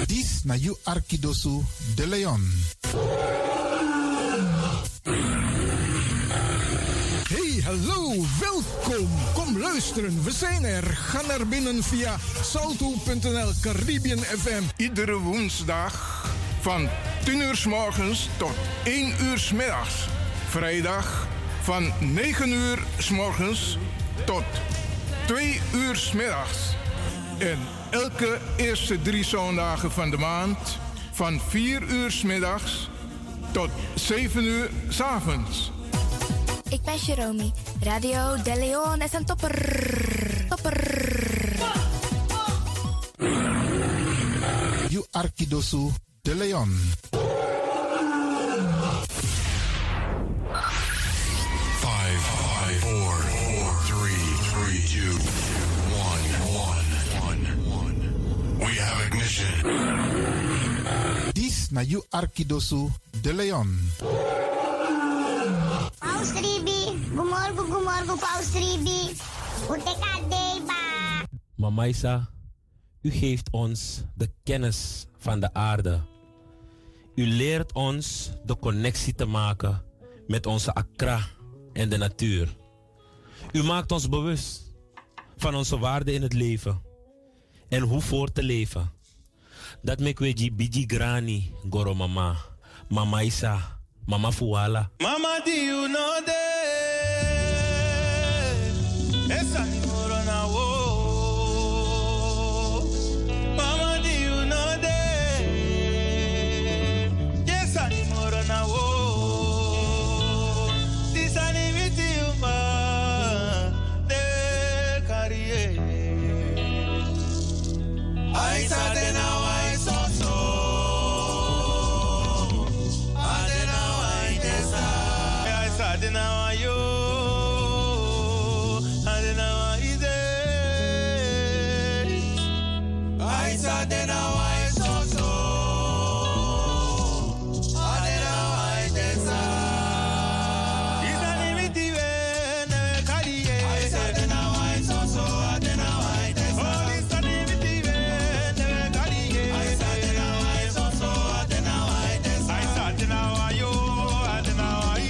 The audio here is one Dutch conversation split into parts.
Dis na you Arkidosu de Leon. Hey, hallo, welkom. Kom luisteren, we zijn er. Ga naar binnen via salto.nl Caribbean FM. Iedere woensdag van 10 uur 's morgens tot 1 uur 's middags. Vrijdag van 9 uur 's morgens tot 2 uur 's middags. En elke eerste 3 zondagen van de maand van 4 uur 's middags tot 7 uur 's avonds. Ik ben Jerome. Radio De Leon is een topper. You Arkidosu de Leon. 5, 4, 3, 2, 1. We have ignition. Dis na you Arkidosu de Leon. Paus Ribi, gumorgo, Paus Ribi. Utekadeba. Mama Isa, u geeft ons de kennis van de aarde. U leert ons de connectie te maken met onze Accra en de natuur. U maakt ons bewust van onze waarde in het leven en hoe voor te leven. Dat make we biji grani goro mama, Mama Isa, Mama Fuala. Mama, do you know that? Esa ni morona wo. Mama, do you know that? Yes, ani morona wo. This ani with you ma de carrière. I said now I saw so. Now you, and now I said now I saw so, and now I desire. Is an imitation carrier. I said now I saw so, and now I desire. Oh, is an imitation carrier. I said now I saw so, and now I desire. I said now you, and now I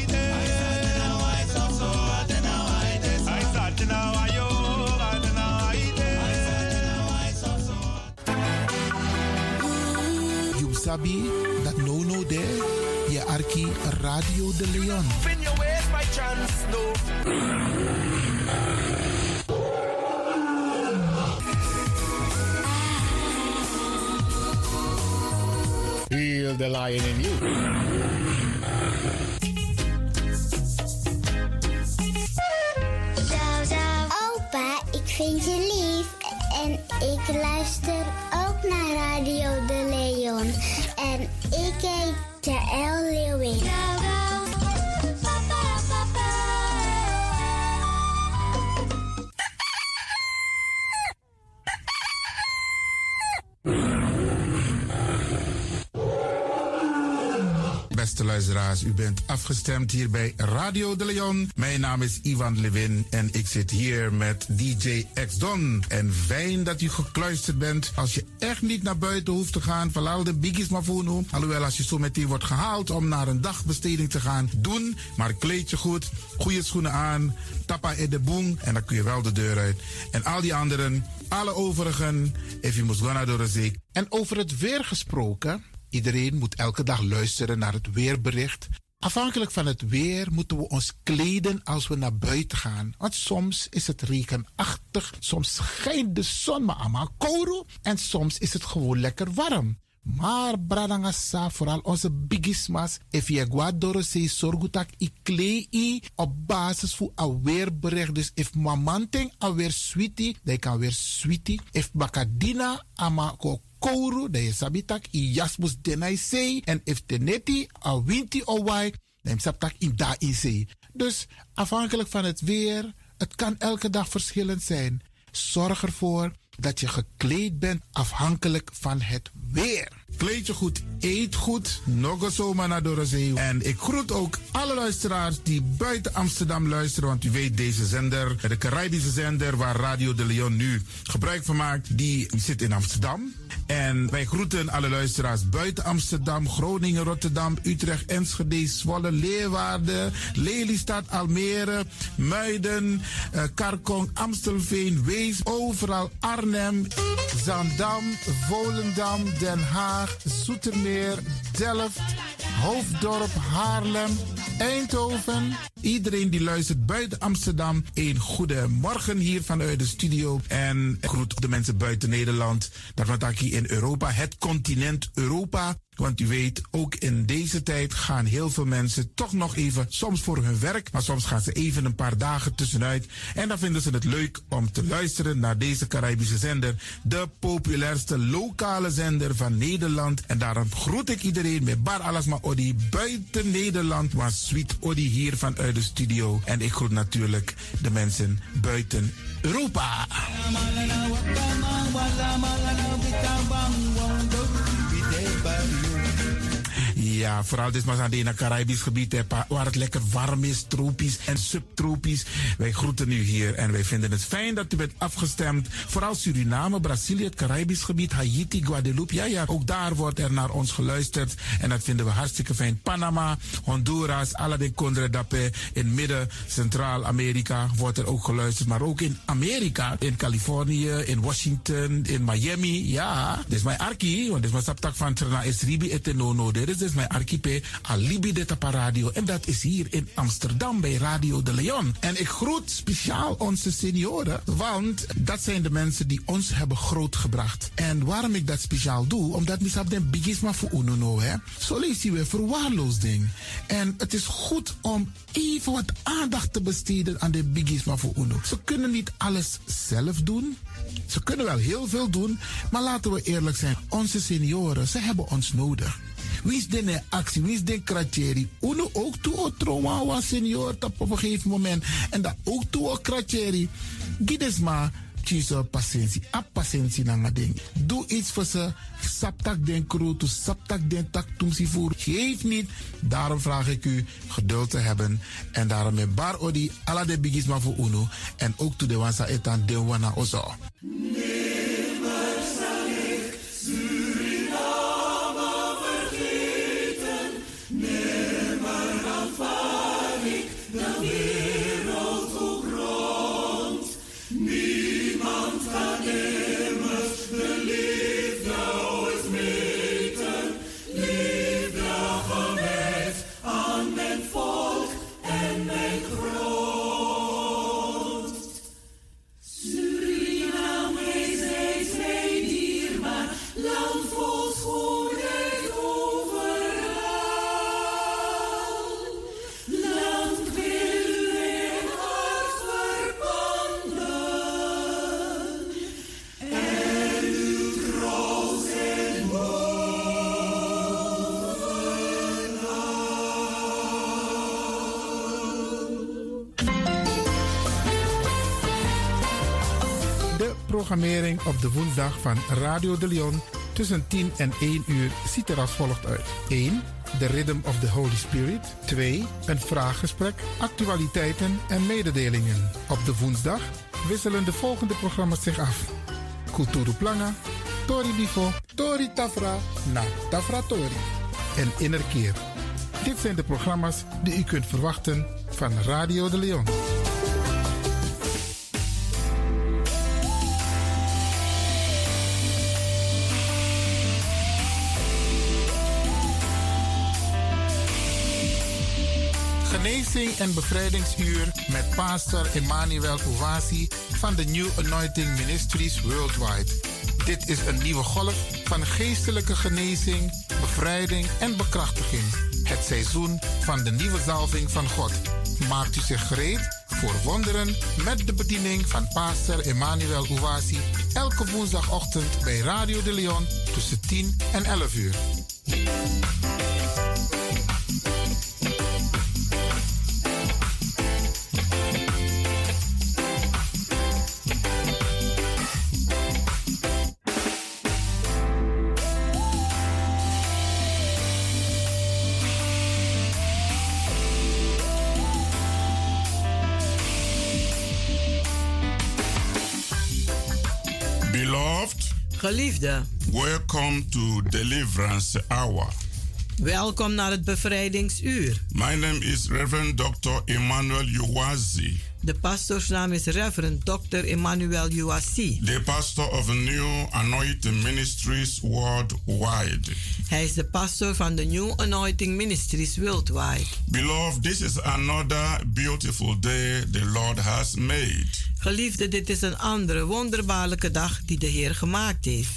Sabi dat no there, je Arki Radio De Leon. Fin your ways by chance, no. Feel the lion in you. Opa, ik vind je lief en ik luister ook naar Radio De Leon. En ik heet Jaël Leeuwin. Beste luisteraars, u bent afgestemd hier bij Radio De Leon. Mijn naam is Ivan Levin en ik zit hier met DJ X-Don. En fijn dat u gekluisterd bent. Als je echt niet naar buiten hoeft te gaan, verlaal de biggies maar voor nu. Alhoewel, als je zo meteen wordt gehaald om naar een dagbesteding te gaan, doen. Maar kleed je goed, goede schoenen aan, tappa in de boom en dan kun je wel de deur uit. En al die anderen, alle overigen, if you must go naar de zee. En over het weer gesproken, iedereen moet elke dag luisteren naar het weerbericht. Afhankelijk van het weer moeten we ons kleden als we naar buiten gaan. Want soms is het regenachtig, soms schijnt de zon maar allemaal kouro en soms is het gewoon lekker warm. Maar bradangasa, vooral onze bigismas, if je guadoro se sorgutak i klei op basis van een weerbericht. Dus if mamanting a weer sweetie, dan kan weer sweetie. If bakadina ama kouru, dan je sabitak i jasmus denai sei. En if teneti a winti o wai, dan sabtak in da in sei. Dus afhankelijk van het weer, het kan elke dag verschillend zijn. Zorg ervoor dat je gekleed bent afhankelijk van het weer. Kleed je goed, eet goed, nog zomaar naar Dorozee. En ik groet ook alle luisteraars die buiten Amsterdam luisteren. Want u weet, deze zender, de Caribische zender waar Radio De Leon nu gebruik van maakt, die zit in Amsterdam. En wij groeten alle luisteraars buiten Amsterdam, Groningen, Rotterdam, Utrecht, Enschede, Zwolle, Leeuwarden, Lelystad, Almere, Muiden, Karkong, Amstelveen, Wees, overal Arnhem, Zandam, Volendam, Den Haag, Zoetermeer, Delft, Hoofddorp, Haarlem, Eindhoven. Iedereen die luistert buiten Amsterdam, een goede morgen hier vanuit de studio. En ik groet de mensen buiten Nederland. Dat wat hier in Europa, het continent Europa. Want u weet, ook in deze tijd gaan heel veel mensen toch nog even, soms voor hun werk, maar soms gaan ze even een paar dagen tussenuit. En dan vinden ze het leuk om te luisteren naar deze Caribische zender. De populairste lokale zender van Nederland. En daarom groet ik iedereen met Bar Alasma Odi buiten Nederland. Maar Sweet Odi hier vanuit de studio. En ik groet natuurlijk de mensen buiten Europa. Ja, vooral dit maar aan het Caribisch gebied, waar het lekker warm is, tropisch en subtropisch. Wij groeten u hier en wij vinden het fijn dat u bent afgestemd. Vooral Suriname, Brazilië, het Caribisch gebied, Haiti, Guadeloupe. Ja, ook daar wordt er naar ons geluisterd. En dat vinden we hartstikke fijn. Panama, Honduras, Aladdin Condre Dapé. In midden, Centraal-Amerika wordt er ook geluisterd. Maar ook in Amerika, in Californië, in Washington, in Miami. Ja, dit is mijn arki, want dit is mijn saptak van Trana Esribi etenono. Dit is mijn archipel Alibi de Tapa Radio. En dat is hier in Amsterdam bij Radio de Leon. En ik groet speciaal onze senioren, want dat zijn de mensen die ons hebben grootgebracht. En waarom ik dat speciaal doe, omdat we op den bigisma voor UNO, hè. Zo lezen we verwaarloosding. En het is goed om even wat aandacht te besteden aan de bigisma voor UNO. Ze kunnen niet alles zelf doen. Ze kunnen wel heel veel doen, maar laten we eerlijk zijn. Onze senioren, ze hebben ons nodig. Wie is de actie? Wie is de kratjeri? Uno ook toe o trauma was senior op een gegeven moment. En dat ook toe o kratjeri. Gides maar tjus patiëntie. A patiëntie na ding. Doe iets voor ze. Saptak den kroto, saptak den tak tumsi voer. Geef niet. Daarom vraag ik u geduld te hebben. En daarom met bar odi ala de bigisma voor uno. En ook toe de wansa etan de wana ozo. Programmering op de woensdag van Radio de Leon tussen 10 en 1 uur ziet er als volgt uit. 1. The Rhythm of the Holy Spirit. 2. Een vraaggesprek, actualiteiten en mededelingen. Op de woensdag wisselen de volgende programma's zich af. Kulturu Planga, Tori Bifo, Tori Tafra, na Tafra Tori en Innerkeer. Dit zijn de programma's die u kunt verwachten van Radio de Leon. Genezing en bevrijdingsuur met pastor Emmanuel Owasi van de New Anointing Ministries Worldwide. Dit is een nieuwe golf van geestelijke genezing, bevrijding en bekrachtiging. Het seizoen van de nieuwe zalving van God. Maakt u zich gereed voor wonderen met de bediening van pastor Emmanuel Owasi elke woensdagochtend bij Radio de Leon tussen 10 en 11 uur. Geliefde, welcome to Deliverance Hour. Welkom naar het bevrijdingsuur. My name is Reverend Dr. Emmanuel Uwazi. De pastoorsnaam is Reverend Dr. Emmanuel Uwazi. The pastor of New Anointing Ministries worldwide. Hij is de pastor van de New Anointing Ministries worldwide. Beloved, this is another beautiful day the Lord has made. Geliefde, dit is een andere wonderbaarlijke dag die de Heer gemaakt heeft.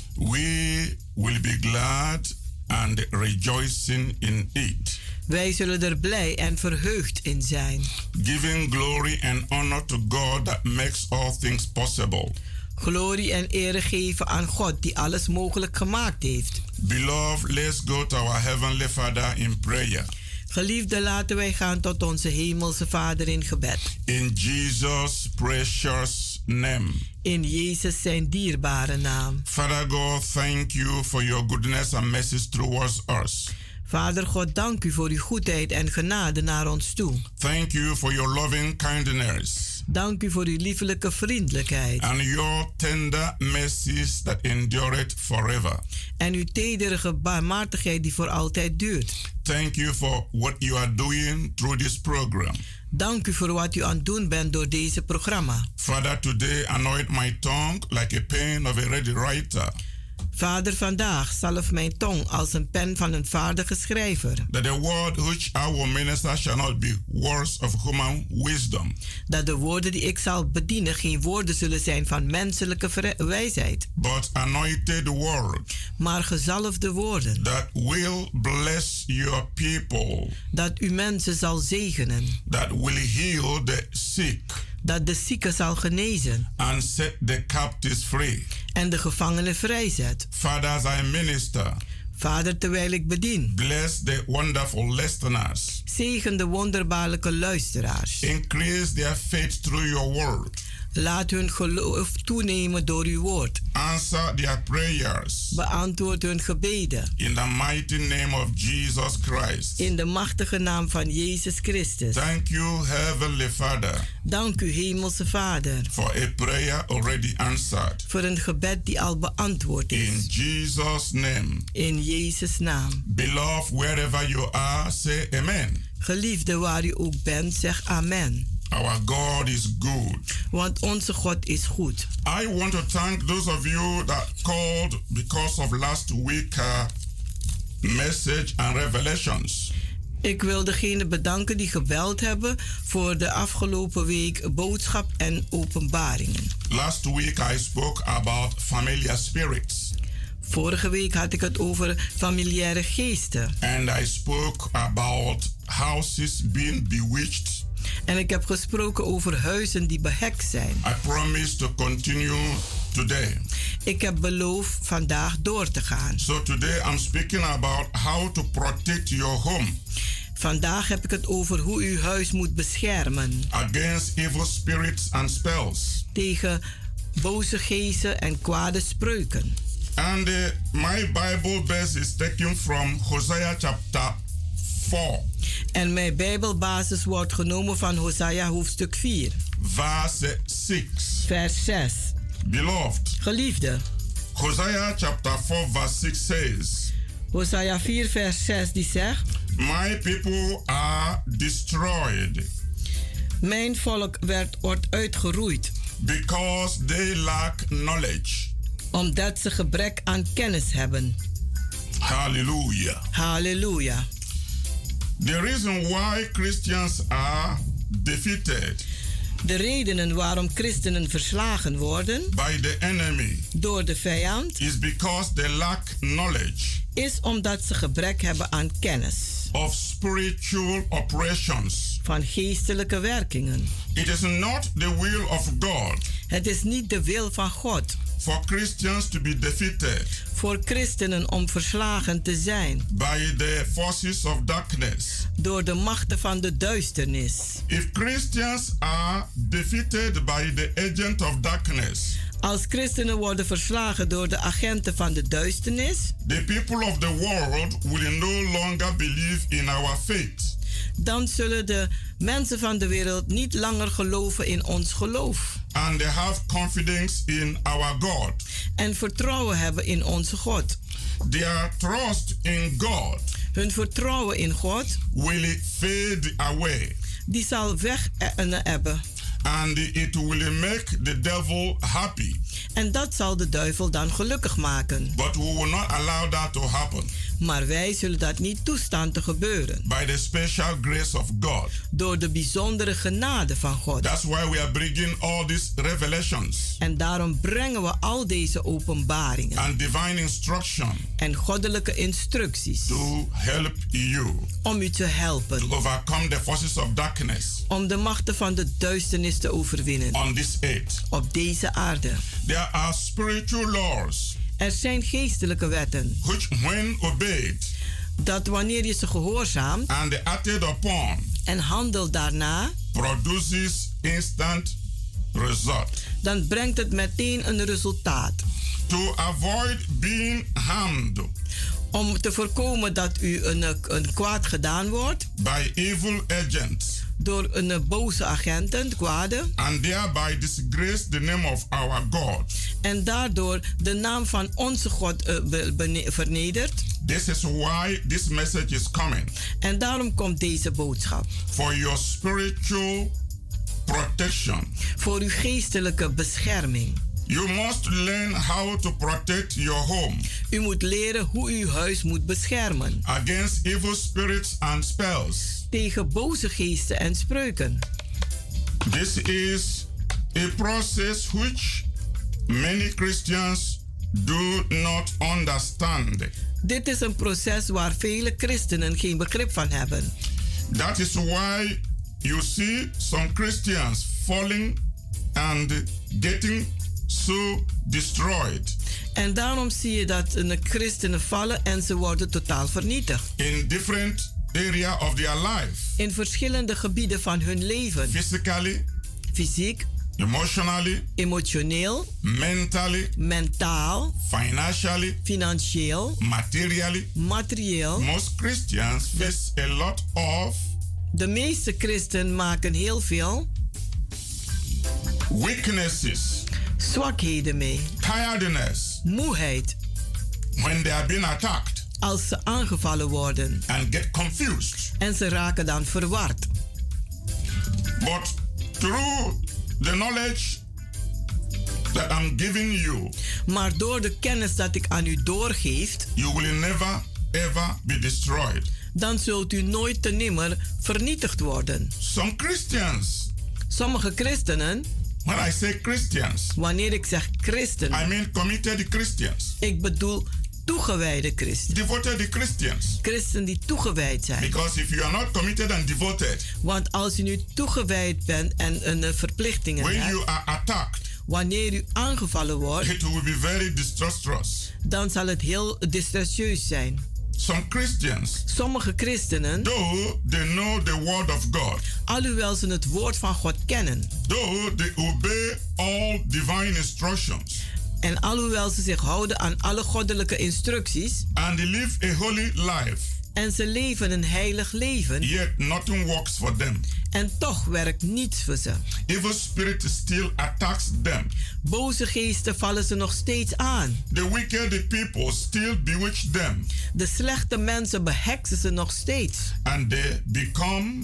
We will be glad and rejoicing in it. Wij zullen er blij en verheugd in zijn. Giving glory and honor to God that makes all things possible. Glorie en ere geven aan God die alles mogelijk gemaakt heeft. Beloved, let's go to our Heavenly Father in prayer. Geliefde, laten wij gaan tot onze hemelse Vader in gebed. In Jesus' precious name. In Jezus zijn dierbare naam. Father God, thank you for your goodness and mercy towards us. Vader God, dank u voor uw goedheid en genade naar ons toe. Thank you for your loving kindness. Dank u voor uw liefelijke vriendelijkheid. And your tender mercies that endureth forever. En uw tedere barmhartigheid die voor altijd duurt. Thank you for what you are doing through this program. Dank u voor wat u aan het doen bent door deze programma. Father, today anoint my tongue like a pen of a ready writer. Vader, vandaag zalf mijn tong als een pen van een vaardige schrijver. That the word which I will minister shall not be words of human wisdom. Dat de woorden die ik zal bedienen geen woorden zullen zijn van menselijke wijsheid. But anointed word. Maar gezalfde woorden. That will bless your people. Dat u mensen zal zegenen. That will heal the sick. Dat de zieken zal genezen. And set the captives free. En de gevangenen vrijzet. Father, as I minister. Vader, terwijl ik bedien. Bless the wonderful listeners. Zegen de wonderbaarlijke luisteraars. Increase their faith through your word. Laat hun geloof toenemen door uw woord. Answer their prayers. Beantwoord hun gebeden. In the mighty name of Jesus Christ. In de machtige naam van Jezus Christus. Thank you, Heavenly Father. Dank u, Hemelse Vader. For a prayer already answered. Voor een gebed die al beantwoord is. In Jesus' name. In Jezus' naam. Beloved, wherever you are, say amen. Geliefde, waar u ook bent, zeg amen. Our God is good. Want onze God is goed. I want to thank those of you that called because of last week message and revelations. Ik wil degene bedanken die gebeld hebben voor de afgelopen week boodschap en openbaringen. Last week I spoke about familiar spirits. Vorige week had ik het over familiaire geesten. And I spoke about houses being bewitched. En ik heb gesproken over huizen die behekt zijn. I promise to continue today. Ik heb beloofd vandaag door te gaan. So today I'm speaking about how to protect your home. Vandaag heb ik het over hoe uw huis moet beschermen. Against evil spirits and spells. Tegen boze geesten en kwade spreuken. And my Bible verse is taken from Hosea chapter 4. En mijn Bijbelbasis wordt genomen van Hosea hoofdstuk 4. Verse 6. Vers 6. Beloved. Geliefde. Hosea chapter 4 verse 6 says. Hosea 4 vers 6 die zegt. My people are destroyed. Mijn volk wordt uitgeroeid. Because they lack knowledge. Omdat ze gebrek aan kennis hebben. Hallelujah. Halleluja. The reason why Christians are defeated. De redenen waarom christenen verslagen worden. By the enemy. Door de vijand. Is because they lack knowledge. Is omdat ze gebrek hebben aan kennis. Of spiritual operations. Van geestelijke werkingen. It is not the will of God. Het is niet de wil van God. For Christians to be defeated. Voor christenen om verslagen te zijn. By the forces of darkness. Door de machten van de duisternis. If Christians are defeated by the agent of darkness. Als christenen worden verslagen door de agenten van de duisternis. The people of the world will no longer believe in our faith. Dan zullen de mensen van de wereld niet langer geloven in ons geloof. And they have confidence in our God. En vertrouwen hebben in onze God. Their trust in God Hun vertrouwen in God will fade away. Die zal weg hebben. And it will make the devil happy. En dat zal de duivel dan gelukkig maken. But we will not allow that to happen. Maar wij zullen dat niet toestaan te gebeuren. By the special grace of God. Door de bijzondere genade van God. That's why we are bringing all these revelations. En daarom brengen we al deze openbaringen. And divine instruction. En goddelijke instructies. To help you. Om u te helpen. To overcome the forces of darkness. Om de machten van de duisternis te overwinnen. On this earth. Op deze aarde. There are spiritual laws. Er zijn geestelijke wetten. Which when obeyed. Dat wanneer je ze gehoorzaamt. And acted upon. En handelt daarna. Produces instant result. Dan brengt het meteen een resultaat. To avoid being harmed. Om te voorkomen dat u een kwaad gedaan wordt. By evil agents. Door een boze agenten, kwade. And thereby disgrace the name of our God. En daardoor de naam van onze God vernedert. This is why this message is coming. En daarom komt deze boodschap. For your spiritual protection. Voor uw geestelijke bescherming. You must learn how to protect your home. U moet leren hoe u uw huis moet beschermen. Against evil spirits and spells. Tegen boze geesten en spreuken. This is a process which many Christians do not understand. Dit is een proces waar vele christenen geen begrip van hebben. That is why you see some Christians falling and getting so destroyed. En daarom zie je dat christenen vallen en ze worden totaal vernietigd. In different area of their life. In verschillende gebieden van hun leven. Physically. Fysiek. Emotionally. Emotioneel. Mentally. Mentaal. Financially. Financieel. Materially. Materieel. Most Christians face a lot of. De meeste christenen maken heel veel. Weaknesses. Zwakheden mee. Tiredness. Moeheid. When they are being attacked. Als ze aangevallen worden. And get confused. En ze raken dan verward. But through the knowledge that I'm giving you. Maar door de kennis dat ik aan u doorgeef. You will never ever be destroyed. Dan zult u nooit te nimmer vernietigd worden. Some Christians. Sommige christenen. When I say Christians. Wanneer ik zeg christenen. I mean committed Christians. Ik bedoel toegewijde christenen. Devoted Christians. Christen die toegewijd zijn. Because if you are not committed and devoted. Want als u nu toegewijd bent en een verplichtingen when hebt. You are attacked. Wanneer u aangevallen wordt. It will be very disastrous. Dan zal het heel distressieus zijn. Some Christians. Sommige christenen. Though they know the word of God. Alhoewel ze het woord van God kennen. Though they obey all divine instructions. En alhoewel ze zich houden aan alle goddelijke instructies. And they live a holy life. En ze leven een heilig leven. Yet nothing works for them. En toch werkt niets voor ze. Evil spirit still attacks them. Boze geesten vallen ze nog steeds aan. The wicked people still bewitch them. De slechte mensen beheksen ze nog steeds. And they become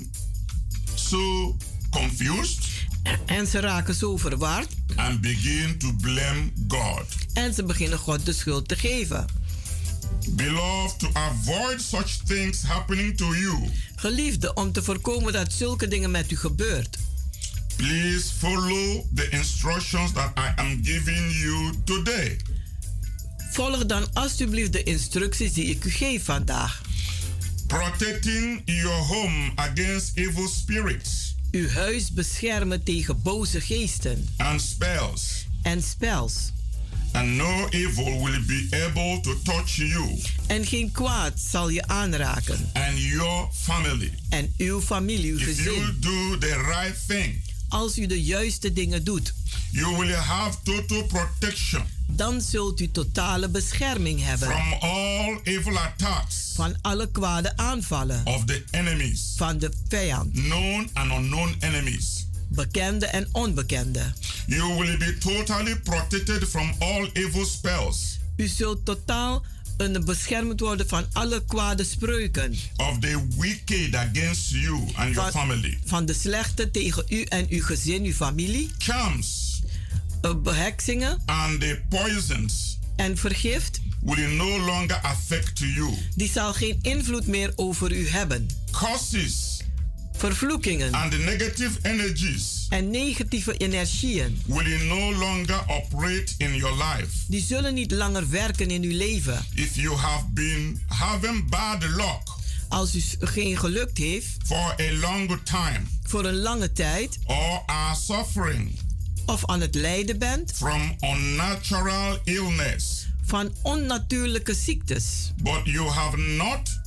so confused. En ze raken zo verward. And begin to blame God. En ze beginnen God de schuld te geven. Beloved, to avoid such things happening to you. Geliefde, om te voorkomen dat zulke dingen met u gebeurt. Please follow the instructions that I am giving you today. Volg dan alsjeblieft de instructies die ik u geef vandaag. Protecting your home against evil spirits. Uw huis beschermen tegen boze geesten. And spells. En spels. And no evil will be able to touch you. En geen kwaad zal je aanraken. And your family. En uw familie, uw gezin. If you do the right thing. Als u de juiste dingen doet. You will have total protection. Dan zult u totale bescherming hebben. From all evil attacks. Van alle kwade aanvallen. Of the enemies. Van de vijand. Known and unknown enemies. Bekende en onbekende. You will be totally protected from all evil spells. U zult totaal beschermd worden van alle kwade spreuken. Of the wicked against you and your family. Van de slechte tegen u en uw gezin, uw familie. Charms. Beheksingen. And the poisons. En vergift. Will no longer affect you. Die zal geen invloed meer over u hebben. Curses. Vervloekingen. And the negative energies. En negatieve energieën. Will no longer operate in your life. Die zullen niet langer werken in uw leven. If you have been having bad luck. Als u geen geluk heeft. For a long time. Voor een lange tijd. Or are suffering. Of aan het lijden bent. From unnatural illness. Van onnatuurlijke ziektes. But you have not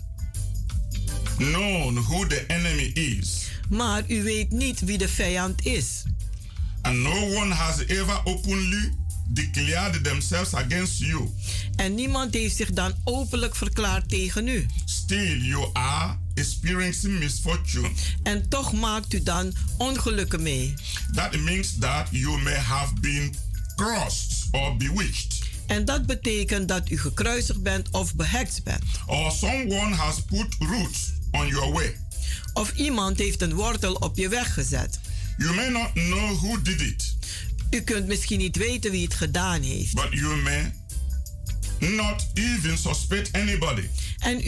known who the enemy is. Maar u weet niet wie de vijand is. And no one has ever openly declared themselves against you. En niemand heeft zich dan openlijk verklaard tegen u. Still you are experiencing misfortune. En toch maakt u dan ongelukken mee. That means that you may have been crossed or bewitched. En dat betekent dat u gekruisigd bent of behekst bent. Or someone has put roots on your way. Of iemand heeft een wortel op je weg gezet. You may not know who did it. U kunt misschien niet weten wie het gedaan heeft. But you may not even suspect anybody. En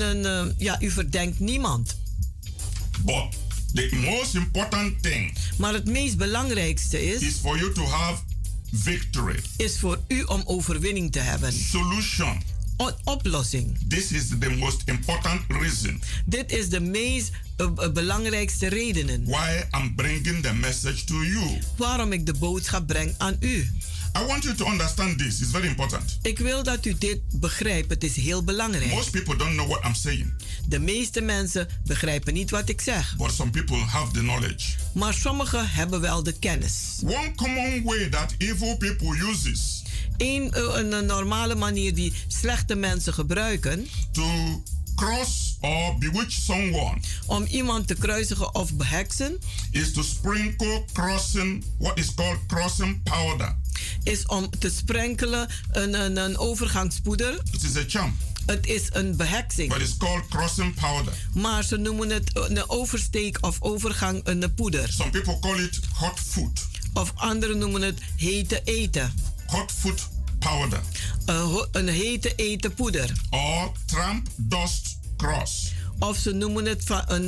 u verdenkt niemand. But the most important thing. Maar het meest belangrijkste is for you to have victory. Is voor u om overwinning te hebben. Solution. Oplossing. This is the most important reason. Dit is de meest belangrijkste redenen. Why I'm bringing the message to you. Waarom ik de boodschap breng aan u. I want you to understand this. It's very important. Ik wil dat u dit begrijpt. Het is heel belangrijk. Most people don't know what I'm saying. De meeste mensen begrijpen niet wat ik zeg. But some people have the knowledge. Maar sommigen hebben wel de kennis. One common way that evil people uses. Een normale manier die slechte mensen gebruiken. To cross or bewitch someone. Om iemand te kruisigen of beheksen. Is to sprinkle crossing, what is called crossing powder. Is om te sprenkelen een overgangspoeder. It is a charm. Het is een beheksing. But it's called crossing powder. Maar ze noemen het een oversteek of overgang een poeder. Some people call it hot food. Of anderen noemen het hete eten. Hot food powder. Een hete eten poeder. Or tramp dust cross. Of ze noemen het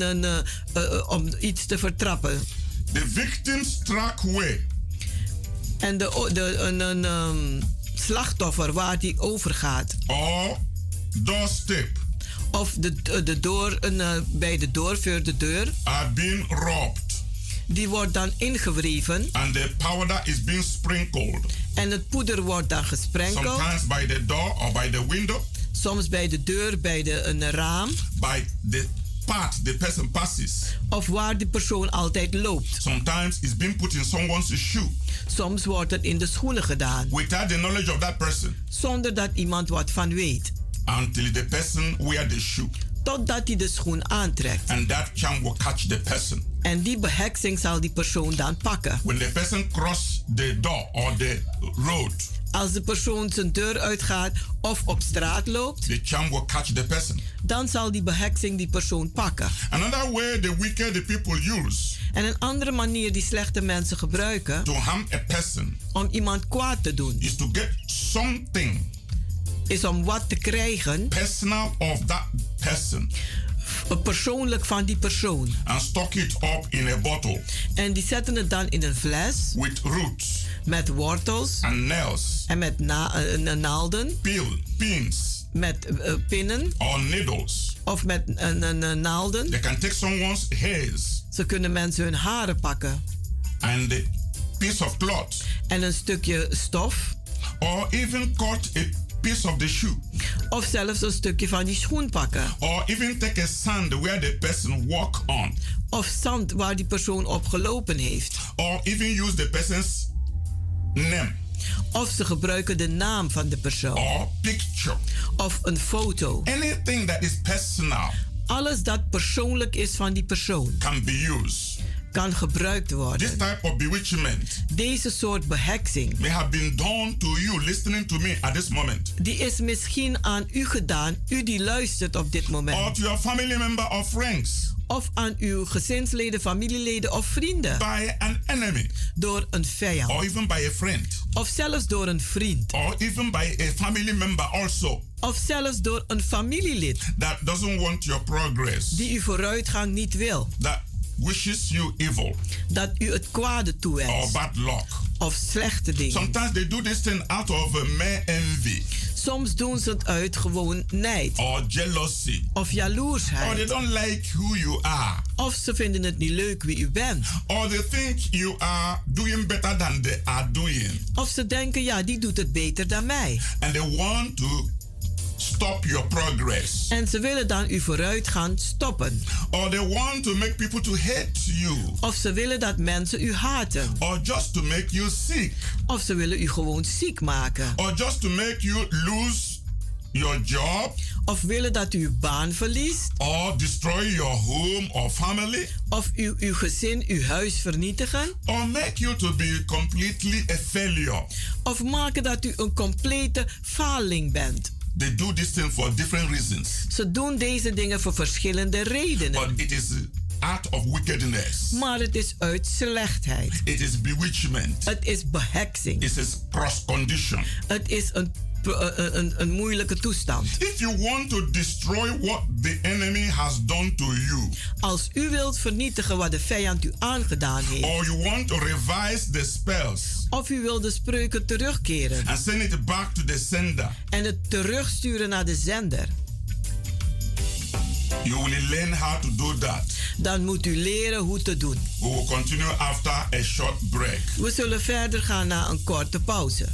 om iets te vertrappen. The victim's trackway. En een slachtoffer waar die overgaat. Or doorstep. Of bij de voor de deur. Are being robbed. Die wordt dan ingewreven. And the powder is being sprinkled. En het poeder wordt dan gesprenkeld. Sometimes by the door or by the window. Soms bij de deur, bij een raam. By the path the person passes. Of waar die persoon altijd loopt. Sometimes it's being put in someone's shoe. Soms wordt het in de schoenen gedaan. Without the knowledge of that person. Zonder dat iemand wat van weet. Until the person wear the shoe. Totdat hij de schoen aantrekt. And that charm will catch the person. En die beheksing zal die persoon dan pakken. When the person cross the door or the road. Als de persoon zijn deur uitgaat of op straat loopt. The charm will catch the person. Dan zal die beheksing die persoon pakken. Another way the wicked people use. En een andere manier die slechte mensen gebruiken. To harm a person. Om iemand kwaad te doen. Is to get something. Is om wat te krijgen. Personal of that person. Persoonlijk van die persoon. And stock it up in a bottle. En die zetten het dan in een fles. With roots. Met wortels. And nails. En met naalden. Pins. Met pinnen. Or needles. Of met naalden. They can take someone's hairs. Ze kunnen mensen hun haren pakken. And a piece of cloth. En een stukje stof. Or even cut a piece of the shoe. Of zelfs een stukje van die schoen pakken. Or even take a sand where the person walk on. Of zand waar die persoon op gelopen heeft. Or even use the person's name. Of ze gebruiken de naam van de persoon. Or picture. Of een foto. Anything that is personal. Alles dat persoonlijk is van die persoon. Can be used. Kan gebruikt worden. This type of bewitchment. Deze soort beheksing. May have been done to you listening to me at this moment. Die is misschien aan u gedaan, u die luistert op dit moment. Or to your family member or friends. Of aan uw gezinsleden, familieleden of vrienden. By an enemy. Door een vijand. Or even by a friend. Of zelfs door een vriend. Or even by a family member also. Of zelfs door een familielid. That doesn't want your progress. Die uw vooruitgang niet wil. That wishes you evil. Dat u het kwade toewenst. Or bad luck. Of slechte dingen. Sometimes they do this thing out of mere envy. Soms doen ze het uit gewoon nijd. Or jealousy. Of jaloersheid. Or they don't like who you are. Of ze vinden het niet leuk wie u bent. Or they think you are doing better than they are doing. Of ze denken, ja, die doet het beter dan mij. And they want to stop your progress. En ze willen dan uw vooruitgang stoppen. Or they want to make people to hate you. Of ze willen dat mensen u haten. Or just to make you sick. Of ze willen u gewoon ziek maken. Or just to make you lose your job. Of willen dat u uw baan verliest. Or destroy your home or family. Of uw gezin, uw huis vernietigen. Or make you to be completely a failure. Of maken dat u een complete faling bent. They do this thing for different reasons. Ze doen deze dingen voor verschillende redenen. But it is out of wickedness. Maar het is uit slechtheid. It is bewitchment. Het is beheksing. It is cross condition. Het is een moeilijke toestand. If you want to destroy what the enemy has done to you. Als u wilt vernietigen wat de vijand u aangedaan heeft. Or you want to revise the spells. Of u wilt de spreuken terugkeren. And send it back to the sender. En het terugsturen naar de zender. You will learn how to do that. Dan moet u leren hoe te doen. We will continue after a short break. We zullen verder gaan na een korte pauze.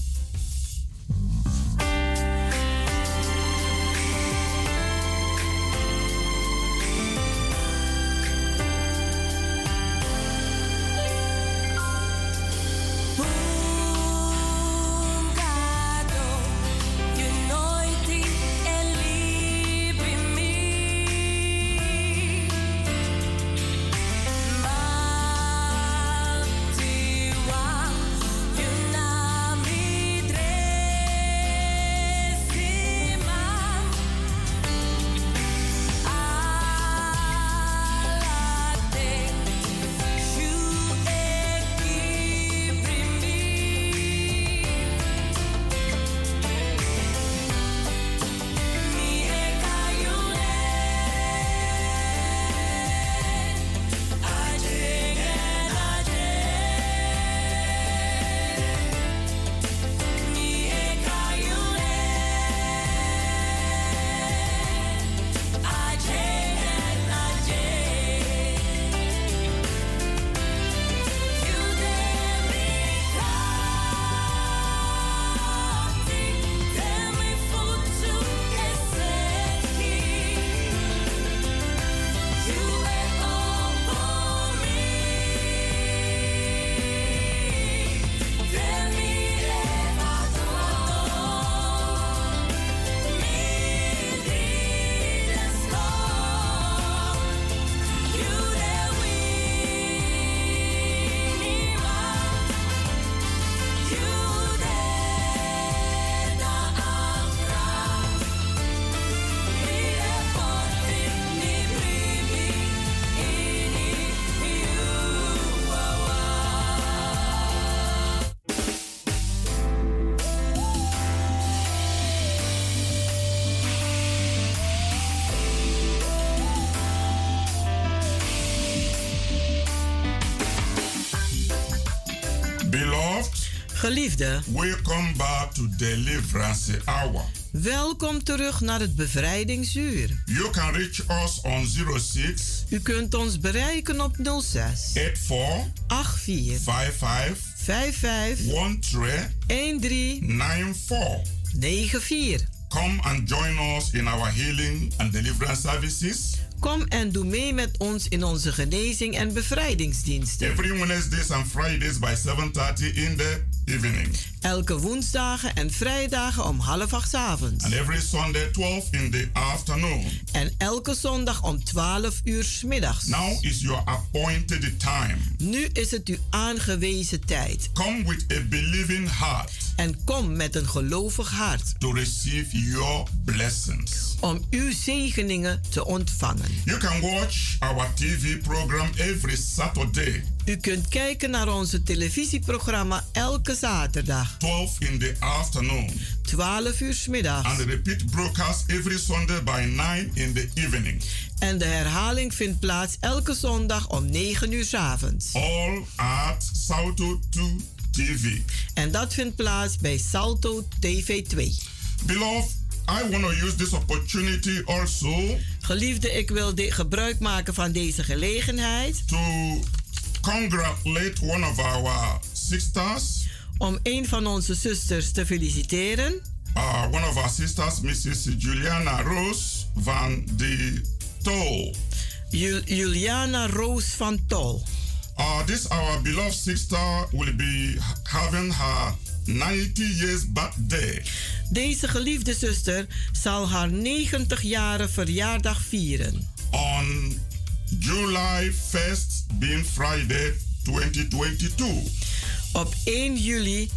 Geliefde, welcome back to Deliverance Hour. Welkom terug naar het bevrijdingsuur. You can reach us on 06. U kunt ons bereiken op 06 84 55 13 94. Come and join us in our healing and deliverance services. Kom en doe mee met ons in onze genezing en bevrijdingsdiensten. Every Wednesdays and Fridays by 7:30 in the evening. Elke woensdagen en vrijdagen om 7:30 avonds. And every Sunday 12 in the afternoon. En elke zondag om 12 uur 's middags. Now is your appointed time. Nu is het uw aangewezen tijd. Come with a believing heart. En kom met een gelovig hart. To receive your blessings. Om uw zegeningen te ontvangen. You can watch our TV program every Saturday. U kunt kijken naar onze televisieprogramma elke zaterdag. 12 in the afternoon. 12 uur 's middags. And the repeat broadcast every Sunday by 9 in the evening. En de herhaling vindt plaats elke zondag om 9 uur 's avonds. All at Salto 2 TV. En dat vindt plaats bij Salto TV 2. Beloved, I want to use this opportunity also. Geliefde, ik wil gebruik maken van deze gelegenheid. To congratulate one of our sisters. Om een van onze zusters te feliciteren. One of our sisters, Mrs. Juliana Rose van de Tol. Juliana Roos van Tol. This our beloved sister will be having her 90 years birthday. Deze geliefde zuster zal haar 90-jarige verjaardag vieren. On July 1st, being Friday 2022. Op 1 juli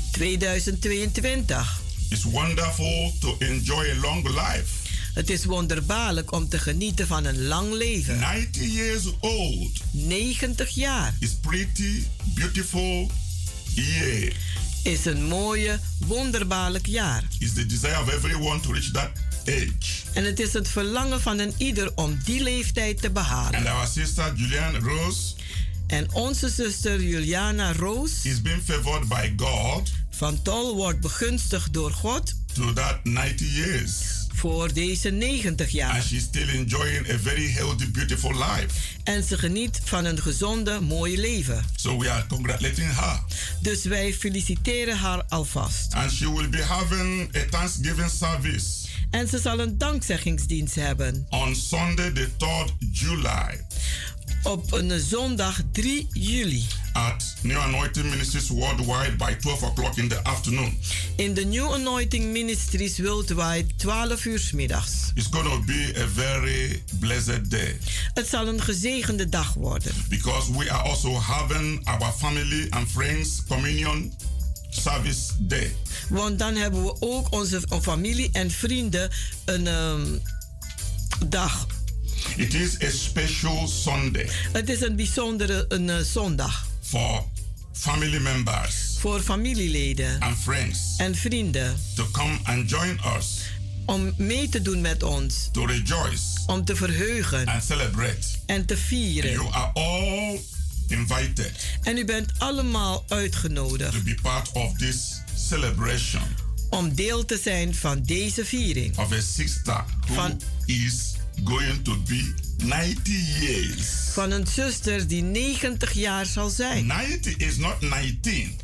2022. It's wonderful to enjoy a long life. Het is wonderbaarlijk om te genieten van een lang leven. 90 years old. 90 jaar. Is pretty beautiful year. Is een mooie, wonderbaarlijk jaar. Is the desire of everyone to reach that age. En het is het verlangen van een ieder om die leeftijd te behalen. And our sister Juliana Rose. En onze zuster Juliana Rose. Is being favored by God. Van Tol wordt begunstigd door God. To that 90 years. Voor deze 90 jaar. And she's still enjoying a very healthy, beautiful life. En ze geniet van een gezonde, mooie leven. So we are congratulating her. Dus wij feliciteren haar alvast. And she will be having a Thanksgiving service. En ze zal een dankzeggingsdienst hebben. On Sunday the 3rd July. Op een zondag 3 juli. At New Anointing Ministries Worldwide by 12 o'clock in the afternoon. In de New Anointing Ministries Worldwide 12 uur 's middags. It's going to be a very blessed day. Het zal een gezegende dag worden. Because we are also having our family and friends communion service day. Want dan hebben we ook onze familie en vrienden een dag. It is a special Sunday. Het is een bijzondere zondag. For family members. Voor familieleden. And friends. En vrienden. To come and join us. Om mee te doen met ons. To rejoice. Om te verheugen. And celebrate. En te vieren. You are all invited. En u bent allemaal uitgenodigd. To be part of this celebration. Om deel te zijn van deze viering. Of a sister who is going to be 90 years. Van een zuster die 90 jaar zal zijn. 90 is not 19.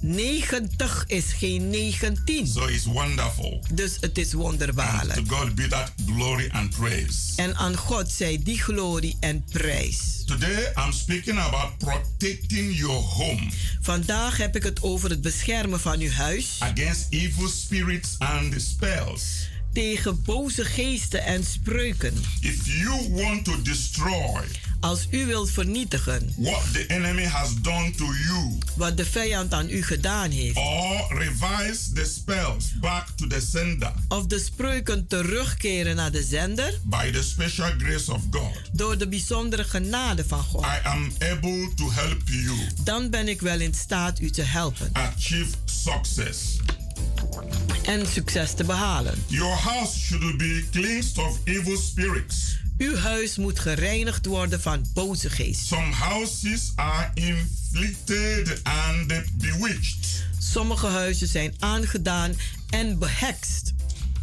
90 is geen 19. So it's wonderful. Dus het is wonderbaarlijk. And to God be that glory and praise. En aan God zij die glorie en prijs. Today I'm speaking about protecting your home. Vandaag heb ik het over het beschermen van uw huis. Against evil spirits and spells. Tegen boze geesten en spreuken. If you want to destroy. Als u wilt vernietigen. What the enemy has done to you. Wat de vijand aan u gedaan heeft. Or revise the spells back to the sender. Of de spreuken terugkeren naar de zender. By the special grace of God. Door de bijzondere genade van God. I am able to help you. Dan ben ik wel in staat u te helpen. Achieve success. En succes te behalen. Your house should be cleansed of evil spirits. Uw huis moet gereinigd worden van boze geesten. Some houses are inflicted and bewitched. Sommige huizen zijn aangedaan en behekst.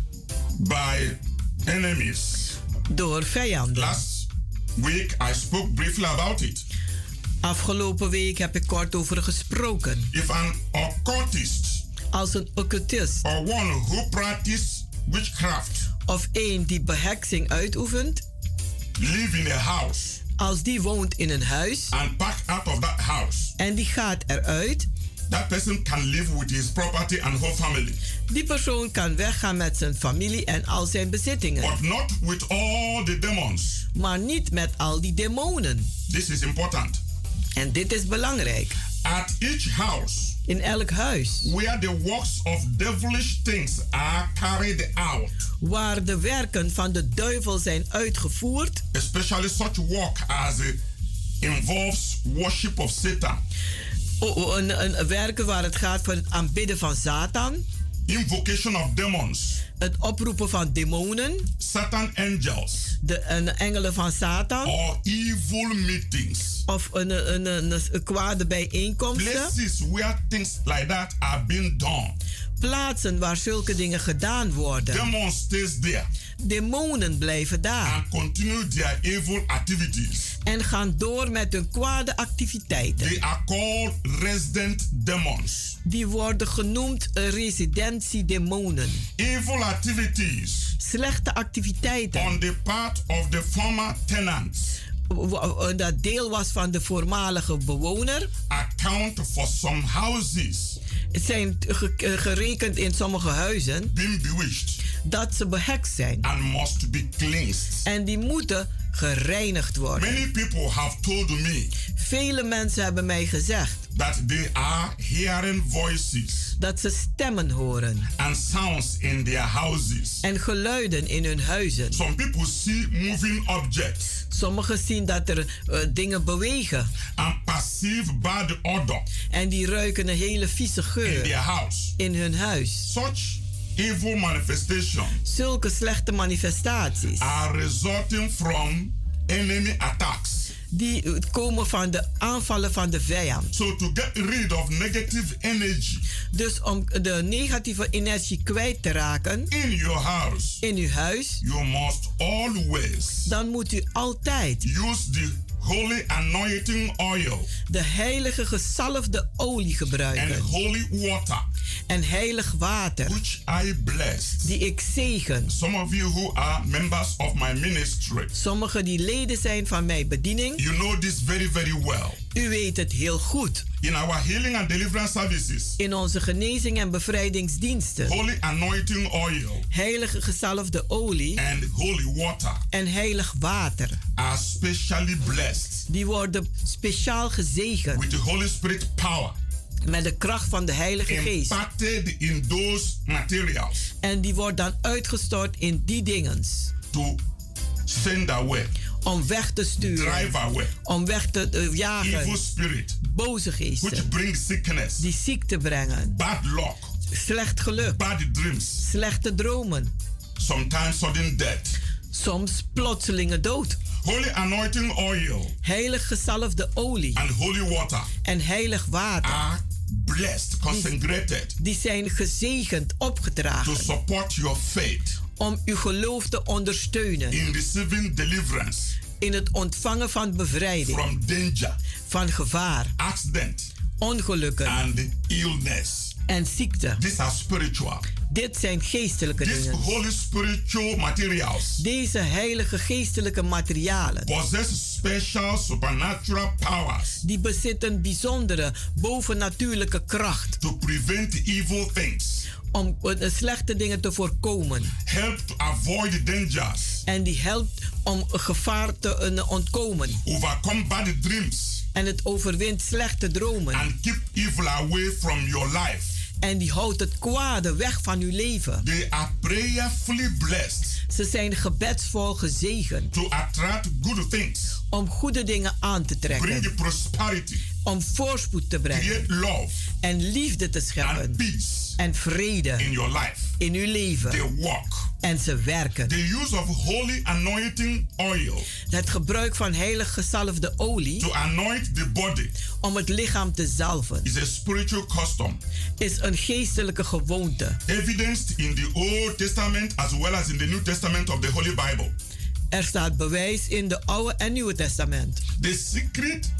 By enemies. Door vijanden. Last week I spoke briefly about it. Afgelopen week heb ik kort over gesproken. If an occultist. Als een occultist. Or one who practices witchcraft. Of een die beheksing uitoefent. Live in a house. Als die woont in een huis. And pack out of that house. En die gaat eruit. That person can live with his property and whole family. Die persoon kan weggaan met zijn familie en al zijn bezittingen. But not with all the demons. Maar niet met al die demonen. This is important. En dit is belangrijk. At each house, in elk huis, where the works of devilish things are carried out, waar de werken van de duivel zijn uitgevoerd, especially such work as involves worship of Satan, een werken waar het gaat voor het aanbidden van Satan, invocation of demons, het oproepen van demonen, Satan angels, de engelen van Satan, or evil meetings, of een kwade bijeenkomsten, places where things like that are being done, plaatsen waar zulke dingen gedaan worden. Demons stays there. Demonen blijven daar. And continue their evil activities. En gaan door met hun kwade activiteiten. They are called resident demons. Die worden genoemd residentiedemonen. Evil activities. Slechte activiteiten. On the part of the former tenants. Dat deel was van de voormalige bewoner. Account for some houses. Het zijn gerekend in sommige huizen. Being bewitched. Dat ze behekst zijn. And must be cleansed. En die moeten gereinigd worden. Many people have told me. Vele mensen hebben mij gezegd. That they are hearing voices. Dat ze stemmen horen. And sounds in their houses. En geluiden in hun huizen. Some people see moving objects. Sommigen zien dat er dingen bewegen. And perceive bad odor. En die ruiken een hele vieze geur. In their house. In hun huis. Such evil manifestations. Zulke slechte manifestaties. Are resulting from enemy attacks. Die komen van de aanvallen van de vijand. So to get rid of negative energy. Dus om de negatieve energie kwijt te raken. In your house. In uw huis. You must always. Dan moet u altijd. Use the holy anointing oil. De heilige gezalfde olie gebruiken. And holy water. En heilig water. Which I blessed. Die ik zegen. Some of you who are members of my ministry. Sommigen die leden zijn van mijn bediening. You know this very, very well. U weet het heel goed. In our healing and deliverance services. In onze genezing en bevrijdingsdiensten. Holy anointing oil. Heilige gezalfde olie. And holy water. En heilig water. Are specially blessed. Die worden speciaal gezegend. With the Holy Spirit power. Met de kracht van de Heilige Geest. Imparted in those materials. En die wordt dan uitgestort in die dingens. To send away. Om weg te sturen. Drive away. Om weg te jagen. Evil spirit. Boze geesten. Which brings sickness. Die ziekte brengen. Bad luck. Slecht geluk. Bad dreams. Slechte dromen. Sometimes sudden death. Soms plotselinge dood. Holy anointing oil. Heilig gezalfde olie. And holy water. En heilig water. Are blessed, consecrated. Die zijn gezegend, opgedragen. To support your faith. Om uw geloof te ondersteunen. In receiving deliverance. In het ontvangen van bevrijding. From danger. Van gevaar. Accident. Ongelukken. And illness. En ziekte. These are spiritual. Dit zijn geestelijke These dingen. Holy spiritual materials. Deze heilige geestelijke materialen. Possess special supernatural powers. Die bezitten bijzondere bovennatuurlijke kracht. To prevent evil things. Om slechte dingen te voorkomen. Help to avoid dangers. En die helpt om gevaar te ontkomen. Overcome bad dreams. En het overwint slechte dromen. And keep evil away from your life. En die houdt het kwade weg van uw leven. They are prayerfully blessed. Ze zijn gebedsvol gezegend. To attract good things. Om goede dingen aan te trekken. Bring prosperity. Om voorspoed te brengen. Create love. En liefde te scheppen. And peace. En vrede. In your life. In uw leven. They walk. En ze werken. The use of holy anointing oil. Het gebruik van heilig gezalfde olie. To anoint the body. Om het lichaam te zalven. Is a spiritual custom. Is een geestelijke gewoonte. Evidenced in the Old Testament as well as in the New Testament of the Holy Bible. Er staat bewijs in de Oude en Nieuwe Testament. The secret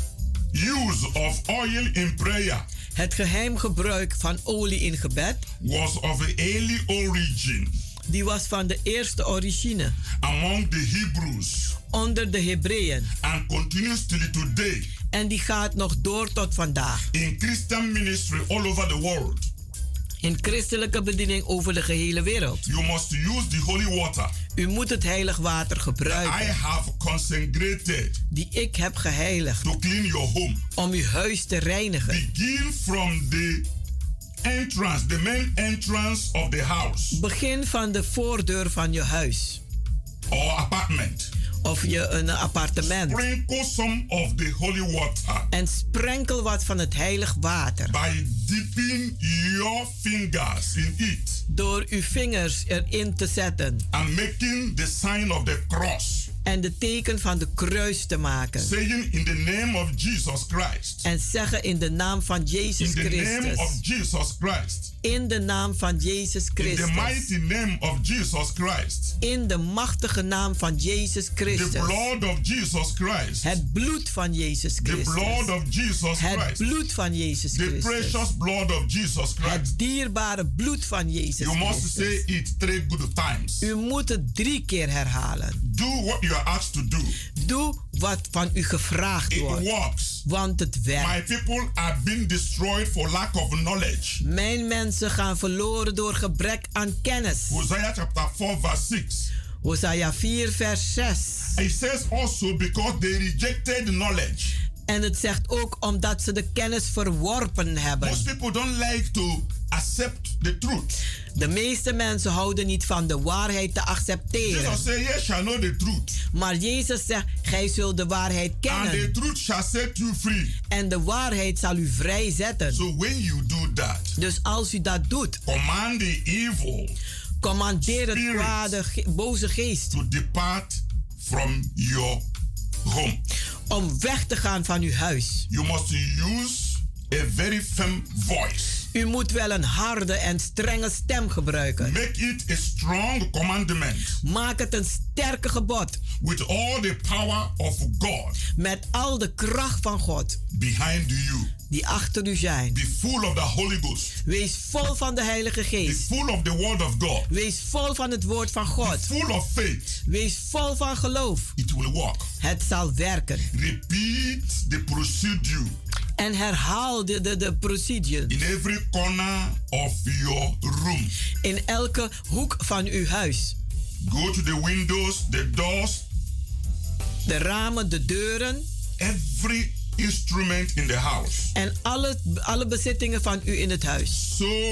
use of oil in prayer. Het geheim gebruik van olie in gebed. Was of early origin. Die was van de eerste origine. Among the Hebrews. Onder de Hebreeën. And continues till today. En die gaat nog door tot vandaag. In Christian ministry all over the world. In christelijke bediening over de gehele wereld. You must use the holy water. U moet het heilig water gebruiken. I have consecrated. Die ik heb geheiligd. To clean your home. Om uw huis te reinigen. Begin from the entrance, the main entrance of the house. Begin van de voordeur van je huis. Or apartment. Of een appartement. Sprinkle some of the holy water. En sprenkel wat van het heilig water. By dipping your fingers in it. Door uw vingers erin te zetten. And making the sign of the cross. En de teken van de kruis te maken. Saying in the name of Jesus Christ. En zeggen in de naam van Jezus Christus. In the name of Jesus Christ. In de naam van Jezus Christus. In the mighty name of Jesus Christ. In de machtige naam van Jezus Christus. The blood of Jesus Christ. Het bloed van Jezus Christus. The blood of Jesus Christ. Het bloed van Jezus Christus. The precious blood of Jesus Christ. Het dierbare bloed van Jezus Christus. You must say it 3 good times. U moet het 3 keer herhalen. Do what you are asked to do. Doe wat van u gevraagd wordt. It works. Want het werkt. My people are being destroyed for lack of knowledge. Mijn mensen gaan verloren door gebrek aan kennis. Hosea chapter 4 verse 6. Hosea 4 vers 6. It says also because they rejected knowledge. En het zegt ook omdat ze de kennis verworpen hebben. Most people don't like to accept the truth. De meeste mensen houden niet van de waarheid te accepteren. Jesus said, "Ye shall know the truth." Maar Jezus zegt, gij zult de waarheid kennen. And the truth shall set you free. En de waarheid zal u vrij zetten. So when you do that, dus als u dat doet, command the evil. Commandeer het kwade, boze geest. To depart from your home. Om weg te gaan van uw huis. You must use a very firm voice. U moet wel een harde en strenge stem gebruiken. Make it a strong commandment. Maak het een sterke gebod. With all the power of God. Met al de kracht van God. Behind you. Die achter u zijn. Be full of the Holy Ghost. Wees vol van de Heilige Geest. Be full of the Word of God. Wees vol van het woord van God. Be full of faith. Wees vol van geloof. It will work. Het zal werken. Repeat the procedure. En herhaal de procedure. In every corner of your room. In elke hoek van uw huis. Go to the windows, the doors. De ramen, de deuren. Every instrument in the house. En alle bezittingen van u in het huis.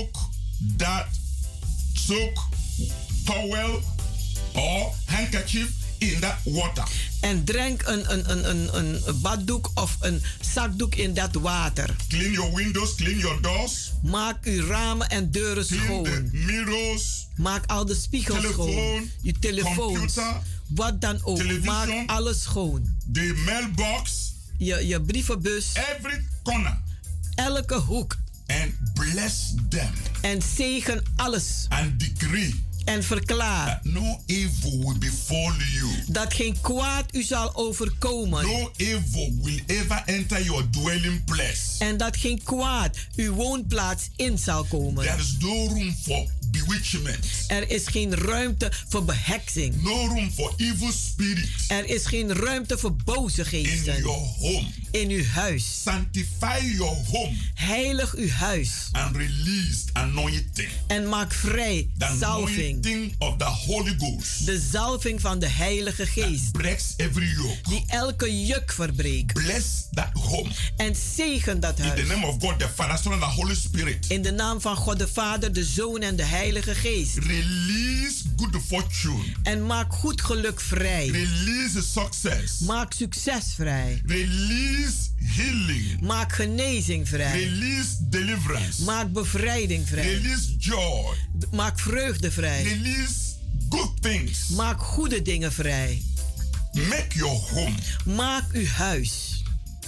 Soak towel or handkerchief in that water. En drenk een baddoek of een zakdoek in dat water. Clean your windows, clean your doors. Maak uw ramen en deuren schoon. Clean the mirrors. Maak al de spiegels schoon. Je telefoons. Computer, wat dan ook. television, maak alles schoon. The mailbox. Je brievenbus. Every corner. Elke hoek. And bless them. En zegen alles. And decree. En verklaar. No evil will befall you. Dat geen kwaad u zal overkomen. No evil will ever enter your dwelling place. En dat geen kwaad uw woonplaats in zal komen. There is no room for bewitchment. Er is geen ruimte voor beheksing. No room for evil spirits. Er is geen ruimte voor boze geesten. In your home. In uw huis. Sanctify your home. Heilig uw huis. And release anointing. En maak vrij zalving. Of the Holy Ghost. De zalving van de Heilige Geest. Breaks every yoke. Die elke juk verbreekt. Bless that home. En zegen dat huis. In the name of God the Father, Son and the Holy Spirit. In de naam van God de Vader, de Zoon en de Heilige Geest. Release good fortune. En maak goed geluk vrij. Release success. Maak succes vrij. Release healing. Maak genezing vrij. Release deliverance. Maak bevrijding vrij. Release joy. Maak vreugde vrij. Release good things. Maak goede dingen vrij. Make your home. Maak uw huis.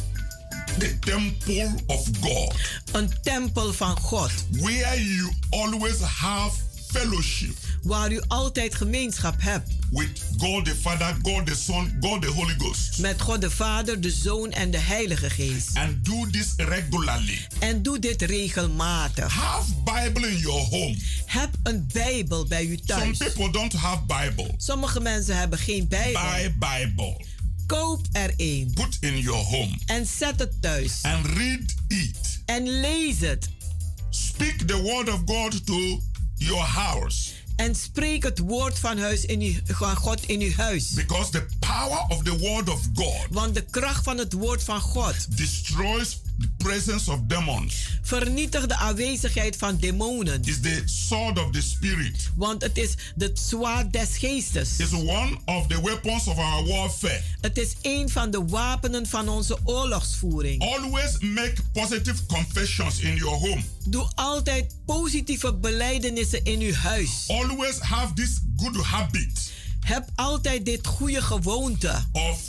The temple of God. Een tempel van God. Where you always have fellowship. Waar u altijd gemeenschap hebt. With God the Father, God the Son, God the Holy Ghost. Met God de Vader, de Zoon en de Heilige Geest. And do this regularly. En doe dit regelmatig. Have Bible in your home. Heb een Bijbel bij u thuis. Some people don't have Bible. Sommige mensen hebben geen Bijbel. Buy Bible. Koop er een. Put in your home. En zet het thuis. And read it. En lees het. Speak the word of God to your house. En spreek het woord van God in uw huis. Because the power of the word of God. Want de kracht van het woord van God destroys the presence of demons. Vernietigt de aanwezigheid van demonen. Is the sword of the spirit. Want het is de zwaard des geestes. Is one of the weapons of our warfare. Het is een van de wapenen van onze oorlogsvoering. Always make positive confessions in your home. Doe altijd positieve belijdenissen in uw huis. Always have this good habit. Heb altijd dit goede gewoonte. Of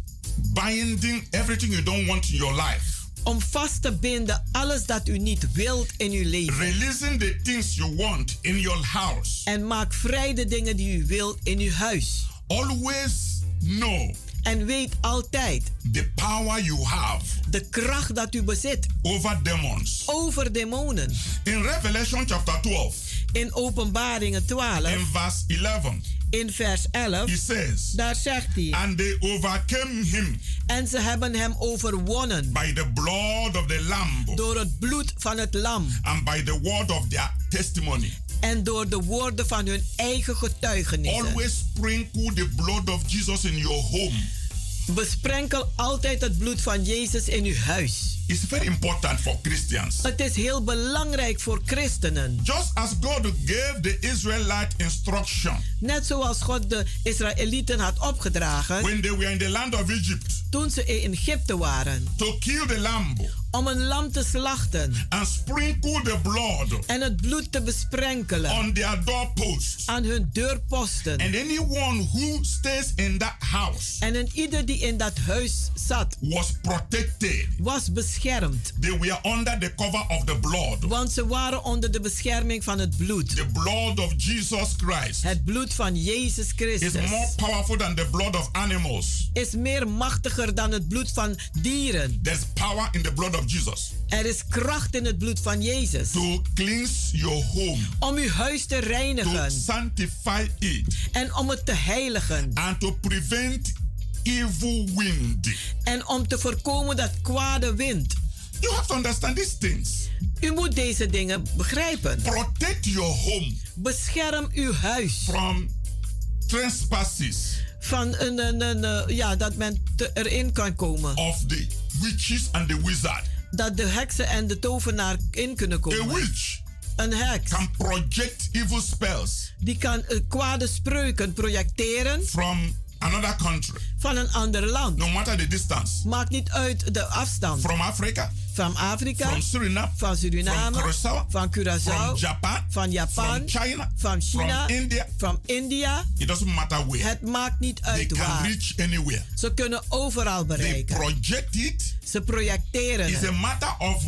binding everything you don't want in your life. Om vast te binden alles dat u niet wilt in uw leven. Releasing the things you want in your house. En maak vrij de dingen die u wilt in uw huis. Always know. En weet altijd. The power you have. De kracht dat u bezit. Over demons. Over demonen. In Revelation chapter 12. In Openbaringen 12. In vers 11. In vers 11. He says. Daar zegt hij. And they overcame him. En ze hebben hem overwonnen. By the blood of the Lamb. Door het bloed van het lam. And by the word of their testimony. En door de woorden van hun eigen getuigenissen. Always sprinkle the blood of Jesus in your home. Besprenkel altijd het bloed van Jezus in uw huis. It's very important for Christians. Het is heel belangrijk voor christenen. Just as God gave the Israelite instruction. Net zoals God de Israëlieten had opgedragen. When they were in the land of Egypt. Toen ze in Egypte waren. To kill the lamb. Om een lam te slachten. And sprinkle the blood. En het bloed te besprenkelen. On their doorposts. Aan hun deurposten. And anyone who stays in that house. En ieder die in dat huis zat. Was protected. Was beschermd. They were under the cover of the blood. Want ze waren onder de bescherming van het bloed. The blood of Jesus Christ. Het bloed van Jezus Christus. Is more powerful than the blood of animals. Is meer machtiger dan het bloed van dieren. There's power in the blood of Jesus. Er is kracht in het bloed van Jezus. To cleanse your home. Om uw huis te reinigen. To sanctify it. En om het te heiligen. And to prevent evil wind. En om te voorkomen dat kwade wind. You have to understand these things. U moet deze dingen begrijpen. Protect your home. Bescherm uw huis. From trespasses. Van dat men erin kan komen. Of the witches and the wizard. Dat de heksen en de tovenaar in kunnen komen. A witch. Een heks. Can project evil spells. Die kan kwade spreuken projecteren. From another country. Van een ander land. No matter the distance. Maakt niet uit de afstand. From Africa. Van Afrika. From Suriname. Van Suriname. From Curaçao. Van Curaçao. From Japan. Van Japan. From China. Van China. From India. From India. It doesn't matter where. Het maakt niet uit They waar. can reach anywhere. Ze kunnen overal bereiken. They project it. Ze projecteren het. It's a matter of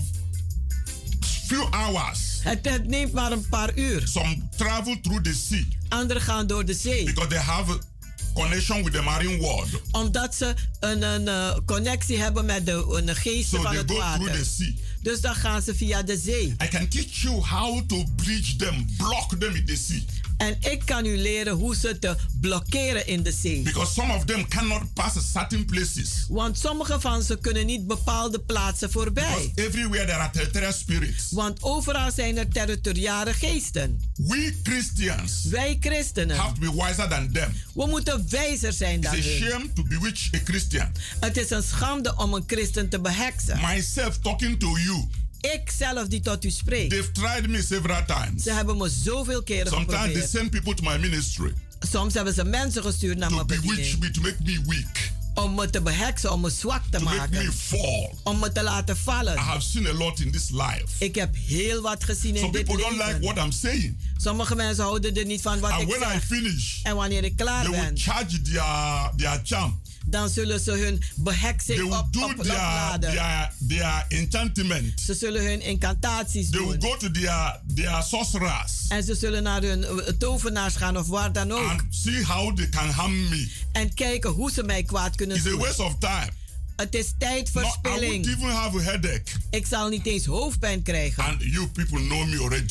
few hours. Het neemt maar een paar uur. Some travel through the sea. Anderen gaan door de zee. Because they have connection with the marine world. Omdat ze een connectie hebben met de geesten van het water. Dus dan gaan ze via de zee. I can teach you how to bridge them, block them in the sea. En ik kan u leren hoe ze te blokkeren in de zee. Because some of them cannot pass certain places. Want sommige van ze kunnen niet bepaalde plaatsen voorbij. Because everywhere there are territorial spirits. Want overal zijn er territoriale geesten. We Christians. Wij christenen. Have to be wiser than them. We moeten wijzer zijn dan It's hun. a shame to bewitch a Christian. Het is een schande om een christen te beheksen. Myself talking to you. Ik zelf die tot u spreek. They've tried me several times. Ze hebben me zoveel keren Sometimes geprobeerd. they send people to my ministry. Soms hebben ze mensen gestuurd naar mijn bediening. To bewitch me, to make me weak. Om me te beheksen, om me zwak te maken. Make me fall. Om me te laten vallen. I have seen a lot in this life. Ik heb heel wat gezien in dit leven. Some people don't like what I'm saying. Sommige mensen houden er niet van wat ik zeg. I finish, en wanneer ik klaar ben, will charge their charm. Dan zullen ze hun beheksing opladen. Their enchantment. Ze zullen hun incantaties doen. They will go to their sorcerers. En ze zullen naar hun tovenaars gaan of waar dan ook. And see how they can harm me. En kijken hoe ze mij kwaad kunnen doen. It's a waste of time. Het is tijdverspilling. I won't even have a headache. Ik zal niet eens hoofdpijn krijgen. And you people know me already.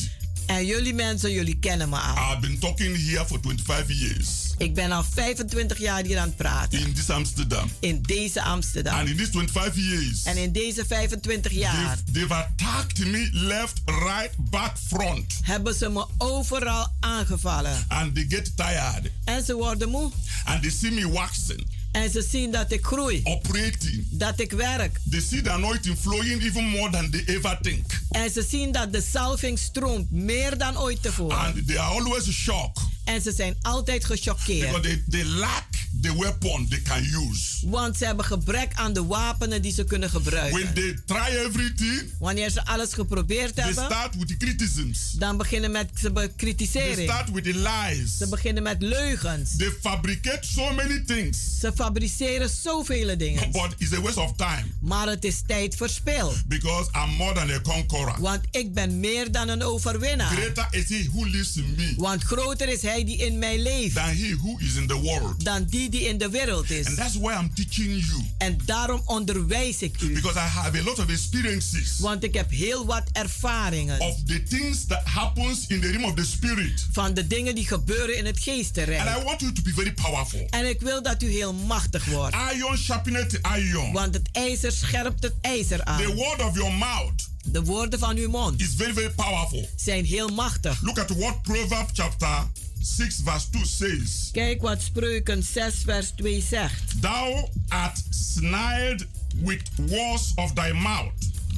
En jullie mensen, jullie kennen me al. I've been talking here for 25 years. Ik ben al 25 jaar hier aan het praten. In this Amsterdam. In deze Amsterdam. And in these 25 years. En in deze 25 jaar. They've attacked me left, right, back, front. Hebben ze me overal aangevallen. And they get tired. En ze worden moe. And they see me waxing. En ze zien dat ik groei. Operating. Dat ik werk. They see the anointing flowing even more than they ever think. En ze zien dat de salving stroomt meer dan ooit tevoren. And they are always shocked. En ze zijn altijd gechoqueerd. Because they lack the weapon they can use. Want ze hebben gebrek aan de wapenen die ze kunnen gebruiken. When they try everything, wanneer ze alles geprobeerd hebben, they start with the criticisms. Dan beginnen met bekritisering. They start with the lies. Ze beginnen met leugens. They fabricate so many things. Ze fabriceren zoveel dingen. But it's a waste of time. Maar het is tijd verspil. Because I'm more than a conqueror. Want ik ben meer dan een overwinnaar. Greater is he who lives in me. Want groter is hij die in mij leeft. Than he who is in the world. Dan die in de wereld is. And that's why I'm teaching you. En daarom onderwijs ik u. Because I have a lot of experiences. Want ik heb heel wat ervaringen. Of the things that happens in the realm of the spirit. Van de dingen die gebeuren in het geestenrijk. And I want you to be very powerful. En ik wil dat u heel machtig wordt. Iron sharpeneth iron. Want het ijzer scherpt het ijzer aan. The word of your mouth. De woorden van uw mond. Is very, very powerful. Zijn heel machtig. Look at what Proverbs chapter 6 verse 2 says. Kijk wat Spreuken 6 vers 2 zegt. Thou art snared with words of thy mouth.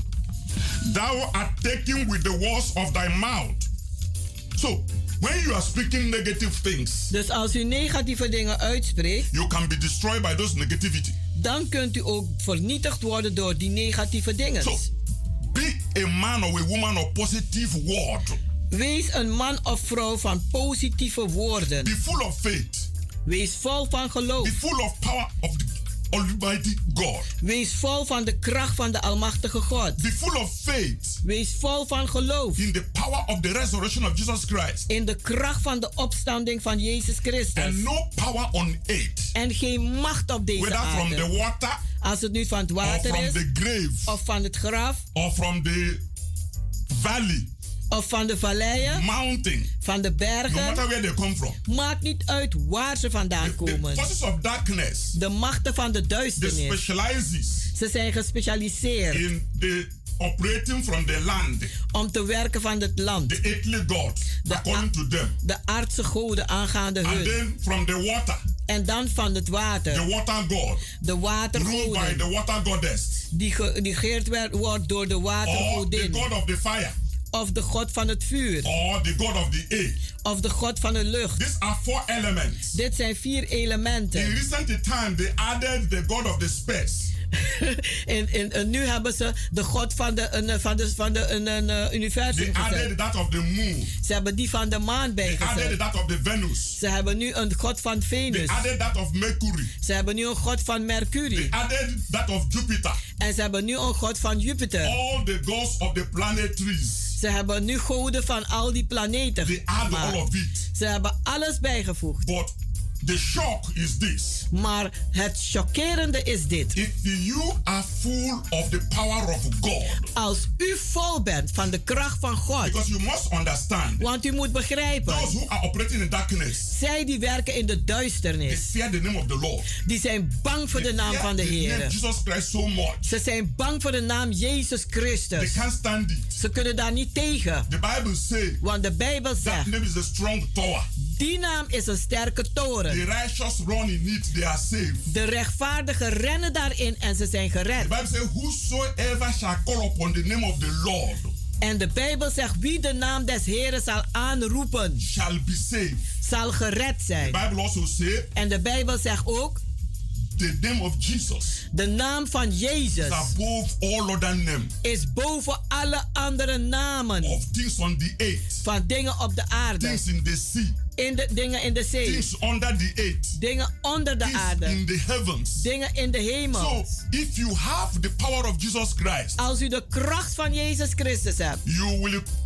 Thou art taken with the words of thy mouth. So, when you are speaking negative things, dus als u negatieve dingen uitspreekt, you can be destroyed by those negativity. Dan kunt u ook vernietigd worden door die negatieve dingen. So, be a man or a woman of positive word. Wees een man of vrouw van positieve woorden. Be full of faith. Wees vol van geloof. Be full of power of the Almighty God. Wees vol van de kracht van de almachtige God. Be full of faith. Wees vol van geloof. In the power of the resurrection of Jesus Christ. In de kracht van de opstanding van Jezus Christus. And no power on earth. En geen macht op deze whether aarde. From the water. Als het nu van het water or from is. The grave. Of van het graf. Or from the valley. Of van de valleien. Mountain. Van de bergen. No matter where they come from. Maakt niet uit waar ze vandaan komen. The forces of darkness. De machten van de duisternis. They specializes. Ze zijn gespecialiseerd. In the operating from the land. Om te werken van het land. The earthly gods. According to them. De aardse goden aangaande hun. And then from the water. En dan van het water. The water god. De watergoden. Ruled by the water goddess. Die geregeerd wordt door de watergodin. Or the god of the fire. Of de god van het vuur. Or the god of the air. Of de god van de lucht. These are 4 elements. Dit zijn 4 elementen. In recent time they added the god of the space. Nu hebben ze de god van de universum gezet. They added that of the moon. Ze hebben die van de maan bijgezet. They added that of the Venus. Ze hebben nu een god van Venus. They added that of Mercury. Ze hebben nu een god van Mercury. They added that of Jupiter. En ze hebben nu een god van Jupiter. All the gods of the planetaries. Ze hebben nu goden van al die planeten. They added all of it. Ze hebben alles bijgevoegd. But the shock is this. Maar het chockerende is dit. If you are full of the power of God. Als u vol bent van de kracht van God. Because you must understand. Want u moet begrijpen. Those who are operating in darkness. Zij die werken in de duisternis. They fear the name of the Lord. Die zijn bang voor de naam van de Heer. Jesus Christ so much. Ze zijn bang voor de naam Jezus Christus. They can't stand it. Ze kunnen daar niet tegen. The Bible says. Want de Bijbel zegt. That name is a strong tower. Die naam is een sterke toren. The righteous run in it, they are saved. De rechtvaardigen rennen daarin en ze zijn gered. The Bible says, whosoever shall call upon the name of the Lord. En de Bijbel zegt, wie de naam des Heeren zal aanroepen, shall be saved. Zal gered zijn. The Bible also says, en de Bijbel zegt ook, the name of Jesus. De naam van Jezus. Is above all other name. Is boven alle andere namen. Of things on the earth. Van dingen op de aarde. Things in the sea. Dingen in de zee. Things under the earth. Dingen onder de things aarde. In the heavens. Dingen in de hemel. So, if you have the power of Jesus Christ. Als u de kracht van Jezus Christus hebt. You will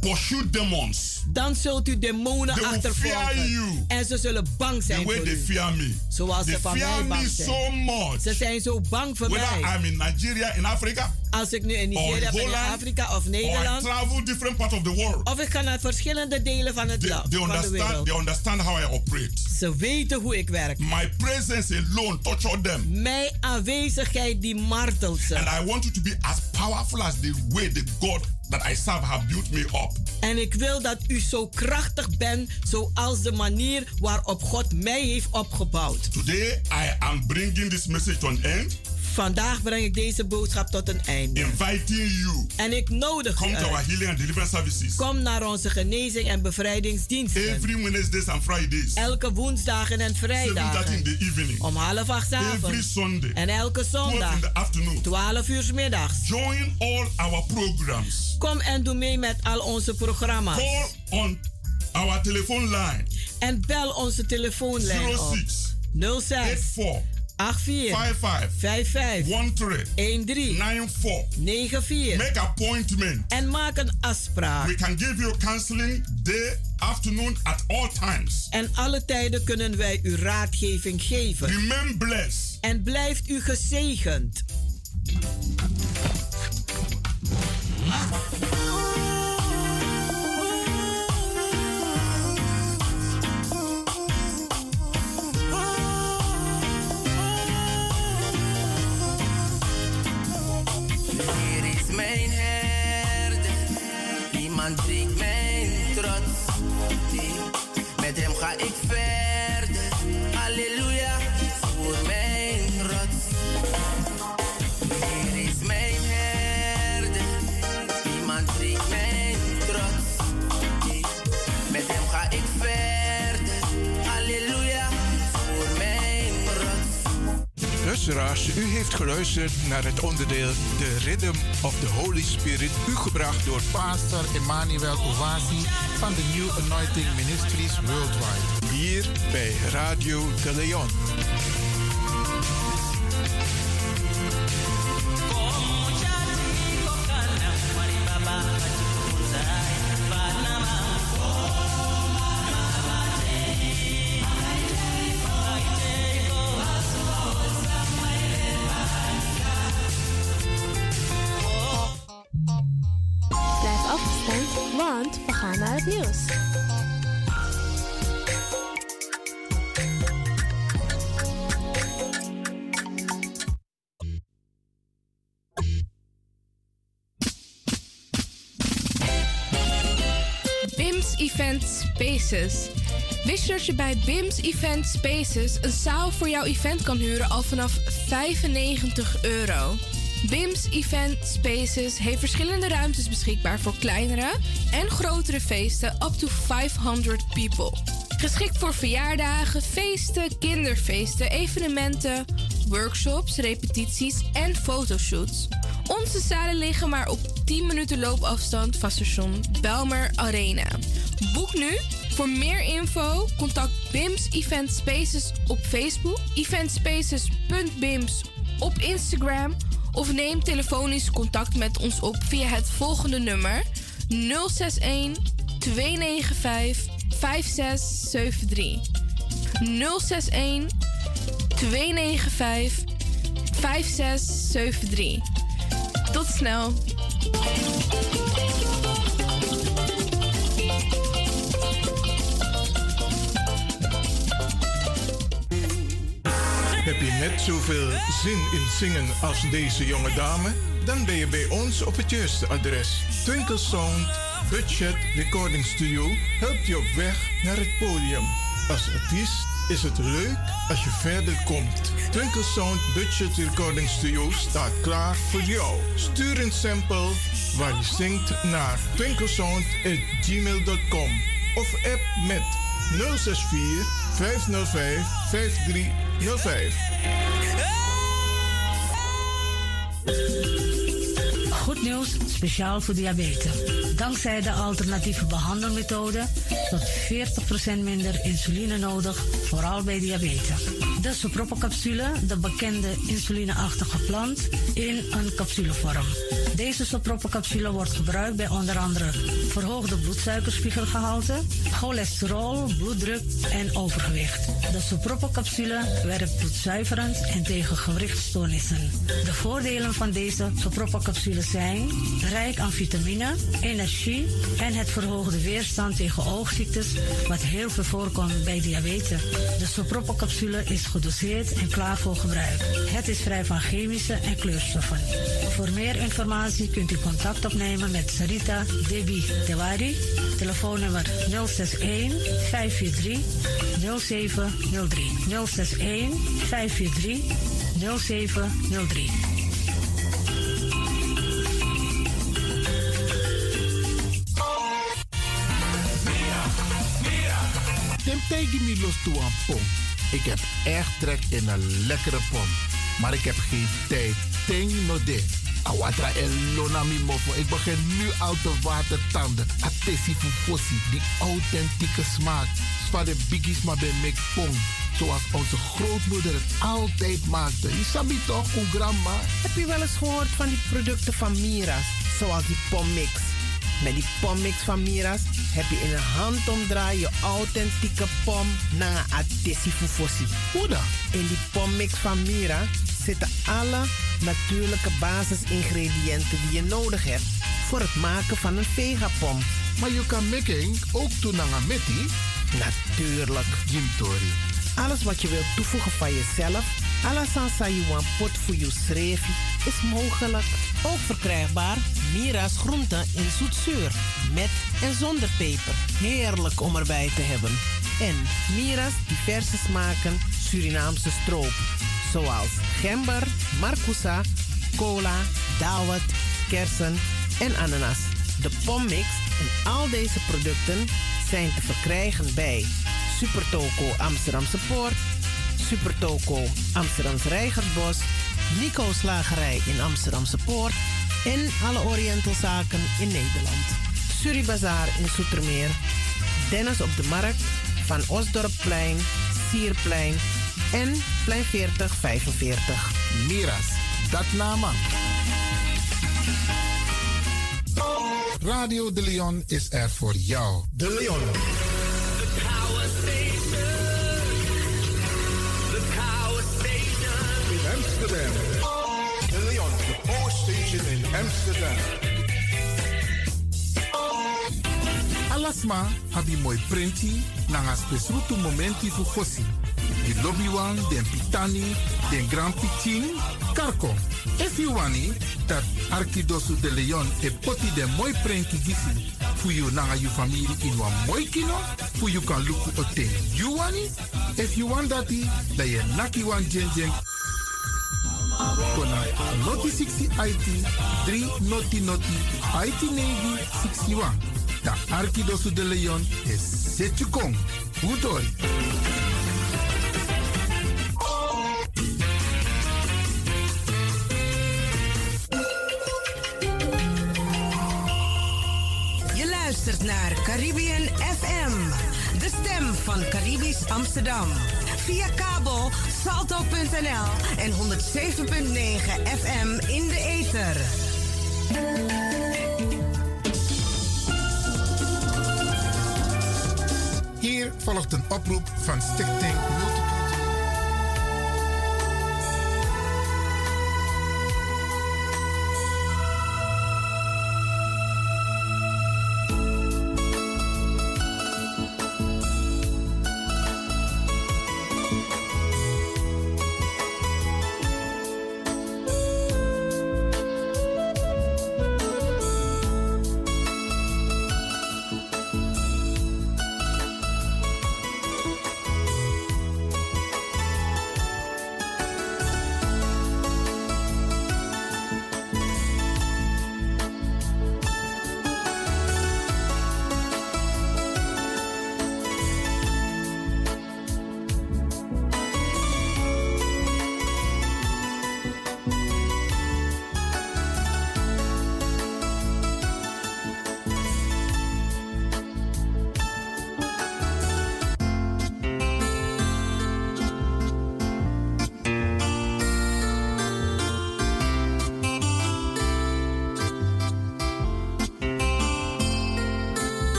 pursue demons. Dan zult u demonen They will fear achtervolgen. you. En ze zullen bang zijn The way voor they u. fear me. Zoals They ze van fear mij bang me zijn. so much. Ze zijn zo bang voor Whether mij. I'm in Nigeria, in Africa, Als ik nu in Nigeria ben, in Afrika of or I Nederland. travel different parts of the world. Of ik ga naar verschillende delen van het land. They understand how I operate. Ze weten hoe ik werk. My presence alone tortured them. Mijn aanwezigheid die martelt ze. And I want you to be as powerful as the way the God that I serve have built me up. En ik wil dat u zo krachtig bent zoals de manier waarop God mij heeft opgebouwd. Today I am bringing this message to an end. Vandaag breng ik deze boodschap tot een einde. Inviting you. En ik nodig Come u to our uit. healing and deliverance services. Kom naar onze genezing en bevrijdingsdiensten. Every Wednesdays and Fridays. Elke woensdagen en 7:30 vrijdagen. in the evening. Om 7:30 avonds. Every Sunday. En elke 12 zondag. in the afternoon. 12 uur middags. Join all our programs. Kom en doe mee met al onze programma's. Call on our telephone line. En bel onze telefoonlijn op. 06 84 55 13 94. Make appointment. En maak een afspraak. We can give you counseling day, afternoon, at all times. En alle tijden kunnen wij u raadgeving geven. Remain blessed. En blijft u gezegend. Mijn herder, iemand breekt mijn trots. Met hem ga ik verder, halleluja, voor mijn rots. Hier is mijn herder, iemand breekt mijn trots. Met hem ga ik verder, halleluja, voor mijn rots. Luisteraars, u heeft geluisterd naar het onderdeel The Rhythm of the Holy Spirit, u gebracht door Pastor Emmanuel Owasi van de New Anointing Ministries Worldwide. Hier bij Radio de Leon. Blijf afgestemd, want we gaan naar het nieuws. BIMS Event Spaces. Wist je dat je bij BIMS Event Spaces een zaal voor jouw event kan huren al vanaf €95? BIMS Event Spaces heeft verschillende ruimtes beschikbaar voor kleinere en grotere feesten up to 500 people. Geschikt voor verjaardagen, feesten, kinderfeesten, evenementen, workshops, repetities en fotoshoots. Onze zalen liggen maar op 10 minuten loopafstand van station Belmer Arena. Boek nu. Voor meer info contact BIMS Event Spaces op Facebook, eventspaces.bims op Instagram of neem telefonisch contact met ons op via het volgende nummer 061 295 5673. 061 295 5673. Tot snel. Heb je net zoveel zin in zingen als deze jonge dame? Dan ben je bij ons op het juiste adres. Twinkle Sound Budget Recording Studio helpt je op weg naar het podium. Als artiest is het leuk als je verder komt. Twinkle Sound Budget Recording Studio staat klaar voor jou. Stuur een sample waar je zingt naar twinklesound@gmail.com of app met 064 505 5305. Goed nieuws, speciaal voor diabetes. Dankzij de alternatieve behandelmethode tot 40% minder insuline nodig, vooral bij diabetes. De Sopropocapsule, de bekende insulineachtige plant, in een capsulevorm. Deze Sopropocapsule wordt gebruikt bij onder andere verhoogde bloedsuikerspiegelgehalte, cholesterol, bloeddruk en overgewicht. De Sopropocapsule werkt bloedzuiverend en tegen gewrichtstoornissen. De voordelen van deze Sopropocapsule zijn rijk aan vitamine, energie en het verhoogde weerstand tegen oogziektes, wat heel veel voorkomt bij diabetes. De Sopropocapsule is gedoseerd en klaar voor gebruik. Het is vrij van chemische en kleurstoffen. Voor meer informatie kunt u contact opnemen met Sarita Debi Tewari. Telefoonnummer 061 543 0703. 061 543 0703. Temptij me los toe aan pom. Ik heb echt trek in een lekkere pom. Maar ik heb geen tijd. Ting no de. Awatra elonami mofo. Ik begin nu al te watertanden. Atesi fufosi. Die authentieke smaak. Zwa de biggies maar bij mek pom. Zoals onze grootmoeder het altijd maakte. Je sabi toch, een grandma? Heb je wel eens gehoord van die producten van Mira's? Zoals die pommix. Met die pommix van Mira's heb je in een handomdraai je authentieke pom naar een atesi fufosi. Hoe dan? In die pommix van Mira zitten alle natuurlijke basisingrediënten die je nodig hebt voor het maken van een vegapom. Maar je kan making ook doen naar een metti? Natuurlijk. Jim Tori. Alles wat je wilt toevoegen van jezelf, alla sansa you want pot voor je schreefje, is mogelijk. Ook verkrijgbaar Mira's groenten in zoetzuur, met en zonder peper. Heerlijk om erbij te hebben. En Mira's diverse smaken Surinaamse stroop, zoals gember, marcousa, cola, dawet, kersen en ananas. De pommix en al deze producten zijn te verkrijgen bij Supertoco Amsterdamse Poort, Supertoco Amsterdamse Reigersbos, Nico Slagerij in Amsterdamse Poort en alle Orientalzaken in Nederland. Suribazaar in Zoetermeer, Dennis op de Markt, Van Osdorpplein, Sierplein en Plein 4045. Mira's, dat nama. Radio De Leon is er voor jou. De Leon. The Power Station. The Power Station. In Amsterdam. De Leon, the Power Station in Amsterdam. Alasma habi mooi printi nanga spesrutu momenti fu fosi. Di lobby wan, den pitani, den grand pitin, karko. If you wani, dat Arkidosu de Leon e poti den mooi printi gisi. Fu you nanga you familie in wan mooi kino, fu you kan luku oten. You wani? If you want dati, da ye naki wan jen kona noti 60 IT, 3 noti IT navy 61. Da Arkidosu de Leon is Setjukong. Udoi. Je luistert naar Caribbean FM, de stem van Caribisch Amsterdam. Via kabel salto.nl en 107.9 FM in de ether. Hier volgt een oproep van Stichting Multicultureel.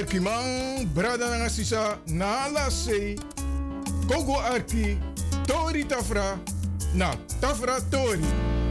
Arkimang, Brada Nangasisa, Nala Se, Kogo Arki, Tori Tafra, na Tafra Tori.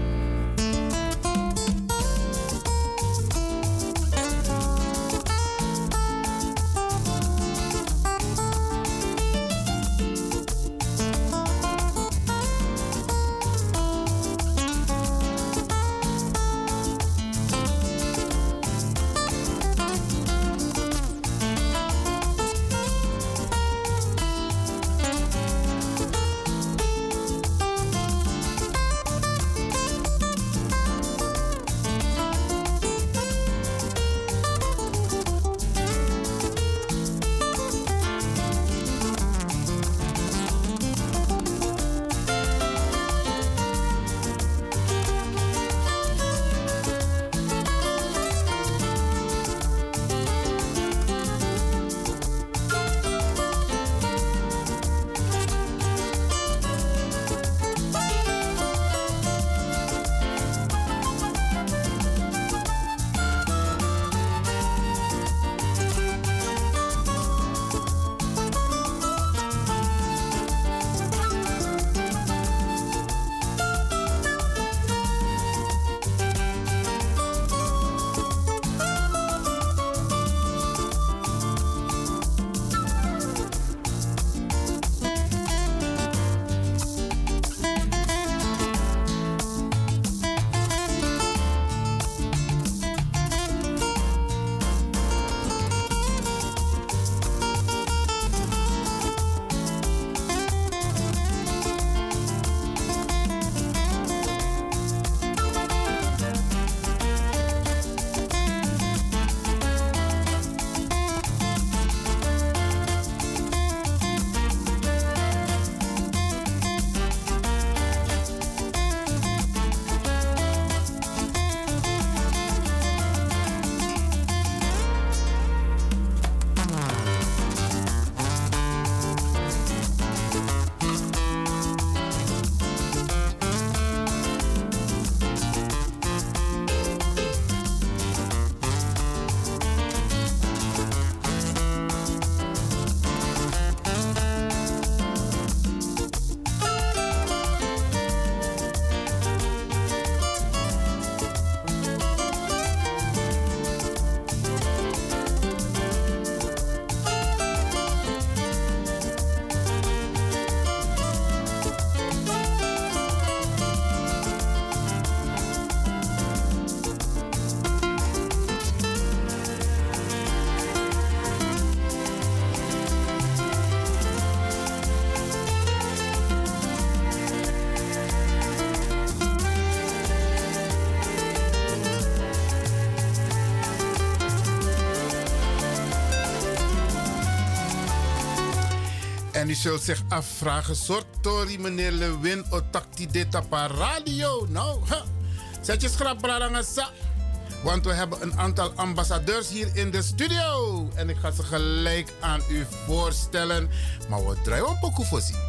En u zult zich afvragen, sorry meneer Lewin, otakti dit op radio. Nou, zet je schraprarangasa. Want we hebben een aantal ambassadeurs hier in de studio. En ik ga ze gelijk aan u voorstellen. Maar we draaien een pokoe voor zien.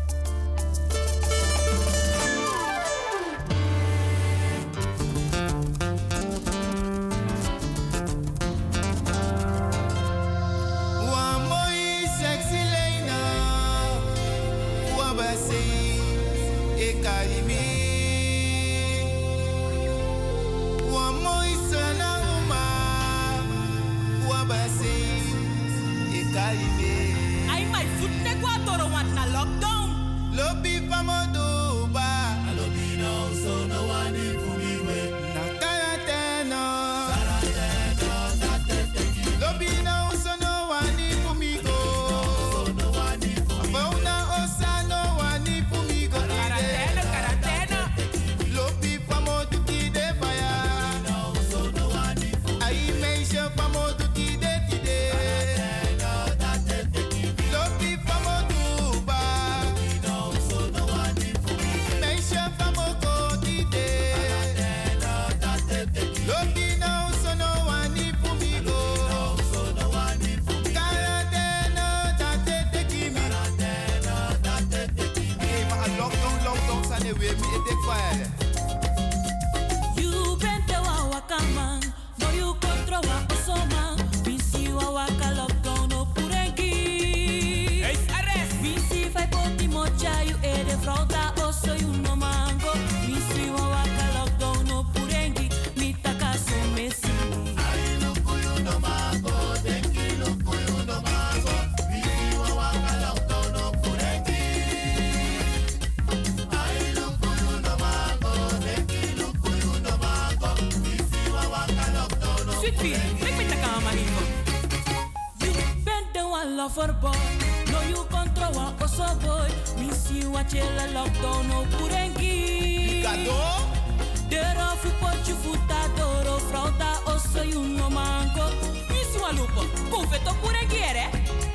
Ay, my foot ne kwatoro want na lockdown. Lobi famoduba. Lobi no so no one for me we. Na quarantena. Lobi no so no one for me go. No one for me. Fauna osa no one for me go. Quarantena. Lobi famodu ki de fire. No so no one for me. Ay meisje famodu ki de tide. Lobi famoduba. No so no one for me. lover boy. No you control one also boy. Missy what you lockdown no purengi. Gado. Dero fu pochu futadoro. Frauda also you no mango. Missy wa lupo. Confeto purengi ere.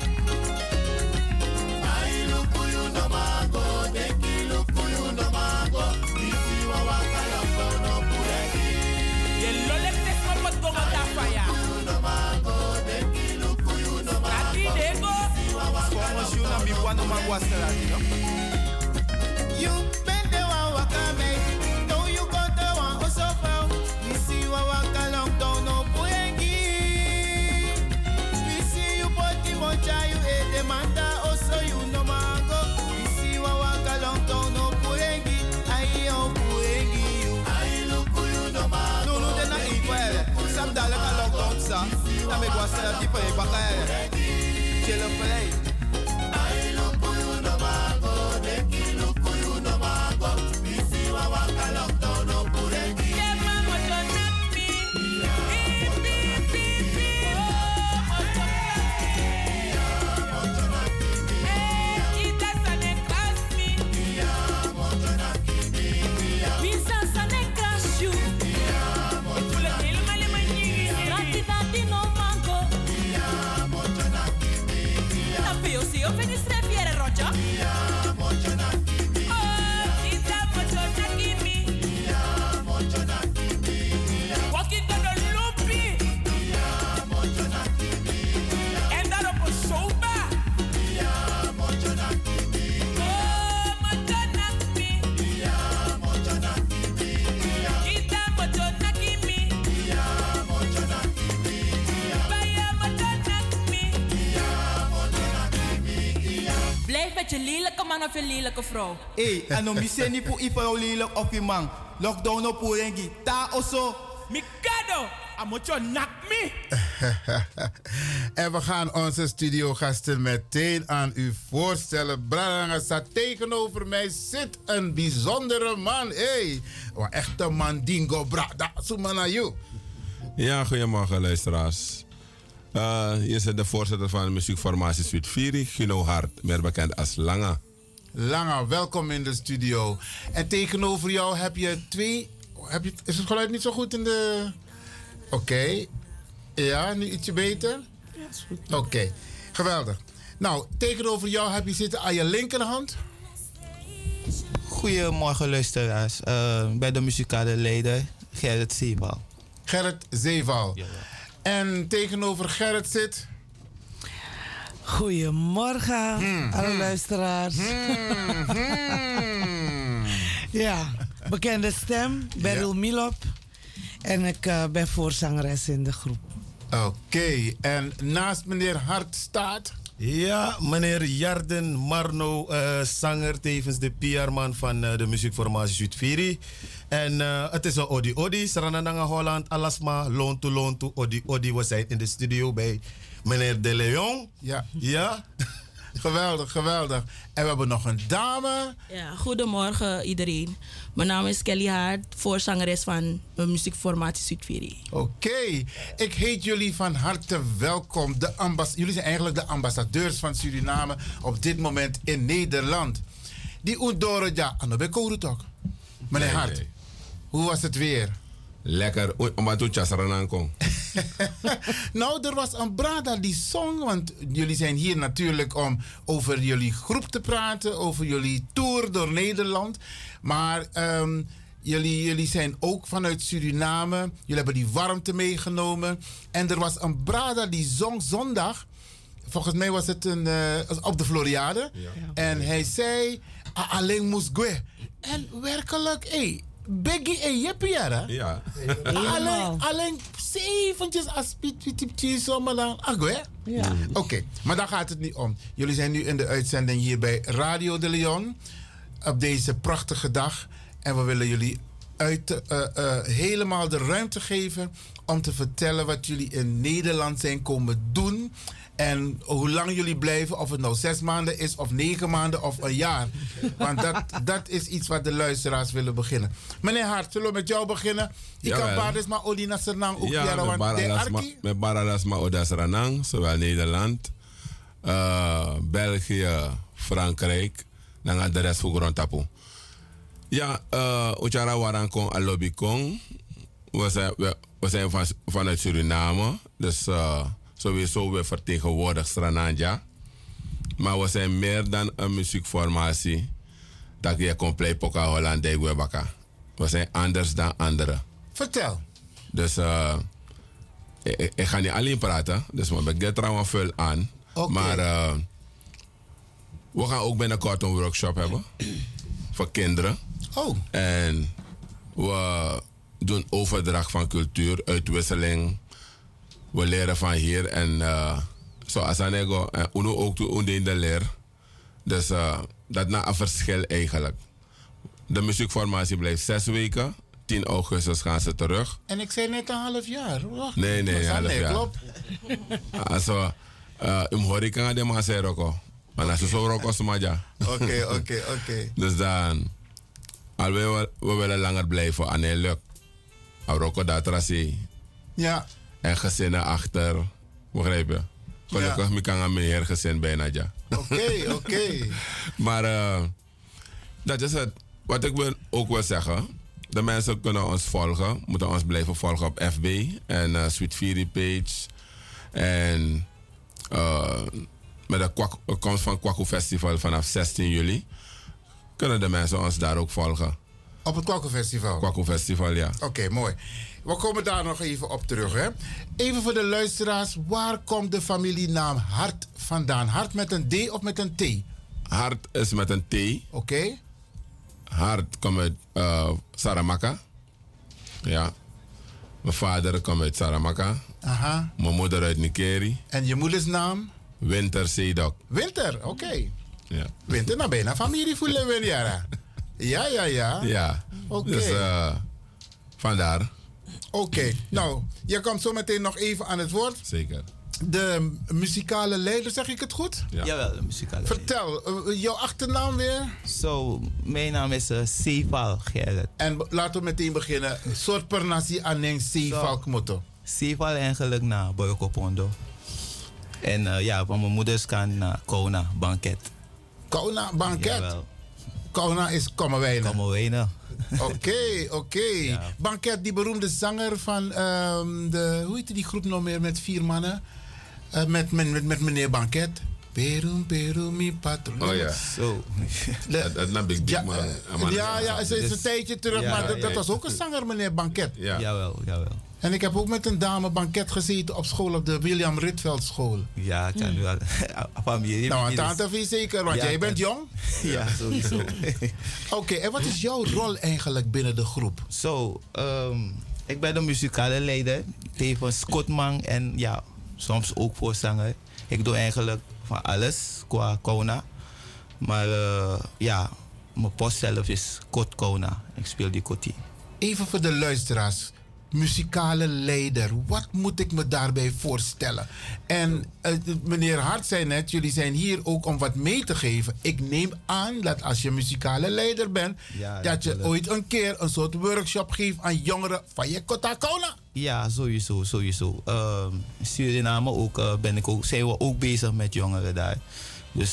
Ai lupo you no mango. Deki lupo you no mango. Missy wa waka lockdown no purengi. Ye lolek te smart go mata fire. You no mango. Deki lupo you no mango. Ati dego. Como you na mi wano mango astrati, no? You bend the one waka me. No you got the one also found. We see wa waka lockdown no puengi. We see you body mocha you eat the manda also you no mango. We see wa waka lockdown no puengi. Ai yo puengi you. Ai look you no mango. No de na ikwele. Sam dale ka lockdown sa. Na me gwa sa di pa e baka. Chill up play. Je lelijke man of je lelijke vrouw. Hey, en dan misschien niet voor iemand lelijk of je man. Lockdown op Porengi. Ta oso. Mikado, amocho nak me. En we gaan onze studiogasten meteen aan u voorstellen. Braranga staat tegenover mij zit een bijzondere man. Hey, een echte mandingo bra. Dat is een you. Ja, goedemorgen luisteraars. Je bent de voorzitter van de muziekformatie Suite 4, Gino Hart, meer bekend als Langa. Langa, welkom in de studio. En tegenover jou heb je twee... is het geluid niet zo goed in de... Oké. Ja, nu ietsje beter? Ja, is goed. Oké, geweldig. Nou, tegenover jou heb je zitten aan je linkerhand. Goedemorgen luisteraars. Bij de muzikale leider Gerrit Zeeval. Gerrit Zeeval. Ja. En tegenover Gerrit zit... Goedemorgen, alle luisteraars. Ja, bekende stem, Beryl Milop. En ik ben voorzangeres in de groep. Oké, en naast meneer Hart staat... Ja, meneer Jarden Marno, zanger, tevens de PR-man van de muziekformatie Zuid-Viri. En het is een Odi-Odi, Sarananga Holland, Alasma, Lontu, Odi-Odi. We zijn in de studio bij meneer De Leon. Ja. Ja. Geweldig, geweldig. En we hebben nog een dame. Ja, goedemorgen iedereen. Mijn naam is Kelly Hart, voorzangeres van de muziekformatie Zuid-Viri. Oké, ik heet jullie van harte welkom. Jullie zijn eigenlijk de ambassadeurs van Suriname op dit moment in Nederland. Die Oendoroja, Anobe Korutok. Meneer Hart, hoe was het weer? Lekker, omdat toen Chasaranan kon. Nou, er was een brada die zong, want jullie zijn hier natuurlijk om over jullie groep te praten, over jullie tour door Nederland. Maar jullie zijn ook vanuit Suriname, jullie hebben die warmte meegenomen. En er was een brada die zong zondag, volgens mij was het op de Floriade. Ja. En hij zei, alleen moest gue. En werkelijk, Beggy Jeppiara. Ja. Alleen zeventjes als pietjes zomaar dan. Agwe. Ja. Oké, maar daar gaat het niet om. Jullie zijn nu in de uitzending hier bij Radio de Leon. Op deze prachtige dag. En we willen jullie helemaal de ruimte geven om te vertellen wat jullie in Nederland zijn komen doen. En hoe lang jullie blijven, of het nou 6 maanden is, of 9 maanden, of een jaar. Want dat is iets wat de luisteraars willen beginnen. Meneer Hart, zullen we met jou beginnen? Ik kan baardis maar Olina Sernang ook ja, met Baralasma Odas Ranang, zowel Nederland België, Frankrijk. Dan gaat de rest voor grond tapu. Ja, Ochara Warankong en Lobbycong. We zijn vanuit Suriname. Dus sowieso we vertegenwoordigen Strananja. Maar we zijn meer dan een muziekformatie. Dat je compleet Poka Holland Webaka. We zijn anders dan anderen. Vertel. Dus ik ga niet alleen praten. Dus ik ga trouwens veel aan. Okay. Maar we gaan ook binnenkort een workshop hebben. Voor kinderen. Oh. En we doen overdracht van cultuur, uitwisseling. We leren van hier. En zoals Anego, Uno ook toe in de leer. Dus dat is een verschil eigenlijk. De muziekformatie blijft 6 weken. 10 augustus gaan ze terug. En ik zei net een half jaar. Wacht. Nee, een half jaar. Klopt. Also, hoor ik aan de man zeggen ook. Maar als je zo roken, is het Oké. Dus dan, we willen langer blijven en heel leuk. Roken dat rasie. Ja. En gezinnen achter. Begrijp je? Gelukkig, ik kan aan mijn gezin bijna, ja. Oké. Maar dat is het. Wat ik ook wil zeggen. De mensen kunnen ons volgen. Moeten ons blijven volgen op FB. En Sweet Fury page. En met de komst van Kwaku Festival vanaf 16 juli. Kunnen de mensen ons daar ook volgen. Op het Kwaku Festival? Kwaku Festival, ja. Oké, mooi. We komen daar nog even op terug. Hè? Even voor de luisteraars. Waar komt de familienaam Hart vandaan? Hart met een D of met een T? Hart is met een T. Oké. Hart komt uit Saramaka. Ja. Mijn vader komt uit Saramaka. Aha. Mijn moeder uit Nikeri. En je moeders naam? Winter Sedok. Winter, oké. Ja. Winter, nou bijna familie voelen we jaren. Ja. Ja. Oké. Dus vandaar. Oké. Nou, je komt zo meteen nog even aan het woord. Zeker. De muzikale leider, zeg ik het goed? Ja. Jawel, de muzikale leider. Vertel, jouw achternaam weer? Mijn naam is Seval Gerrit. En laten we meteen beginnen. Soort per nasi aneng Seval kmoto. Seval eigenlijk naar Boyokopondo. En van mijn moeders kant naar Kona, Banket. Kona, Banket? Jawel. Kona is Kommerwijnen. Kommerwijnen. Oké. Ja. Banket, die beroemde zanger van hoe heet die groep nog meer met 4 mannen? Met meneer Banket. Peru, mi patron. Oh ja. Zo. Dat nam ik dik, man. Ja, het is een tijdje terug, maar dat was ook een zanger, meneer Banket. Ja. Jawel. En ik heb ook met een dame Banket gezeten op school, op de William Rietveld school. Ja, kan wel. Familie. Nou, een tante zeker, want jij bent jong. Ja, sowieso. Oké, en wat is jouw rol eigenlijk binnen de groep? Ik ben de muzikale leider, tevens Skotman en soms ook voorzanger. Ik doe eigenlijk van alles qua Kona. Maar mijn post zelf is Kot Kona. Ik speel die kotie. Even voor de luisteraars. Muzikale leider. Wat moet ik me daarbij voorstellen? En meneer Hart zei net, jullie zijn hier ook om wat mee te geven. Ik neem aan dat als je muzikale leider bent, dat je ooit een keer een soort workshop geeft aan jongeren van je Kota Kona. Ja, sowieso. In Suriname zijn we ook bezig met jongeren daar. Dus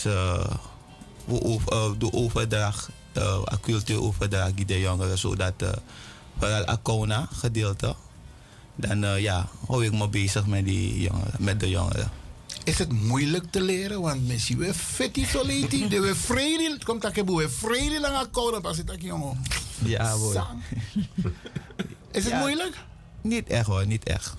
de overdracht, cultuuroverdracht die de jongeren, zodat vooral Akona gedeelte, dan hou ik me bezig met de jongeren. Is het moeilijk te leren? Want misschien we feti soliti, de we vrede, komt dat we vrede lang Akona, pas ik jongen. Ja, hoor. Is het moeilijk? Niet echt hoor, niet echt.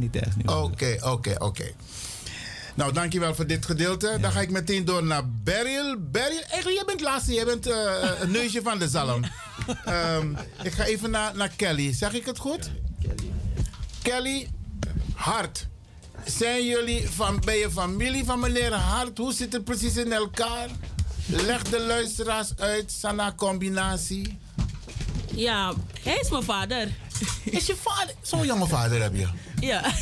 Oké. Nou, dankjewel voor dit gedeelte. Ja. Dan ga ik meteen door naar Beryl. Eigenlijk, jij bent laatste. Jij bent een neusje van de zalm. Ik ga even naar Kelly. Zeg ik het goed? Kelly Hart. Zijn jullie bij je familie van meneer Hart? Hoe zit het precies in elkaar? Leg de luisteraars uit, Sana combinatie. Ja, hij is mijn vader. Is je vader? Zo'n jonge vader heb je? Ja.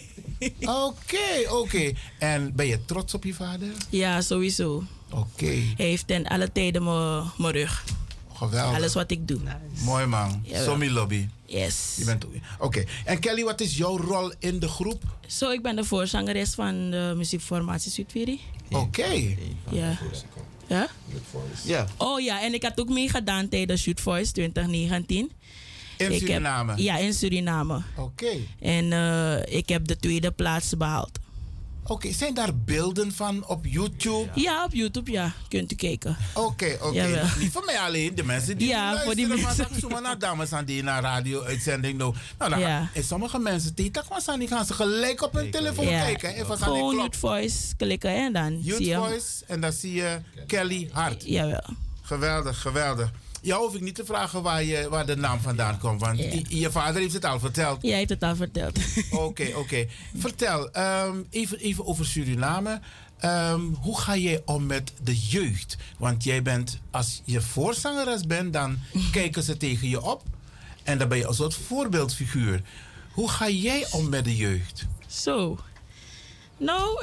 Oké. En ben je trots op je vader? Ja, sowieso. Oké. Hij heeft ten alle tijden mijn rug. geweldig. Alles wat ik doe. Mooi man. Jawel. Somi Lobby. Yes. Je bent... Oké. En Kelly, wat is jouw rol in de groep? Zo, ik ben de voorzangeres van de muziekformatie Suitviri. Oké. Ja. Ja? Ja. Oh ja, en ik had ook meegedaan tijdens Youth Voice 2019. In Suriname? Ja, in Suriname. Oké. En ik heb de tweede plaats behaald. Oké, zijn daar beelden van op YouTube? Ja, op YouTube, ja. Kunt u kijken. Oké. Jawel. Niet voor mij alleen, de mensen die Ja, voor die mensen. Maar naar dames aan die naar radio-uitzending. Nou, dan Ja. en sommige mensen die gaan ze gelijk op hun telefoon kijken. Even aan die Gewoon klok. Youth Voice klikken en dan Youth zie je... Voice en dan zie je Kelly Hart. Jawel. Geweldig, geweldig. Jou hoef ik niet te vragen waar de naam vandaan komt, want je vader heeft het al verteld. Jij heeft het al verteld. Oké. Vertel, even over Suriname. Hoe ga jij om met de jeugd? Want jij bent, als je voorzangeres bent, dan kijken ze tegen je op. En dan ben je een soort voorbeeldfiguur. Hoe ga jij om met de jeugd? Zo. Nou,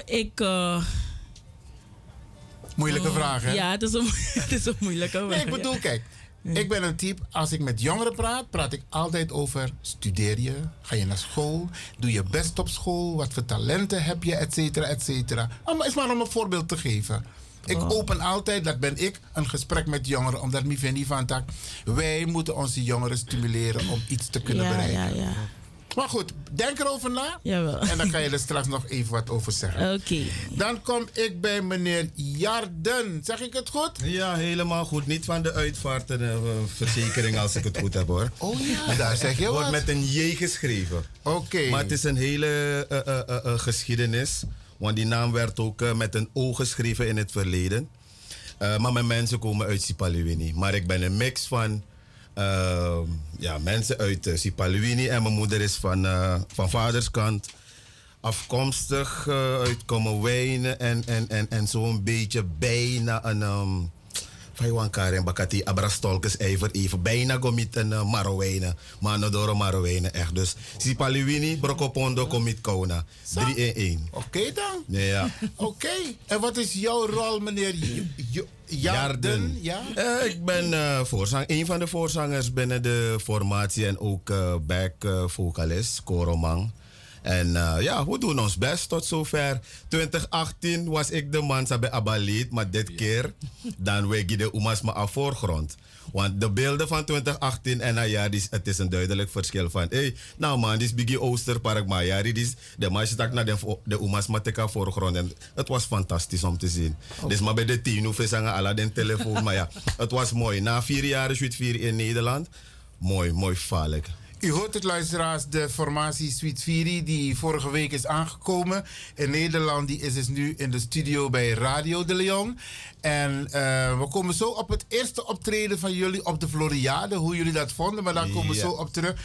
Moeilijke vraag, hè? Ja, het is een moeilijke vraag. Nee, ik bedoel, kijk. Ik ben een type, als ik met jongeren praat ik altijd over studeer je, ga je naar school, doe je best op school, wat voor talenten heb je, et cetera, et cetera. Is maar om een voorbeeld te geven. Ik open altijd, dat ben ik, een gesprek met jongeren, omdat ik niet van tak. Wij moeten onze jongeren stimuleren om iets te kunnen bereiken. Ja. Maar goed, denk erover na. Jawel. En dan kan je er straks nog even wat over zeggen. Oké. Dan kom ik bij meneer Jarden. Zeg ik het goed? Ja, helemaal goed. Niet van de uitvaartverzekering als ik het goed heb hoor. Oh ja, daar zeg je wat. Wordt met een J geschreven. Oké. Maar het is een hele geschiedenis. Want die naam werd ook met een O geschreven in het verleden. Maar mijn mensen komen uit Sipaliwini. Maar ik ben een mix van... mensen uit Sipaliwini en mijn moeder is van vaderskant afkomstig uit Kommerwijnen en zo'n beetje bijna een van Karen Bakati Abrastolkes even bijna gomit een Marowijnen, Manodoro Marowijnen echt. Dus Sipaliwini, Brokopondo, Komit Kauna. 3-1. Oké dan. Ja. Oké. En wat is jouw rol, meneer Jarden? Ja? Ik ben een van de voorzangers binnen de formatie en ook back-vocalist, Koromang. En we doen ons best tot zover. 2018 was ik de man bij Abaliet, maar dit keer dan weeg je de Umas maar aan voorgrond. Want de beelden van 2018 en het is een duidelijk verschil van... nou man, dit is Biggie Oosterpark, maar de man stak naar de Umas maar aan voorgrond. En het was fantastisch om te zien. Dus maar bij de 10 hoeven zangen alle den telefoon. Maar ja, het was mooi. Na 4 jaar Sweet 4 in Nederland, mooi valk. U hoort het, luisteraars, de formatie Sweet Viri die vorige week is aangekomen in Nederland. Die is dus nu in de studio bij Radio de Leon. En we komen zo op het eerste optreden van jullie op de Floriade. Hoe jullie dat vonden, maar daar komen we zo op terug.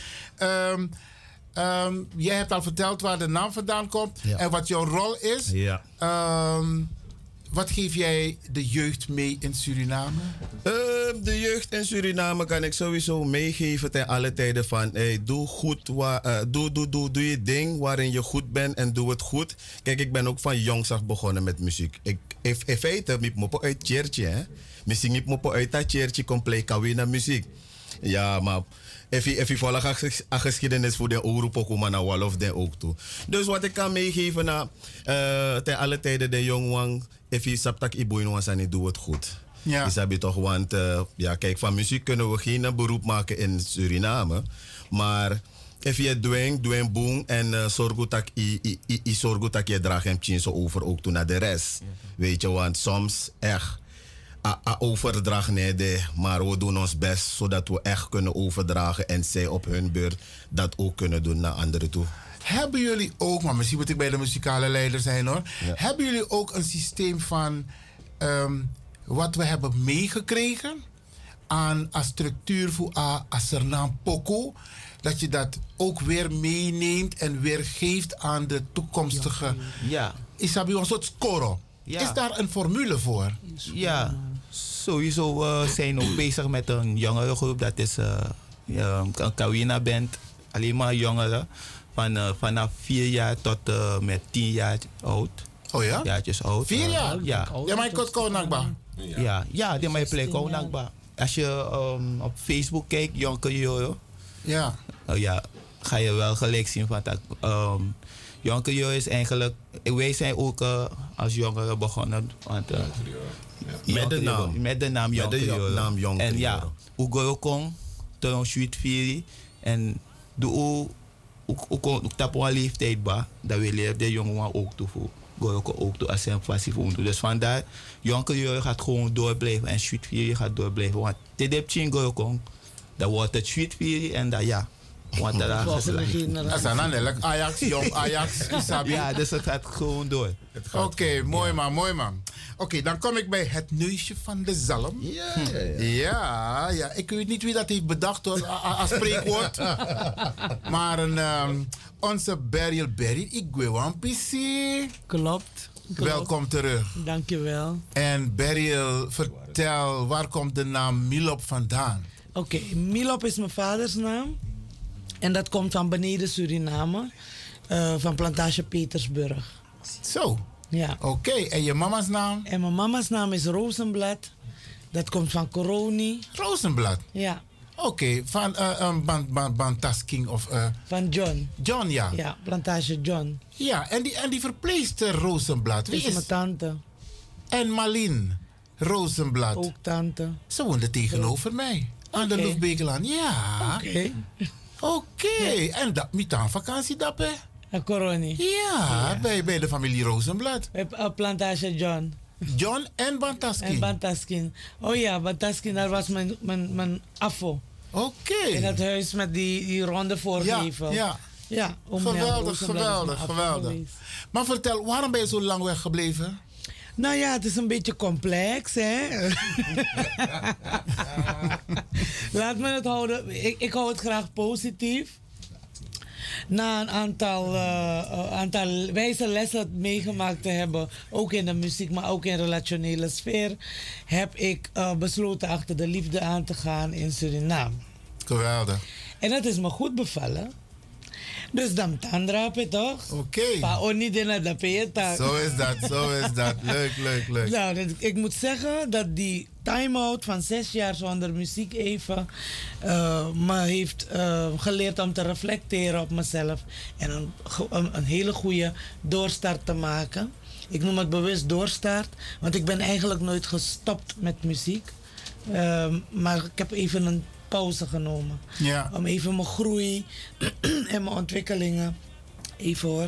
Jij hebt al verteld waar de naam vandaan komt en wat jouw rol is. Ja. Wat geef jij de jeugd mee in Suriname? De jeugd in Suriname kan ik sowieso meegeven ten alle tijden van... doe goed, doe je ding waarin je goed bent en doe het goed. Kijk, ik ben ook van jongs af begonnen met muziek. In feite, ik moet uit Tjertje, hè. Misschien ik moet uit dat Tjertje compleet kawina muziek. Ja, maar... Even volg een geschiedenis voor de Oeropoku, maar naar Wolof den ook toe. Dus wat ik kan meegeven naar ten alle tijden de jongwang, even saptak iboin en doe het goed. Ja. Is dat toch, want kijk, van muziek kunnen we geen beroep maken in Suriname, maar even je dwing boom en zorg dat je draagt hem zo over ook toe naar de rest. Ja. Weet je, want soms echt overdracht maar we doen ons best zodat we echt kunnen overdragen en zij op hun beurt dat ook kunnen doen naar anderen toe. Hebben jullie ook, maar misschien moet ik bij de muzikale leider zijn hoor. Ja. Hebben jullie ook een systeem van wat we hebben meegekregen aan structuur voor Asernam Poko? Dat je dat ook weer meeneemt en weer geeft aan de toekomstige. Ja. Is dat bij een soort score? Ja. Is daar een formule voor? Ja, sowieso zijn we ook bezig met een jongerengroep. Dat is een Kawina band. Alleen maar jongeren. Vanaf 4 jaar tot met 10 jaar oud. Oh ja? Jaartjes oud. 4 jaar? Ja. Ja, maar ik kon nakba. Ja, die maar plek nakba. als je op Facebook kijkt, Jonker Jojo. Ja. Oh ja, ga je wel gelijk zien van dat. Jonker Jojo is eigenlijk. Wij zijn ook als jongeren begonnen. Want, met de naam Jonker Jojo. En ja, Ugo Kong, Toon Sweet Fury. En doe ook op een leeftijd ba, dat wil je de jongen ook toevoegen. Ook toe als een passief doen. Dus vandaar, Jonker Jojo gaat gewoon doorblijven en Sweet Fury gaat doorblijven. Want dit heb je in Goyokong, dan wordt het Sweet Fury en dat ja. Want dat is eigenlijk Ajax, jong Ajax, Isabi. Ja, dus het gaat gewoon door. Oké, mooi man, mooi man. Oké, dan kom ik bij het neusje van de zalm. Ja. Ik weet niet wie dat heeft bedacht hoor, als spreekwoord. Maar onze Beryl Berry, ik wil een PC. Klopt. Welkom terug. Dankjewel. En Beryl, vertel, waar komt de naam Milop vandaan? Oké, Milop is mijn vaders naam. En dat komt van beneden Suriname, van plantage Petersburg. Zo? Ja. Oké, en je mama's naam? En mijn mama's naam is Rozenblad. Dat komt van Coroni. Rozenblad? Ja. Oké, van Bantasking of... Van John. John, ja. Ja, plantage John. Ja, en die verpleegster Rozenblad. Wie is mijn tante. En Malien Rozenblad. Ook tante. Ze woonde tegenover mij. Aan de Loefbekelaan. Ja. Oké. En dat met aan vakantie dat hè? Een Coroni. Ja, bij de familie Rozenblad. Plantage John. John en Bantaskin. En Bantaskin. Oh ja, Bantaskin, daar was mijn afo. Oké. In het huis met die ronde voorgevel. Ja. Geweldig. Maar vertel, waarom ben je zo lang weggebleven? Nou ja, het is een beetje complex, hè. Laat me het houden. Ik hou het graag positief. Na een aantal wijze lessen meegemaakt te hebben, ook in de muziek, maar ook in de relationele sfeer, heb ik besloten achter de liefde aan te gaan in Suriname. Geweldig. En dat is me goed bevallen. Dus dan tandrapen toch? Oké. Pa oni de na peta. Zo is dat. Leuk. Nou, ik moet zeggen dat die time-out van 6 jaar zonder muziek even me heeft geleerd om te reflecteren op mezelf. En een hele goede doorstart te maken. Ik noem het bewust doorstart, want ik ben eigenlijk nooit gestopt met muziek. Maar ik heb even een pauze genomen. Ja. Om even mijn groei en mijn ontwikkelingen. Even hoor.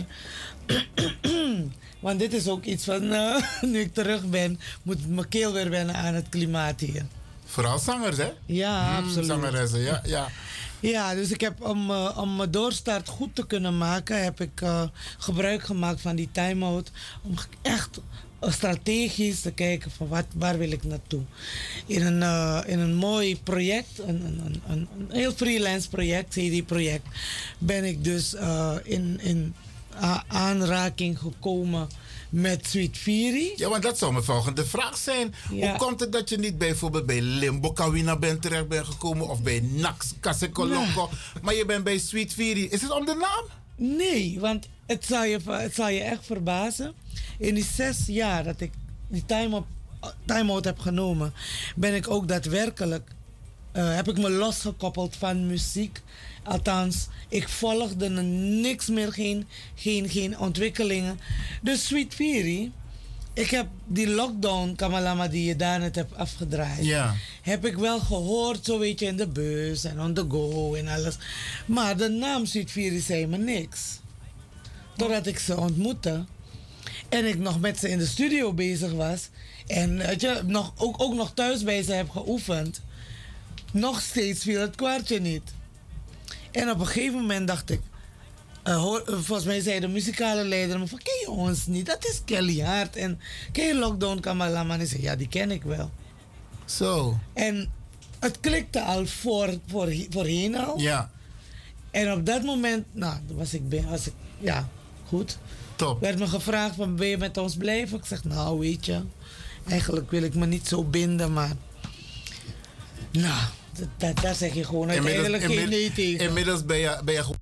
Want dit is ook iets van, nu ik terug ben, moet mijn keel weer wennen aan het klimaat hier. Vooral zangers, hè? Ja, absoluut. Zangeressen, ja. Ja, dus ik heb om mijn doorstart goed te kunnen maken, heb ik gebruik gemaakt van die time-out. Om echt strategisch te kijken van waar wil ik naartoe. In een mooi project, een heel freelance project, CD-project, ben ik dus in aanraking gekomen met Sweet Fury. Ja, want dat zou mijn volgende vraag zijn. Ja. Hoe komt het dat je niet bijvoorbeeld bij Limbo Kawina terecht bent gekomen of bij Nax Kasekoloko, maar je bent bij Sweet Fury? Is het om de naam? Nee, want het zal je echt verbazen. In die 6 jaar dat ik die time-out heb genomen, ben ik ook daadwerkelijk, heb ik me losgekoppeld van muziek. Althans, ik volgde niks meer, geen ontwikkelingen. Dus Sweet Fury, ik heb die lockdown, Kamalama, die je daar net hebt afgedraaid, heb ik wel gehoord, zo weet je, in de bus en on the go en alles. Maar de naam Sweet Fury zei me niks. Doordat ik ze ontmoette en ik nog met ze in de studio bezig was en ook nog thuis bij ze heb geoefend, nog steeds viel het kwartje niet. En op een gegeven moment dacht ik, volgens mij zei de muzikale leider me van, ken je ons niet? Dat is Kelly Hart. En ken je Lockdown Kamalama? En ik zei, ja, die ken ik wel. Zo. En het klikte al voorheen al. Ja. En op dat moment, nou, was ik ja, goed. Top. Werd me gevraagd van, ben je met ons blijven? Ik zeg, nou, weet je, eigenlijk wil ik me niet zo binden, maar nou, daar zeg je gewoon uiteindelijk geen nee tegen. Inmiddels ben je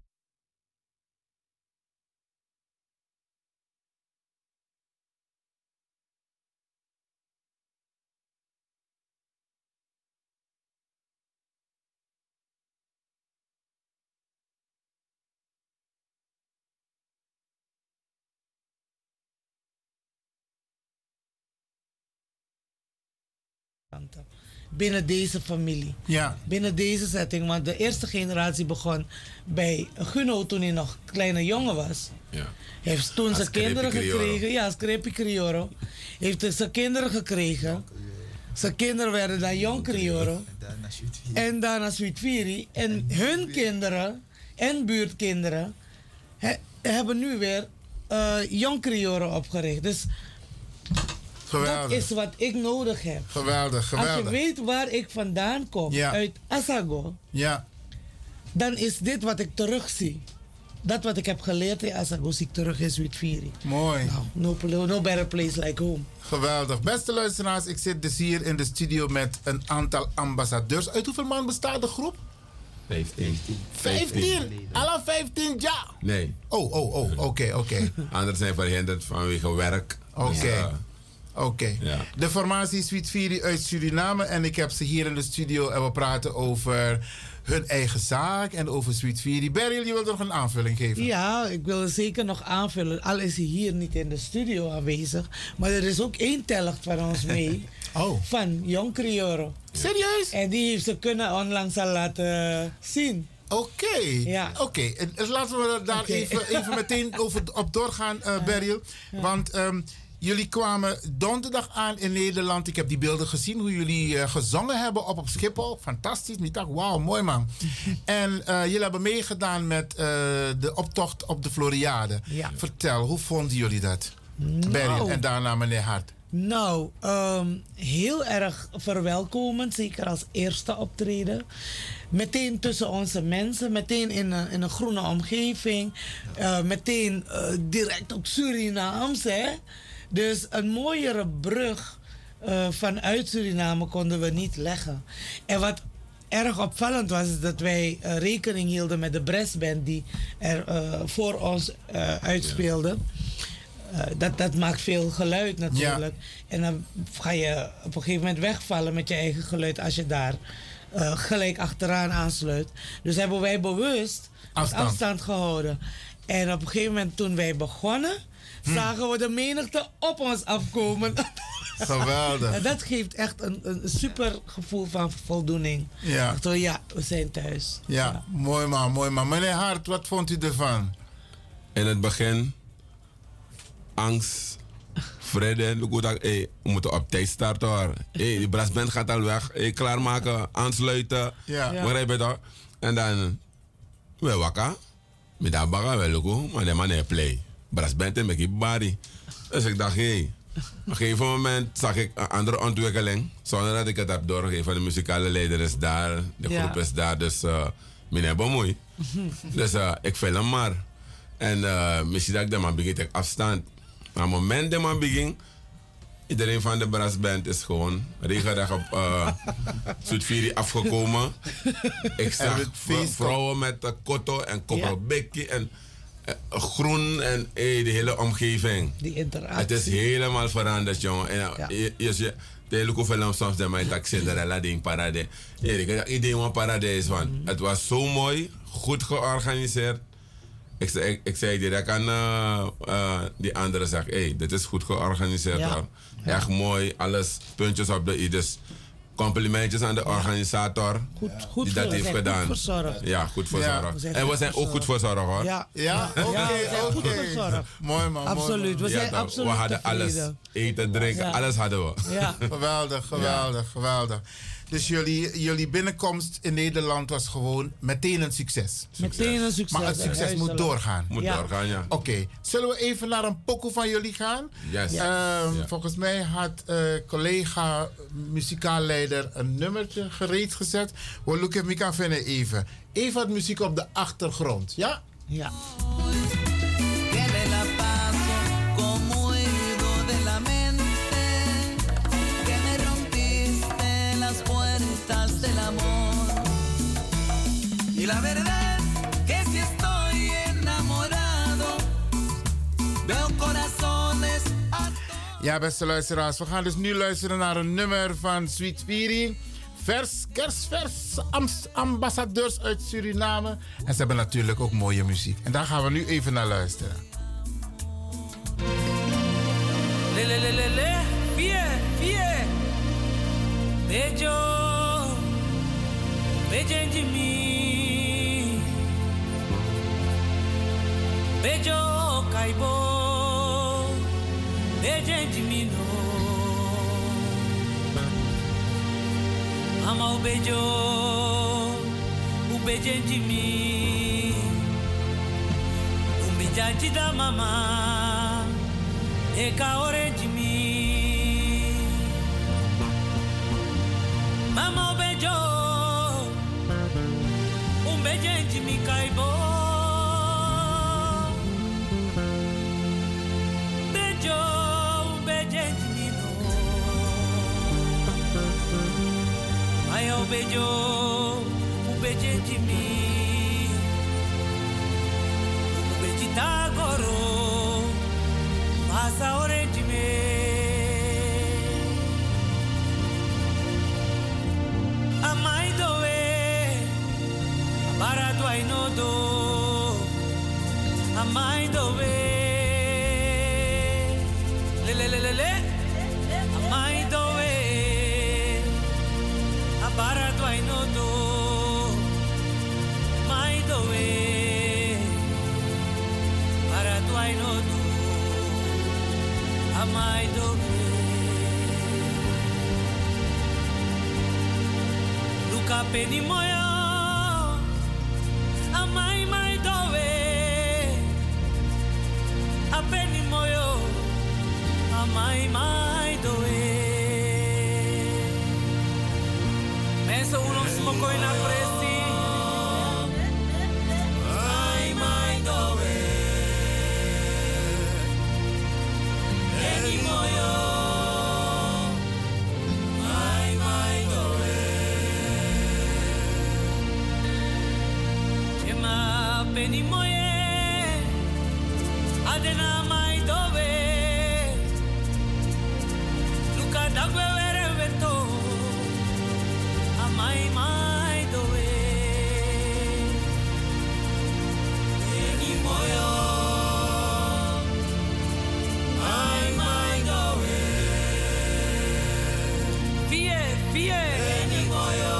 kanten. Binnen deze familie. Ja. Binnen deze setting. Want de eerste generatie begon bij Guno toen hij nog een kleine jongen was. Ja. Heeft toen zijn kinderen gekregen. Ja, Screpi Crioro. Heeft zijn kinderen gekregen. Zijn kinderen werden dan Jong Crioro. En daarna Sweet Viri. En hun kinderen en buurtkinderen hebben nu weer Jong Crioro opgericht. Dus geweldig. dat is wat ik nodig heb. Geweldig, geweldig. Als je weet waar ik vandaan kom, uit Asago, dan is dit wat ik terugzie. Dat wat ik heb geleerd in Asago zie ik terug in Sweet Viri. Mooi. Nou, no better place like home. Geweldig. Beste luisteraars, ik zit dus hier in de studio met een aantal ambassadeurs. Uit hoeveel man bestaat de groep? 15. 15? Alle 15 ja? Nee. Oké. Anderen zijn verhinderd vanwege werk. Oké. Ja. De formatie Sweet Viri uit Suriname. En ik heb ze hier in de studio en we praten over hun eigen zaak en over Sweet Viri. Beryl, je wilt nog een aanvulling geven? Ja, ik wil er zeker nog aanvullen. Al is hij hier niet in de studio aanwezig. Maar er is ook één telgt van ons mee. Van Jong Crioro. Serieus? En die heeft ze kunnen onlangs al laten zien. Oké. Ja. Oké. Laten we daar even meteen op doorgaan, Beryl. Want jullie kwamen donderdag aan in Nederland. Ik heb die beelden gezien, hoe jullie gezongen hebben op Schiphol. Fantastisch. Ik dacht, wauw, mooi man. En jullie hebben meegedaan met de optocht op de Floriade. Ja. Vertel, hoe vonden jullie dat? Beryl en daarna meneer Hart. Nou, heel erg verwelkomend. Zeker als eerste optreden. Meteen tussen onze mensen. Meteen in een groene omgeving. Meteen direct op Surinaams, hè. Dus een mooiere brug vanuit Suriname konden we niet leggen. En wat erg opvallend was, is dat wij rekening hielden met de brassband die er voor ons uitspeelde. Dat maakt veel geluid natuurlijk. Ja. En dan ga je op een gegeven moment wegvallen met je eigen geluid als je daar gelijk achteraan aansluit. Dus hebben wij bewust afstand gehouden. En op een gegeven moment toen wij begonnen, zagen we de menigte op ons afkomen. Geweldig. En dat geeft echt een super gevoel van voldoening. Ja. We zijn thuis. Ja, mooi man. Meneer Hart, wat vond u ervan? In het begin angst, vrede. We moeten op tijd starten hoor. Die brassband gaat al weg. Klaarmaken, aansluiten. Begrijp je toch? En dan, we wakker. Met dat bagger, we lukken. Maar de man heeft play. Brassband en ik bari. Dus ik dacht, op een gegeven moment zag ik een andere ontwikkeling. Zonder dat ik het heb doorgegeven. De muzikale leider is daar. De groep is daar. Dus meneer bemoei. Dus ik film maar. En misschien dat ik de man begint op afstand. Maar op het moment dat man begint, iedereen van de brassband is gewoon regelrecht op Sweet Viri afgekomen. Ik zag vrouwen met kotto en kopperbekje en groen en de hele omgeving. Die interactie. Het is helemaal veranderd, jongen. En je de hele film soms de mij dat Cinderella ding paradijs. Ik idee van paradijs van. Het was zo mooi, goed georganiseerd. Ik zei direct aan die andere zeg, dit is goed georganiseerd hoor. Echt mooi, alles, puntjes op de i. Dus complimentjes aan de organisator goed die dat heeft gedaan. Goed verzorgd. Ja, goed verzorgd. En we zijn ook goed verzorgd hoor. Oké. Mooi man. Absoluut, we zijn absoluut we hadden alles. Eten, drinken, alles hadden we. Ja. Geweldig. Dus jullie binnenkomst in Nederland was gewoon meteen een succes. Meteen een succes. Maar het succes moet doorgaan. Doorgaan, ja. Oké. Zullen we even naar een pokoe van jullie gaan? Yes. Volgens mij had collega muzikaalleider een nummertje gereed gezet. We loeken me kan vinden even. Even wat muziek op de achtergrond. Ja? Ja. Del amor y la verdad que si estoy enamorado veo corazones. Ja, beste luisteraars, we gaan dus nu luisteren naar een nummer van Sweet Viri. Kerstvers ambassadeurs uit Suriname. En ze hebben natuurlijk ook mooie muziek. En daar gaan we nu even naar luisteren. Vie. Bejo, Bejenjimi, Bejo Kaibo, Bejenjimi no. Ama o Bejo, o Bejenjimi, o Bejajida mama, Eka Orenjimi. Mama Bejo, Bejenjimi Kaibo, Bejo, Bejenjimi no. Ayo Bejo, Bejenjimi, Bejita Goro, Masa Orenjimi. Amai doe, Barado I know do, Amai doe, le, Amai doe, Barado I know do, Amai doe, Barado I know do, Amai doe. Luca Penny Moya, Amai mai doe, a Penny Moyo, Amai mai doe. Mensa unom smoko na presi, Amai mai doe, Penny Moyo. Penny moye, adena mai dove, Luca dagwe vere veto, amai mai dove, Penny moyo, mai dove, fie, Penny moyo.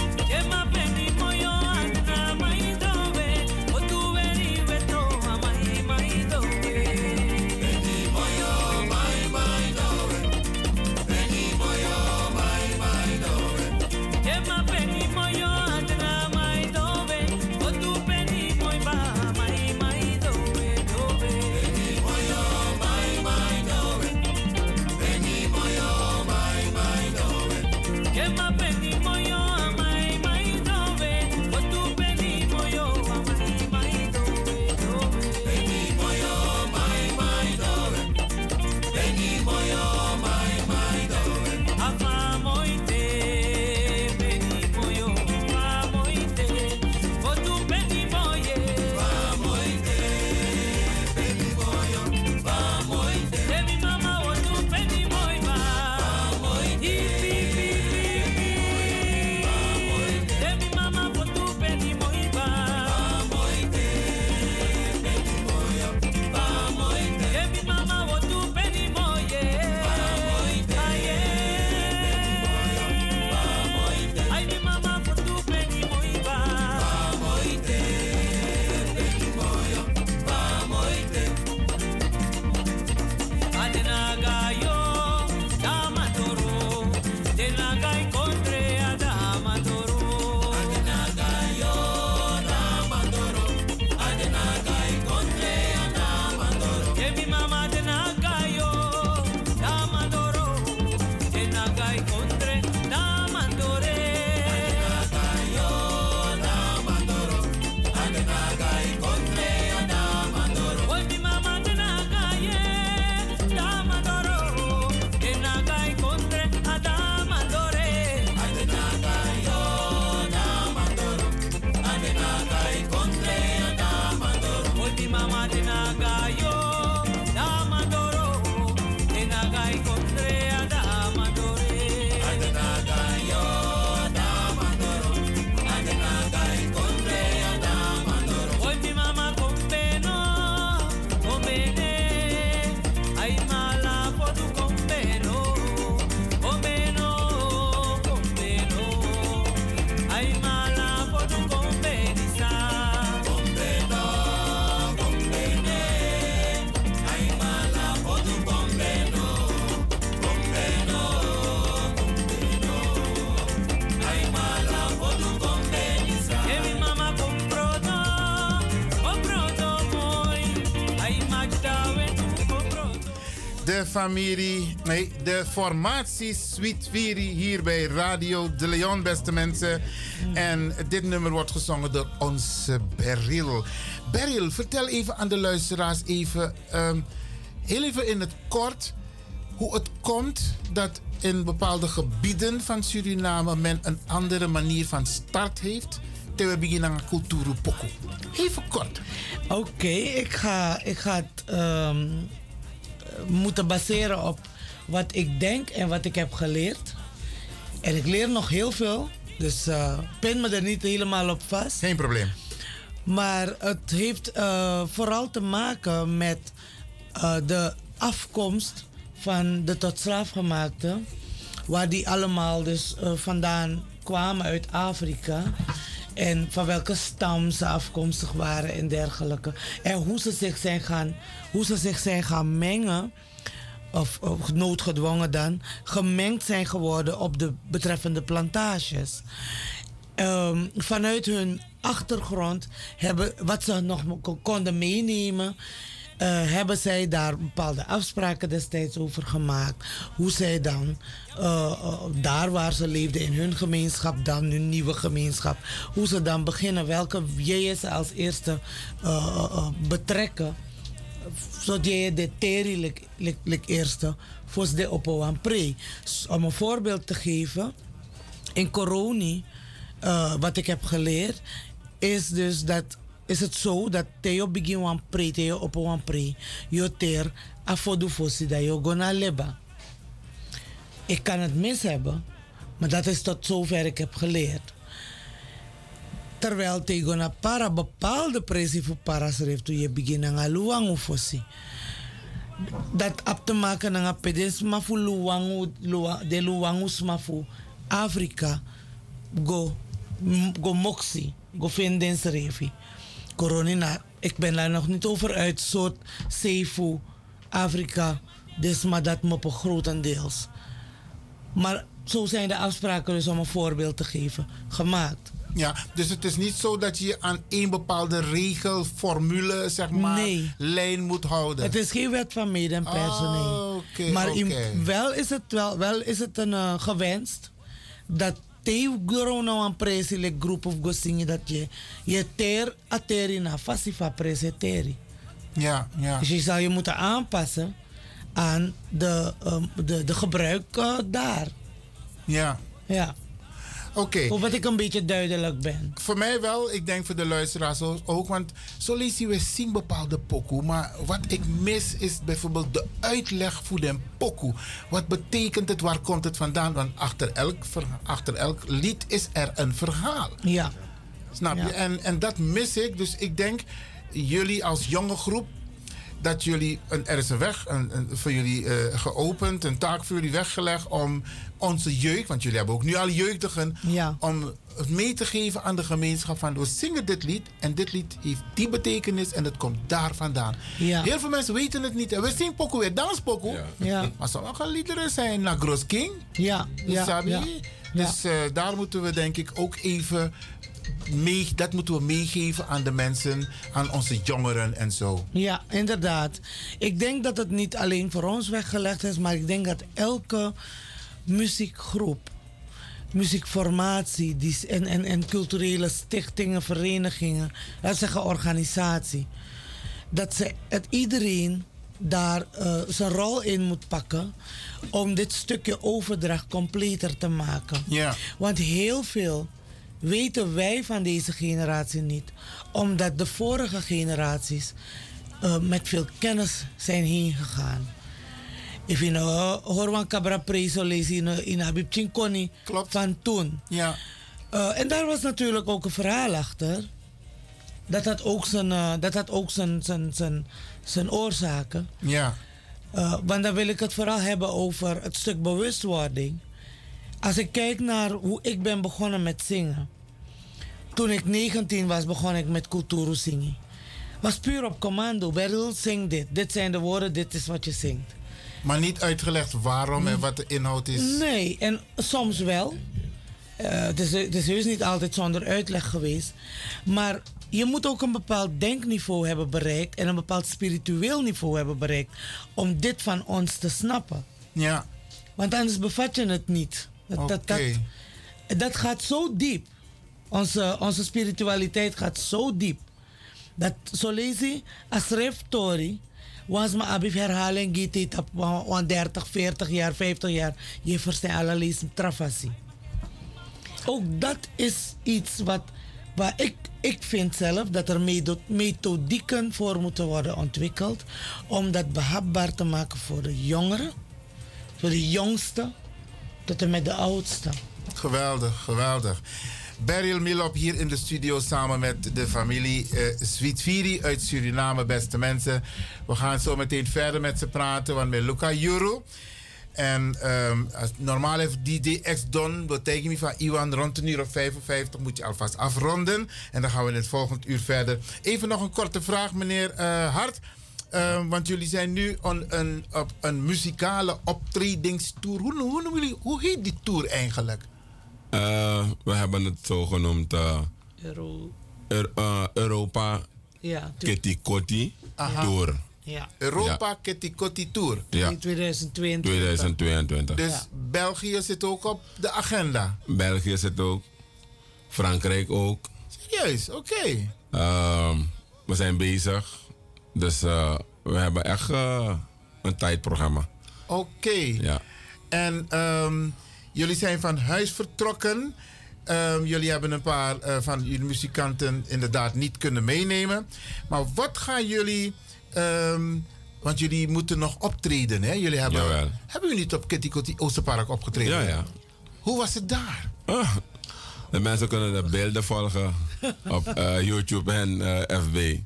Amai de formatie Sweet Viri hier bij Radio De Leon, beste mensen. En dit nummer wordt gezongen door onze Beryl. Beryl, vertel even aan de luisteraars even, heel even in het kort, hoe het komt dat in bepaalde gebieden van Suriname men een andere manier van start heeft. Terwijl we beginnen aan cultuur pokoe. Even kort. Oké, ik ga het moeten baseren op wat ik denk en wat ik heb geleerd. En ik leer nog heel veel, dus pin me er niet helemaal op vast. Geen probleem. Maar het heeft vooral te maken met de afkomst van de tot slaafgemaakten, waar die allemaal dus vandaan kwamen uit Afrika. En van welke stam ze afkomstig waren en dergelijke. En hoe ze zich zijn gaan mengen, of noodgedwongen dan, gemengd zijn geworden op de betreffende plantages. Vanuit hun achtergrond, wat ze nog konden meenemen, hebben zij daar bepaalde afspraken destijds over gemaakt. Hoe zij dan, daar waar ze leefden in hun gemeenschap, dan hun nieuwe gemeenschap, hoe ze dan beginnen, welke jij ze als eerste betrekken. Zodat je de teri eerste voor de opoanpre. Om een voorbeeld te geven, in Coroni, wat ik heb geleerd, is dus dat is het zo dat Theo begin wan pre, Theo op wan pre, yo ter afodu fosi da yo gona leba. Ik kan het mis hebben, maar dat is tot zover ik heb geleerd. Terwijl tegen een para bepaalde pressie voor parasref toen je begint aan luwangu fosi. Dat op te maken aan een pedesma voor luwangu, de luwangu sma voor Afrika, go moxie, go vinden refi. Coronina, ik ben daar nog niet over uit, soort zeevoer, Afrika, dus maar dat moppen grotendeels. Maar zo zijn de afspraken, dus om een voorbeeld te geven, gemaakt. Ja, dus het is niet zo dat je aan één bepaalde regel, formule, zeg maar, lijn moet houden. Het is geen wet van mede en personeel. Maar wel is het een gewenst dat te corona een presile groep of gosinje dat je ter ateri na fasifa presenteri. Ja. Dus je zal je moeten aanpassen aan de gebruik daar. Ja. Oké. Hoewel ik een beetje duidelijk ben. Voor mij wel, ik denk voor de luisteraars ook. Want zo lezen we zien bepaalde pokoe. Maar wat ik mis is bijvoorbeeld de uitleg voor de pokoe. Wat betekent het? Waar komt het vandaan? Want achter elk lied is er een verhaal. Ja. Snap je? En dat mis ik. Dus ik denk, jullie als jonge groep, dat jullie, er is een weg voor jullie geopend, een taak voor jullie weggelegd om onze jeugd, want jullie hebben ook nu al jeugdigen, om het mee te geven aan de gemeenschap van we zingen dit lied en dit lied heeft die betekenis en het komt daar vandaan. Ja. Heel veel mensen weten het niet. We zingen pokoe weer, danspokoe. Ja. Maar sommige liederen zijn naar Gros King. Dus daar moeten we denk ik ook even dat moeten we meegeven aan de mensen, aan onze jongeren en zo. Ja, inderdaad. Ik denk dat het niet alleen voor ons weggelegd is, maar ik denk dat elke muziekgroep, muziekformatie en culturele stichtingen, verenigingen, laten zeggen organisatie, dat iedereen daar zijn rol in moet pakken om dit stukje overdracht completer te maken. Ja. Want heel veel weten wij van deze generatie niet, omdat de vorige generaties met veel kennis zijn heen gegaan. Ik vind Horwan Cabra Preso lezen in Habib Chinkoni van toen. Ja. En daar was natuurlijk ook een verhaal achter. Dat had ook zijn oorzaken. Ja. Want dan wil ik het vooral hebben over het stuk bewustwording. Als ik kijk naar hoe ik ben begonnen met zingen. Toen ik 19 was, begon ik met culturu zingen. Was puur op commando. Beryl, zing dit. Dit zijn de woorden, dit is wat je zingt. Maar niet uitgelegd waarom en wat de inhoud is? Nee, en soms wel. Het is heus niet altijd zonder uitleg geweest. Maar je moet ook een bepaald denkniveau hebben bereikt en een bepaald spiritueel niveau hebben bereikt om dit van ons te snappen. Ja. Want anders bevat je het niet. Dat gaat zo diep. Onze spiritualiteit gaat zo diep. Dat zo lees je, als reftori, was maar abif herhaling giet op 30, 40 jaar, 50 jaar, je verstaan allerlei trafasi. Ook dat is iets waar ik vind zelf dat er methodieken voor moeten worden ontwikkeld om dat behapbaar te maken voor de jongeren, voor de jongsten, tot en met de oudsten. Geweldig, geweldig. Beryl Milop hier in de studio samen met de familie Sweet Firi uit Suriname, beste mensen. We gaan zo meteen verder met ze praten, want met Luca Juru. En normaal heeft DJ X Don, betekent me van Iwan, rond een uur of 55 moet je alvast afronden. En dan gaan we in het volgende uur verder. Even nog een korte vraag, meneer Hart. Want jullie zijn nu op een muzikale optredingstour. Hoe heet die tour eigenlijk? We hebben het zo genoemd Europa Ketikoti Tour. Ja. Europa Ketikoti Tour. Ja. 2022. Dus België zit ook op de agenda? België zit ook. Frankrijk ook. Serieus? Oké. We zijn bezig. Dus we hebben echt een tijdprogramma. Oké. Ja. En jullie zijn van huis vertrokken. Jullie hebben een paar van jullie muzikanten inderdaad niet kunnen meenemen. Maar wat gaan jullie... want jullie moeten nog optreden, hè? Jullie hebben jullie niet op Ketikoti Oosterpark opgetreden? Ja, ja. Hoe was het daar? De mensen kunnen de beelden volgen op YouTube en FB.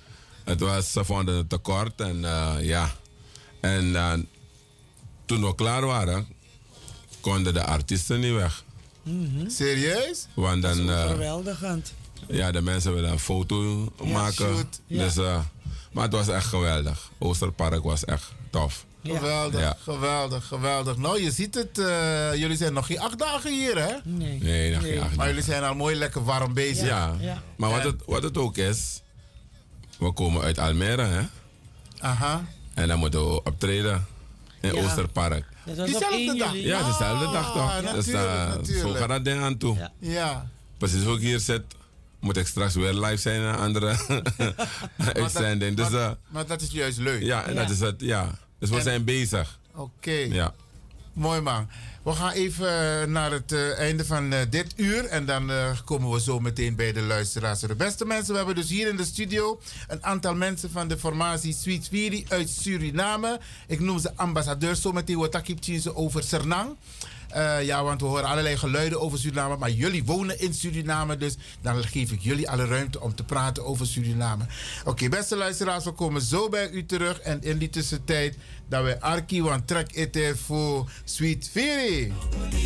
Ze vonden het te kort en ja. En toen we klaar waren, konden de artiesten niet weg. Serieus? Want dan, dat is verweldigend. Ja, de mensen willen een foto maken. Shoot. Dus, maar het was echt geweldig. Oosterpark was echt tof. Ja. Geweldig, ja. Geweldig, geweldig. Nou, je ziet het. Jullie zijn nog geen 8 dagen hier, hè? Nee, nog geen 8 dagen. Maar jullie zijn al mooi lekker warm bezig. Ja. Maar wat het ook is, we komen uit Almere, hè? Aha. En dan moeten we optreden in Oosterpark. Dat was diezelfde dag? Ja, dezelfde dag toch? Natuurlijk. Zo gaat dat ding aan toe. Ja. Precies hoe ik hier zit, moet ik straks weer live zijn in een andere uitzending. Maar dat is juist leuk. Ja, en dat is het, ja. Dus we zijn bezig. Oké. Ja. Mooi man. We gaan even naar het einde van dit uur. En dan komen we zo meteen bij de luisteraars. De beste mensen, we hebben dus hier in de studio een aantal mensen van de formatie Sweet Firi uit Suriname. Ik noem ze ambassadeurs. Zo meteen wat ik ze over Sernang. Ja, want we horen allerlei geluiden over Suriname. Maar jullie wonen in Suriname. Dus dan geef ik jullie alle ruimte om te praten over Suriname. Oké, beste luisteraars, we komen zo bij u terug. En in die tussentijd dat we Arki want trek eten voor Sweet Firi.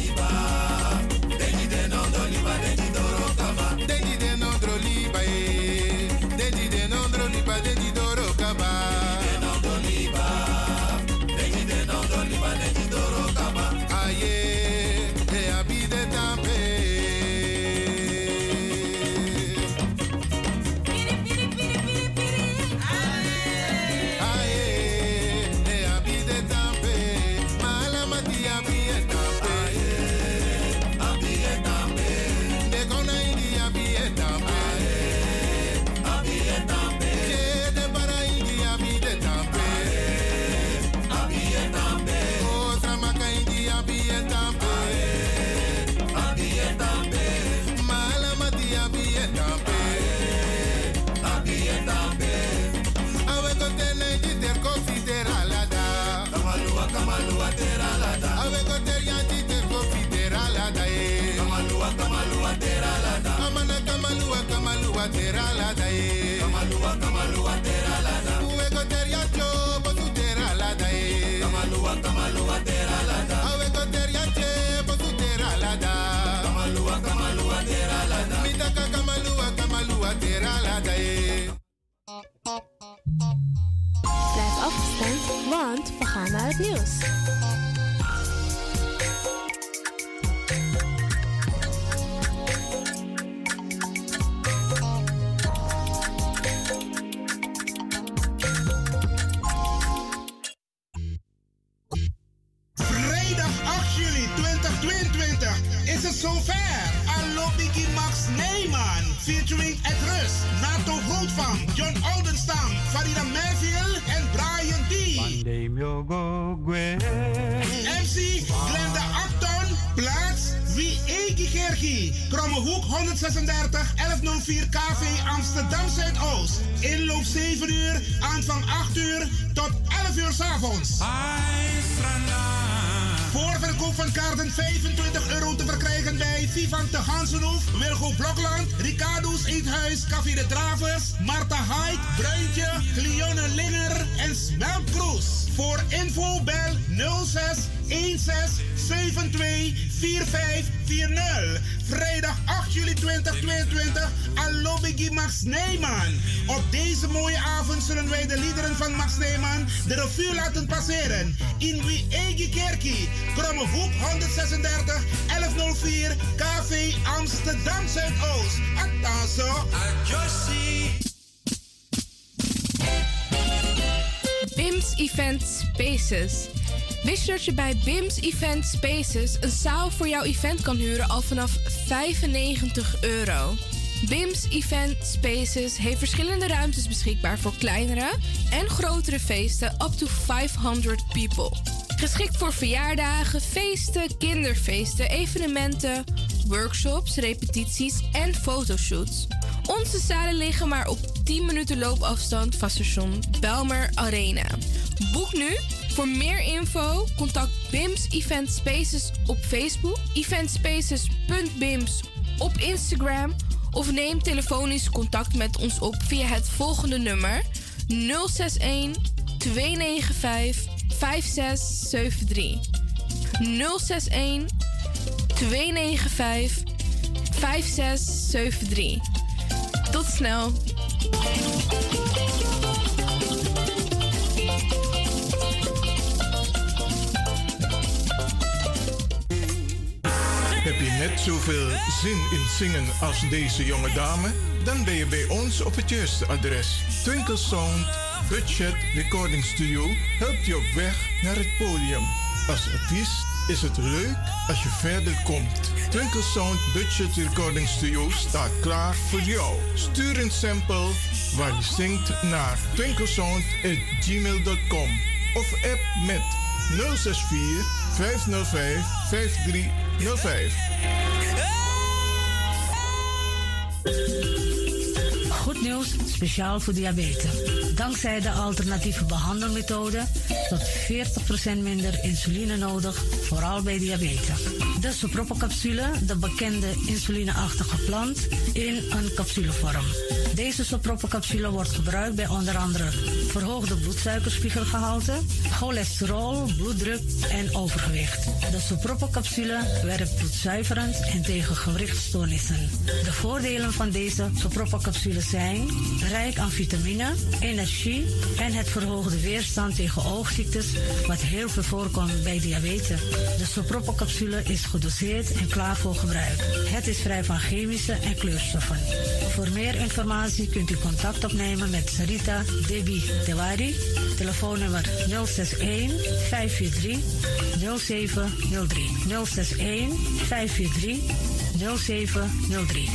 Blijf afgestemd, want we gaan naar het nieuws. featuring Ed Rus, Nato Grootvam, John Oldenstam, Farida Melville en Brian D. MC Glenda Acton, plaats Wie Egi Kerkie, Krommehoek 136 1104 KV Amsterdam Zuidoost. Inloop 7 uur, aanvang 8 uur tot 11 uur 's avonds. Voorverkoop van kaarten €25 te verkrijgen bij Vivan te Gansenhoef, Wilgo Blokland, Ricardo's Eethuis, Café de Dravers, Marta Haik, Bruintje, Cleone Linger en Smeltkroes. Voor info bel 06 16 72 4540. Vrijdag 8 juli 2022, Alobigi Max Neyman. Op deze mooie avond zullen wij de liederen van Max Neyman de revue laten passeren. In Wie Egi Kerkie, Krommehoek 136 1104 KV Amsterdam Zuidoost. Attaso. BIMS Event Spaces. Wist je dat je bij BIMS Event Spaces een zaal voor jouw event kan huren al vanaf €95? BIMS Event Spaces heeft verschillende ruimtes beschikbaar voor kleinere en grotere feesten up to 500 people. Geschikt voor verjaardagen, feesten, kinderfeesten, evenementen, workshops, repetities en fotoshoots. Onze zalen liggen maar op 10 minuten loopafstand van station Belmer Arena. Boek nu. Voor meer info contact BIMS Event Spaces op Facebook, eventspaces.bims op Instagram of neem telefonisch contact met ons op via het volgende nummer 061 295 5673. 061 295 5673. Tot snel. Heb je net zoveel zin in zingen als deze jonge dame? Dan ben je bij ons op het juiste adres. Twinkle Sound Budget Recording Studio helpt je op weg naar het podium. Als artiest is het leuk als je verder komt. Twinkle Sound Budget Recording Studio staat klaar voor jou. Stuur een sample waar je zingt naar twinklesound@gmail.com of app met 064 505 5305. Goed nieuws, speciaal voor diabetes. Dankzij de alternatieve behandelmethode tot 40% minder insuline nodig, vooral bij diabetes. De Sopropocapsule, de bekende insulineachtige plant, in een capsulevorm. Deze Sopropocapsule wordt gebruikt bij onder andere verhoogde bloedsuikerspiegelgehalte, cholesterol, bloeddruk en overgewicht. De Sopropocapsule werkt bloedzuiverend en tegen gewrichtstoornissen. De voordelen van deze Sopropocapsule zijn rijk aan vitamine, energie en het verhoogde weerstand tegen oogziektes, wat heel veel voorkomt bij diabetes. De Sopropocapsule is gedoseerd en klaar voor gebruik. Het is vrij van chemische en kleurstoffen. Voor meer informatie kunt u contact opnemen met Sarita Debi Tewari. Telefoonnummer 061 543 0703. 061 543 0703.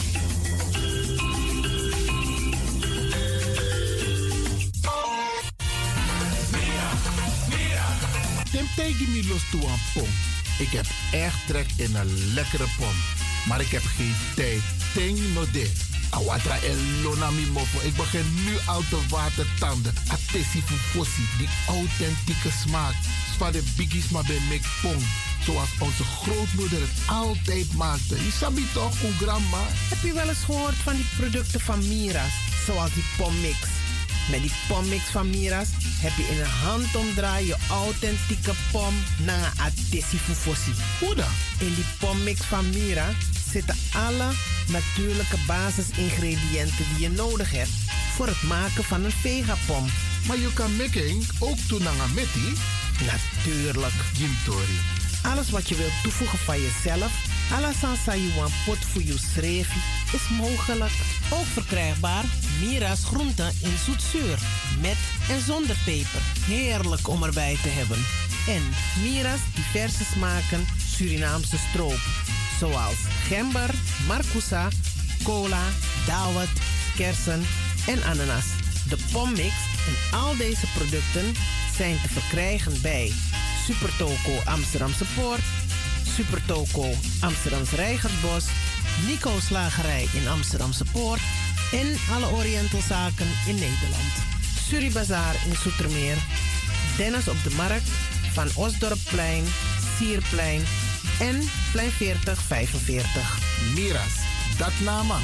Tim tegen me los toe aan pom. Ik heb echt trek in een lekkere pom. Maar ik heb geen tijd. Ting no de. Awatra elona mi mofo. Ik begin nu al te watertanden. Atesi fufosi. Die authentieke smaak. Van de biggies maar bij mek pom. Zoals onze grootmoeder het altijd maakte. Je sabi toch, een grandma? Heb je wel eens gehoord van die producten van Mira's? Zoals die pommix. Met die pommix van Mira's heb je in een handomdraai je authentieke pom naar een atesi fufosi. Hoe dan? In die pommix van Mira zitten alle natuurlijke basisingrediënten die je nodig hebt voor het maken van een vegapom. Maar je kan making ook doen naar een metti? Natuurlijk. Gintori. Alles wat je wilt toevoegen van jezelf, alla sansa you want pot voor je schreefje, is mogelijk. Ook verkrijgbaar Mira's groenten in zoetzuur, met en zonder peper. Heerlijk om erbij te hebben. En Mira's diverse smaken Surinaamse stroop, zoals gember, marcousa, cola, dawet, kersen en ananas. De pommix en al deze producten zijn te verkrijgen bij Supertoco Amsterdamse Poort, Supertoco Amsterdamse Reigersbos, Nico Slagerij in Amsterdamse Poort en alle Orientalzaken in Nederland. Suribazaar in Zoetermeer, Dennis op de Markt, Van Osdorpplein, Sierplein en Plein 4045. Miras, dat nama.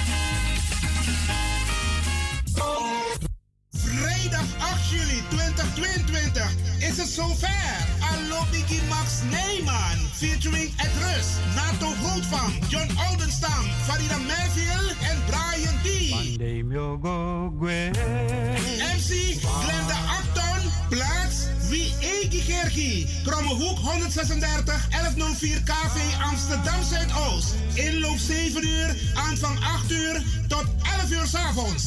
Vrijdag 8 juli 2022 is het zover. Allo Biggie Max Neyman featuring Ed Rus, Nato Grootvam, John Oldenstam, Farida Merville en Brian D. MC Glenda Acton, plaats Wie Egi Gergie, Krommehoek 136 1104 KV Amsterdam Zuidoost. Inloop 7 uur, aanvang 8 uur tot 11 uur 's avonds.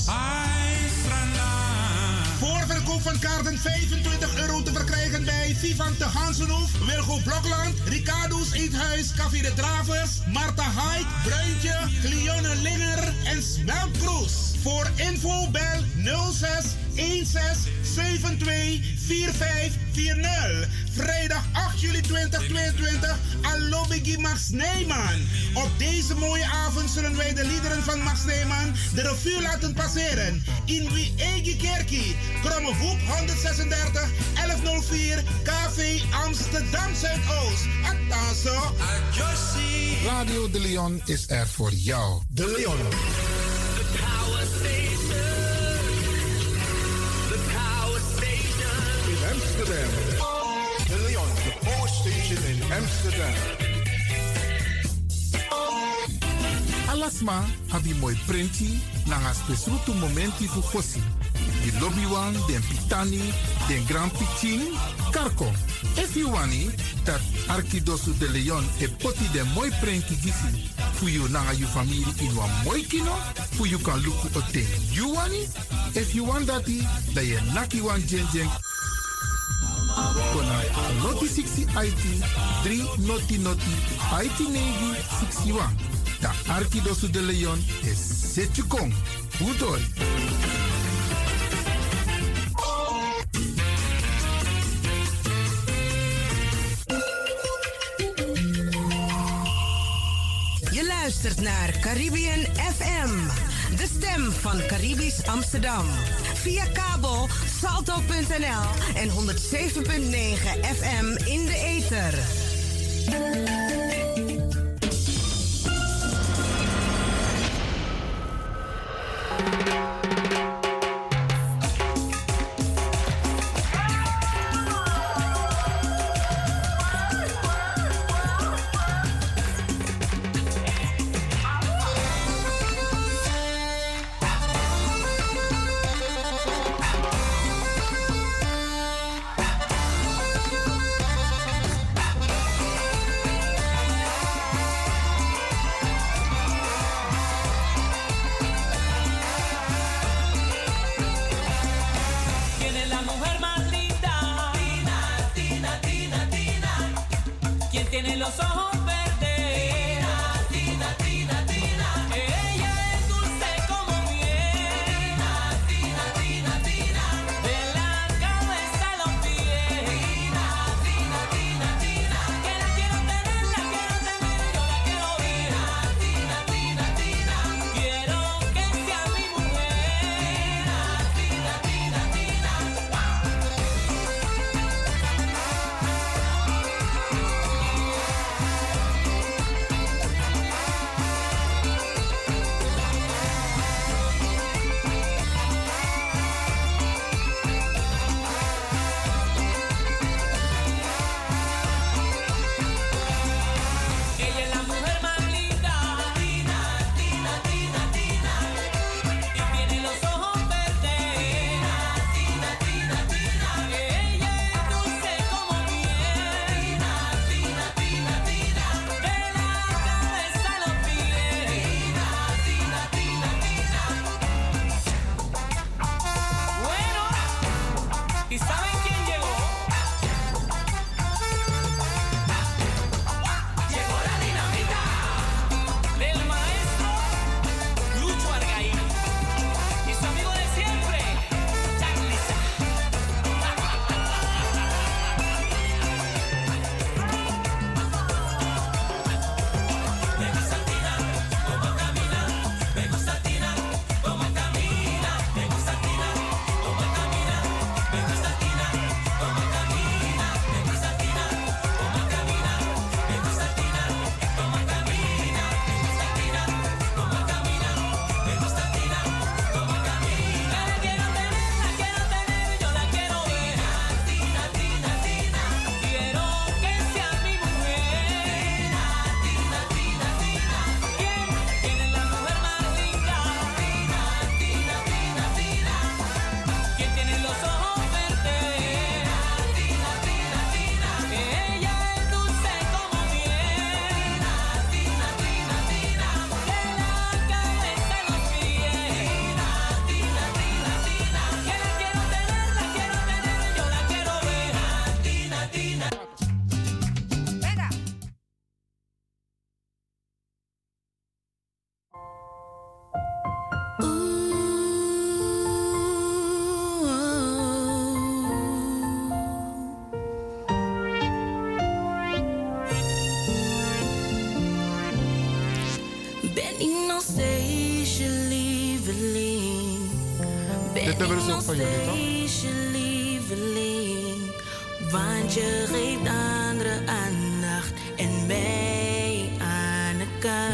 Voorverkoop van kaarten €25 te verkrijgen bij Vivan te Gansenhoef, Wilgo Blokland, Ricardo's Eethuis, Café de Dravers, Marta Haik, Bruintje, Cleone Linger en Smeltkroes. Voor info bel 06 16 72 4540. Vrijdag 8 juli 2022, Allo Biggie Max Neyman. Op deze mooie avond zullen wij de liederen van Max Neyman de revue laten passeren. In Wie Egi Kerkie, Krommehoek 136 1104 KV Amsterdam Zuidoost. Attenzo. Radio De Leon is er voor jou. De Leon. In Amsterdam. De Leon, the Power Station in Amsterdam. Alasma habi mooi printi nanga spesrutu momenti fu fosi. Di lobby wan, den pitani, den grand pitin, karko. If you wani, dat Arkidosu de Leon e poti den mooi printi gisi. Fu you nanga you family in wan mooi kino, fu you kan luku oten. You wani? If you want dati, da ye naki wan jen jen. Kona noti 60 IT, 3 noti IT negi 61. Da Arkidosu de Leon is Setjukong. Udori. Je luistert naar Caribbean FM, de stem van Caribisch Amsterdam. Via kabel salto.nl en 107.9 FM in de ether. van jullie, toch? Lieveling, want je geeft anderen aandacht en mij aan de kant.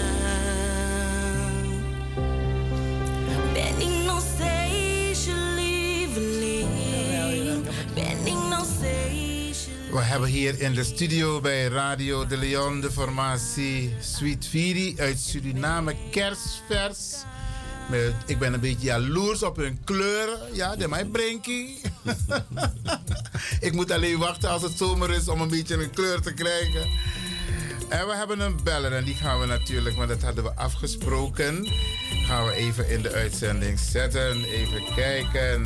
Ben ik nog steeds je lieveling? Ben ik nog steeds je... We hebben hier in de studio bij Radio de Leon de formatie Sweet Viri uit Suriname, kerstvers. Ik ben een beetje jaloers op hun kleuren. Ja, de mij brenkie. Ik moet alleen wachten als het zomer is om een beetje een kleur te krijgen. En we hebben een beller en die gaan we natuurlijk, want dat hadden we afgesproken. Gaan we even in de uitzending zetten. Even kijken.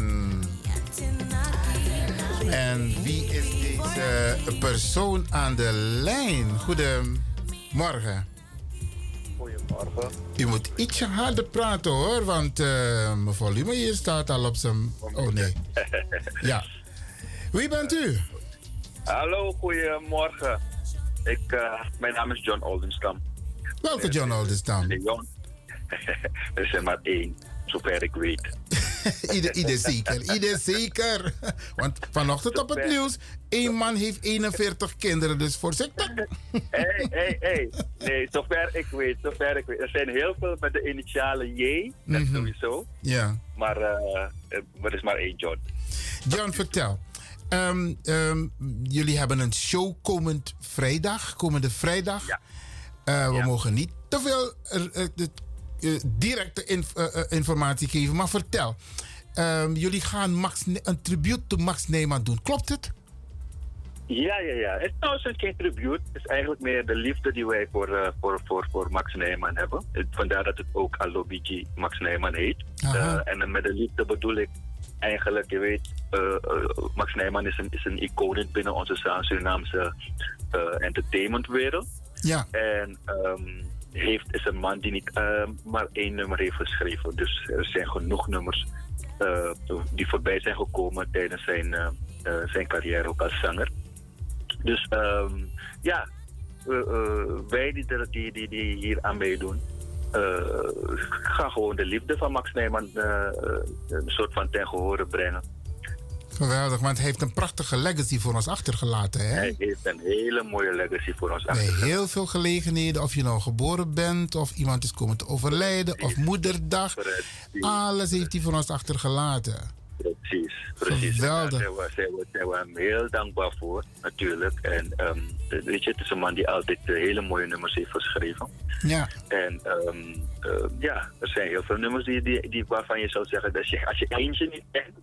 En wie is deze persoon aan de lijn? Goedemorgen. Goedemorgen. U moet ietsje harder praten hoor, want mijn volume hier staat al op zijn... Oh nee. Ja. Wie bent u? Hallo, goedemorgen. Mijn naam is John Oldenstam. Welke John Oldenstam? Leon. Er zijn maar één, zover ik weet. Ieder zeker, ieder zeker. Want vanochtend op het nieuws, één man heeft 41 kinderen, dus voorzichtig. Hey. Nee, zover ik weet. Er zijn heel veel met de initialen J, dat sowieso. Ja. Maar er is maar één John. John, vertel. Jullie hebben een show komende vrijdag. Ja. We mogen niet te veel directe informatie geven, maar vertel. Jullie gaan een tribute to Max Neyman doen, klopt het? Ja. Het is trouwens geen tribute. Het is eigenlijk meer de liefde die wij voor Max Neyman hebben. Vandaar dat het ook Alobiji Max Neyman heet. En met de liefde bedoel ik eigenlijk, je weet, Max Neyman is een icoon binnen onze Surinaamse entertainmentwereld. Ja. En is een man die niet maar één nummer heeft geschreven. Dus er zijn genoeg nummers die voorbij zijn gekomen tijdens zijn carrière ook als zanger. Dus wij die hier aan meedoen, gaan gewoon de liefde van Max Neyman een soort van ten gehore brengen. Geweldig, want hij heeft een prachtige legacy voor ons achtergelaten. Hè? Hij heeft een hele mooie legacy voor ons achtergelaten. Bij heel veel gelegenheden, of je nou geboren bent, of iemand is komen te overlijden, of moederdag. Alles heeft hij voor ons achtergelaten. Precies. Geweldig. Daar zijn we hem heel dankbaar voor, natuurlijk. En weet je, het is een man die altijd hele mooie nummers heeft geschreven. Ja. En er zijn heel veel nummers die waarvan je zou zeggen, dat als je eentje niet kent,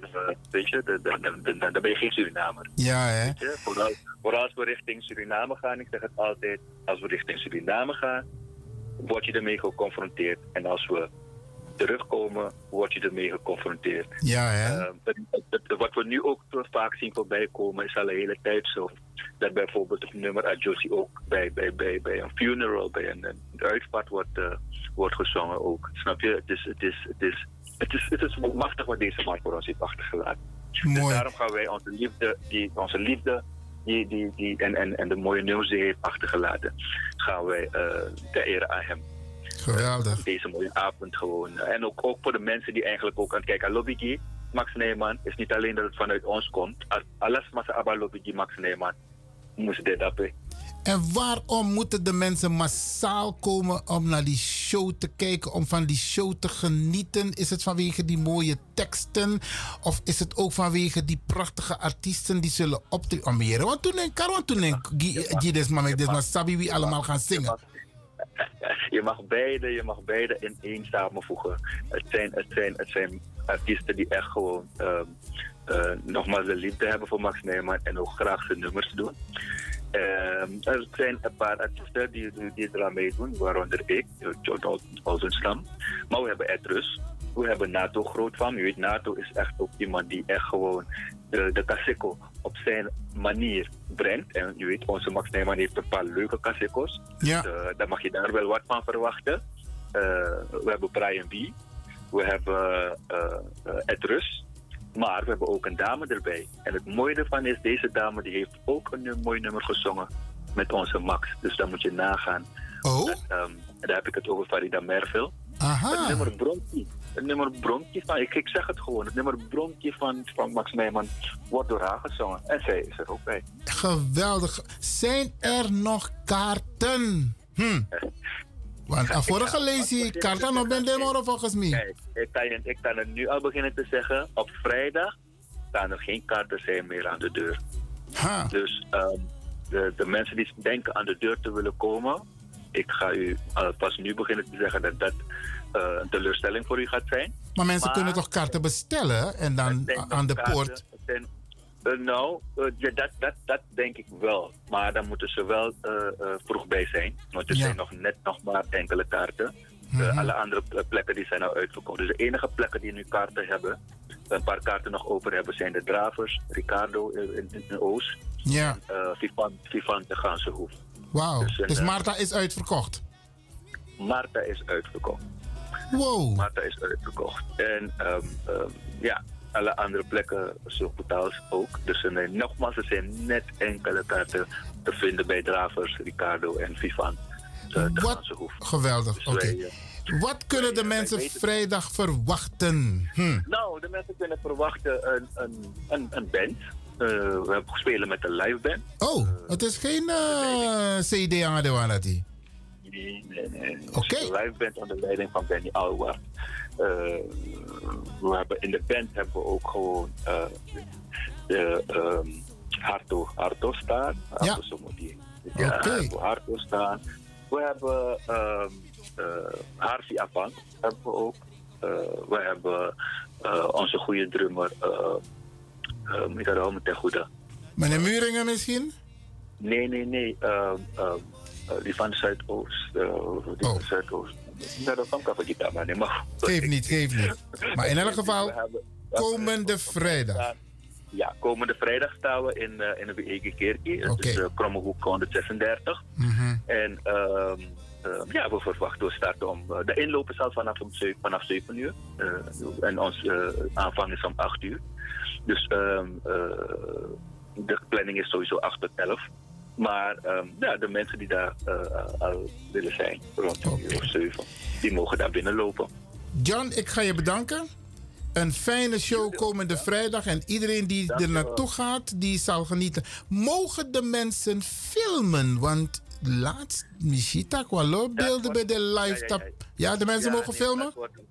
dan ben je geen Surinamer. Ja, hè? Vooral als we richting Suriname gaan, ik zeg het altijd, als we richting Suriname gaan, word je ermee geconfronteerd. En als we terugkomen, word je ermee geconfronteerd. Ja, hè? Wat we nu ook vaak zien voorbij komen, is al een hele tijd zo. Dat bijvoorbeeld een nummer uit Josie ook bij een funeral, bij een uitvaart wordt gezongen ook. Snap je? Het is machtig wat deze man voor ons heeft achtergelaten. Mooi. Dus daarom gaan wij onze liefde en de mooie nummers die hij heeft achtergelaten, gaan wij ter ere aan hem. Geweldig. Deze mooie avond gewoon. En ook voor de mensen die eigenlijk ook aan het kijken. Lobby Max Neyman is niet alleen dat het vanuit ons komt. Alles maar ze Lobby Max Neyman. Moest dit dat. En waarom moeten de mensen massaal komen om naar die show te kijken, om van die show te genieten? Is het vanwege die mooie teksten? Of is het ook vanwege die prachtige artiesten die zullen optreden? Want toen ik Gides maar Sabi wie allemaal gaan zingen. Je mag beide in één samenvoegen. Het zijn artiesten die echt gewoon nogmaals de liefde hebben voor Max Neyman en ook graag zijn nummers doen. Er zijn een paar artiesten die eraan meedoen, waaronder ik, John Oldenstam. Maar we hebben Edrus, we hebben NATO groot van. U weet, NATO is echt ook iemand die echt gewoon de Kaseko op zijn manier brengt. En u weet, onze Max Neyman heeft een paar leuke Kaseko's. Ja. Dus, daar mag je daar wel wat van verwachten. We hebben Brian B. We hebben Edrus. Maar we hebben ook een dame erbij. En het mooie ervan is, deze dame die heeft ook een mooi nummer gezongen met onze Max. Dus daar moet je nagaan. Oh? Daar heb ik het over Farida Merville. Aha. Het nummer Brontie. Het nummer Bromtje van, ik zeg het gewoon, het nummer Bromtje van Max Nijman wordt door haar gezongen. En zij is er ook bij. Geweldig. Zijn er nog kaarten? Want vorige lees je kaarten nog ben de volgens mij. Kijk, ik kan het nu al beginnen te zeggen. Op vrijdag gaan er geen kaarten zijn meer aan de deur. Dus de mensen die denken aan de deur te willen komen, ik ga u pas nu beginnen te zeggen dat dat een teleurstelling voor u gaat zijn. Maar mensen kunnen toch kaarten bestellen en dan aan de poort? Dat denk ik wel. Maar dan moeten ze wel vroeg bij zijn. Want er zijn nog maar enkele kaarten. Alle andere plekken die zijn al uitverkocht. Dus de enige plekken die nu kaarten hebben, een paar kaarten nog open hebben, zijn de Dravers, Ricardo in Oost. Ja. En Vivan de Gansenhoef. Wauw. Dus Marta is uitverkocht? Marta is uitverkocht. Wow. Marta is uitverkocht. En alle andere plekken zo betaald ook. Dus nogmaals, er zijn net enkele kaarten te vinden bij Dravers, Ricardo en Vivan. De Gansenhoef. Geweldig. Dus Oké. Wat kunnen de mensen vrijdag verwachten? Nou, de mensen kunnen verwachten een band. We spelen met een live band. Oh, het is geen CD aan de Wanati. Nee. Oké. Dus een live band onder leiding van Benny Alward. We hebben in de band hebben we ook gewoon Harto staan. Ja. Harto staan. We hebben Harvey Avant hebben we ook. We hebben onze goede drummer. Ik had al meteen goede. Meneer Muringen misschien? Nee. Die van Zuidoost. Zuidoost. Dat kan ik niet maar nee, maar. Geef niet. Maar in elk geval, komende vrijdag. Ja, komende vrijdag staan we in de BEG Kerkie. Het is Krommehoek 136. En we verwachten, we starten de inloop is al vanaf 7 uur. En onze aanvang is om 8 uur. Dus de planning is sowieso 8 tot 11. Maar de mensen die daar al willen zijn, rond 1 of 7, die mogen daar binnenlopen. John, ik ga je bedanken. Een fijne show komende vrijdag. En iedereen die er naartoe gaat, die zal genieten. Mogen de mensen filmen? Want laatst, Michita, kwalo beelden bij de live tap. Ja, de mensen mogen filmen?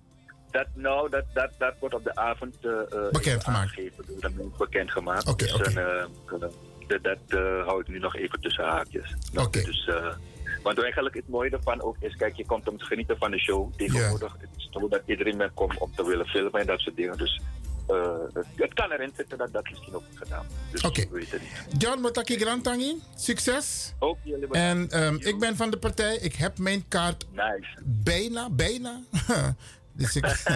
Dat wordt op de avond bekendgemaakt. Oké. Dat hou ik nu nog even tussen haakjes. Dus, want eigenlijk het mooie ervan ook is, kijk, je komt om te genieten van de show. Tegenwoordig het is zo dat iedereen komt om te willen filmen en dat soort dingen. Dus het kan erin zitten dat dat misschien ook is gedaan. Dus we weten niet. John Motaki Grantangi, succes. Ook jullie bedankt. En ik ben van de partij. Ik heb mijn kaart bijna. Dus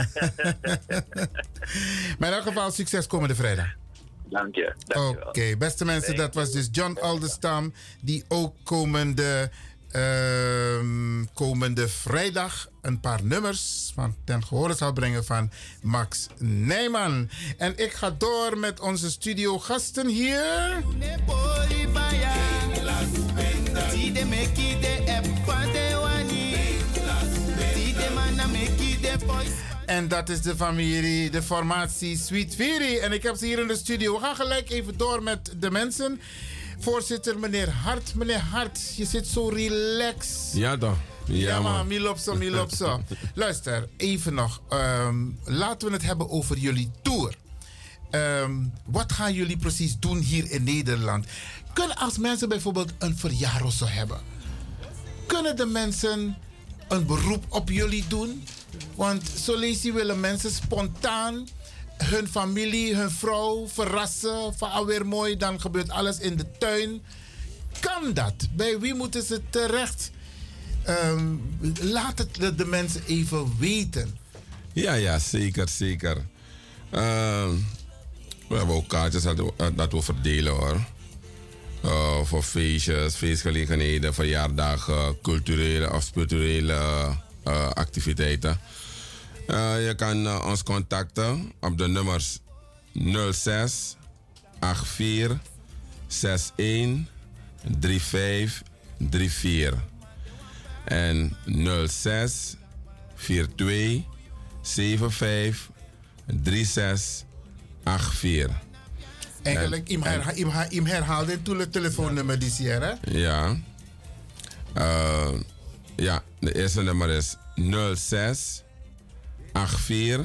maar in elk geval succes komende vrijdag. Dank je. Oké, beste mensen, dat was dus John Aldenstam, die ook komende vrijdag een paar nummers ten gehore zal brengen van Max Nijman. En ik ga door met onze studiogasten hier. En dat is de familie, de formatie Sweet Viri. En ik heb ze hier in de studio. We gaan gelijk even door met de mensen. Voorzitter, meneer Hart. Meneer Hart, je zit zo relaxed. Ja toch. Ja man, milopso. Luister, even nog. Laten we het hebben over jullie tour. Wat gaan jullie precies doen hier in Nederland? Kunnen als mensen bijvoorbeeld een verjaardag of zo hebben, kunnen de mensen een beroep op jullie doen? Want zo lees je willen mensen spontaan hun familie, hun vrouw verrassen. Van alweer mooi, dan gebeurt alles in de tuin. Kan dat? Bij wie moeten ze terecht? Laat het de mensen even weten. Ja, zeker. We hebben ook kaartjes dat we verdelen hoor. Voor feestjes, feestgelegenheden, verjaardagen, culturele of spirituele activiteiten. Je kan ons contacten op de nummers 06 84 61 35 34 en 06 42 75 36 84. Eigenlijk, im herhaalde toen het telefoonnummer die hier, hè? Ja. Ja, de eerste nummer is 06 84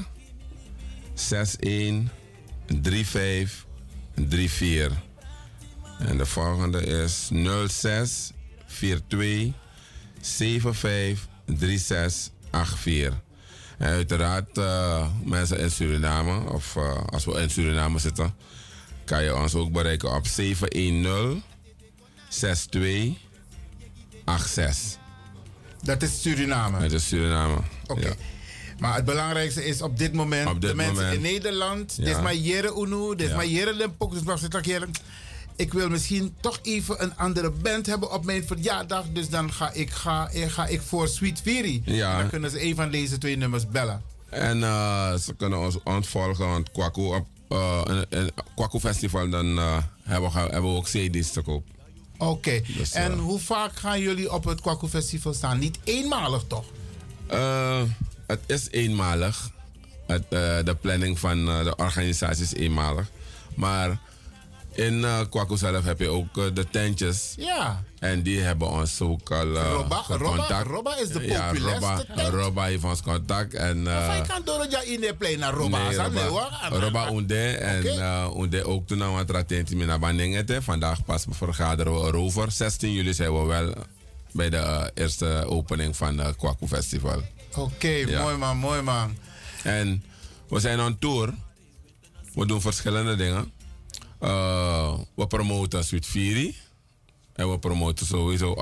61 35 34. En de volgende is 06 42 75 36 84. En uiteraard mensen in Suriname, of als we in Suriname zitten, kan je ons ook bereiken op 710 62 86. Dat is Suriname? Dat is Suriname. Oké. Ja. Maar het belangrijkste is op dit moment, de mensen in Nederland, dit is mijn Jere Unu, dit is mijn Jere Limpok, dus ik wil misschien toch even een andere band hebben op mijn verjaardag, dus dan ga ik voor Sweet Fury. Ja. Dan kunnen ze een van deze 2 nummers bellen. En ze kunnen ons ontvolgen, want Kwaku op een Kwaku Festival, dan hebben we ook CD's te koop. Oké. Dus, en hoe vaak gaan jullie op het Kwaku Festival staan? Niet eenmalig toch? Het is eenmalig. De planning van de organisatie is eenmalig. Maar in Kwaku zelf heb je ook de tentjes. Ja. En die hebben ons ook al contact. Robba is de populairste tent. Robba heeft ons contact. En je kan door het in de plein naar Robba. Robba Unde. En Unde ook toen aan het attentie met naar Bandingete. Vandaag pas vergaderen we erover. 16 juli zijn we wel bij de eerste opening van het Kwaku Festival. Oké, mooi man. En we zijn on tour. We doen verschillende dingen. We promoten Sweet Fury. En we promoten sowieso.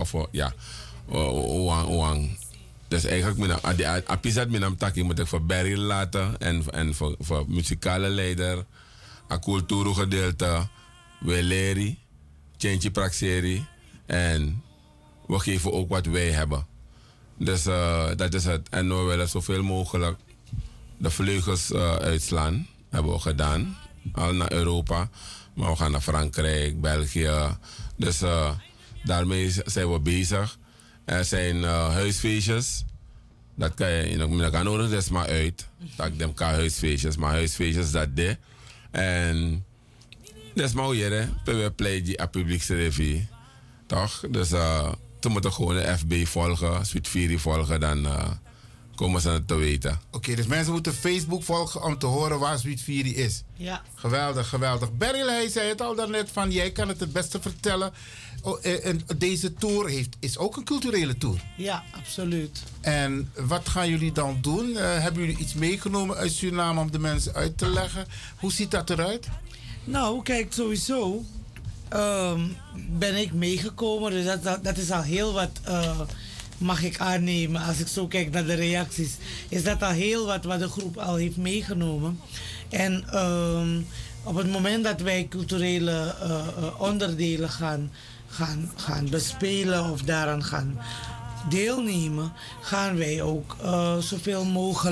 Dus eigenlijk, apizat minam taki moet ik voor Barry laten. En voor muzikale leider. A cultuur gedeelte. Weleri. Change praxeri. En we geven ook wat wij hebben. Dus dat is het. En we willen zoveel mogelijk de vleugels uitslaan. Hebben we gedaan. Al naar Europa. Maar we gaan naar Frankrijk, België. Dus daarmee zijn we bezig. Er zijn huisfeestjes. Dat kan je dat kan nodig, dat is maar uit. Dat ik kan huisfeestjes. Maar huisfeestjes dat de. En dat is maar hoe je we play die publiekse revue. Toch? Dus ze moeten gewoon de FB volgen, Sweet Fury volgen, dan komen ze het te weten. Oké, dus mensen moeten Facebook volgen om te horen waar Sweet Fury is. Ja. Geweldig. Beryl, hij zei het al daarnet van, jij kan het beste vertellen. En deze tour is ook een culturele tour. Ja, absoluut. En wat gaan jullie dan doen? Hebben jullie iets meegenomen uit Suriname om de mensen uit te leggen? Hoe ziet dat eruit? Nou, kijk, sowieso ben ik meegekomen. Dus dat is al heel wat, mag ik aannemen. Als ik zo kijk naar de reacties, is dat al heel wat de groep al heeft meegenomen. En op het moment dat wij culturele onderdelen gaan bespelen of daaraan gaan deelnemen, gaan wij ook zoveel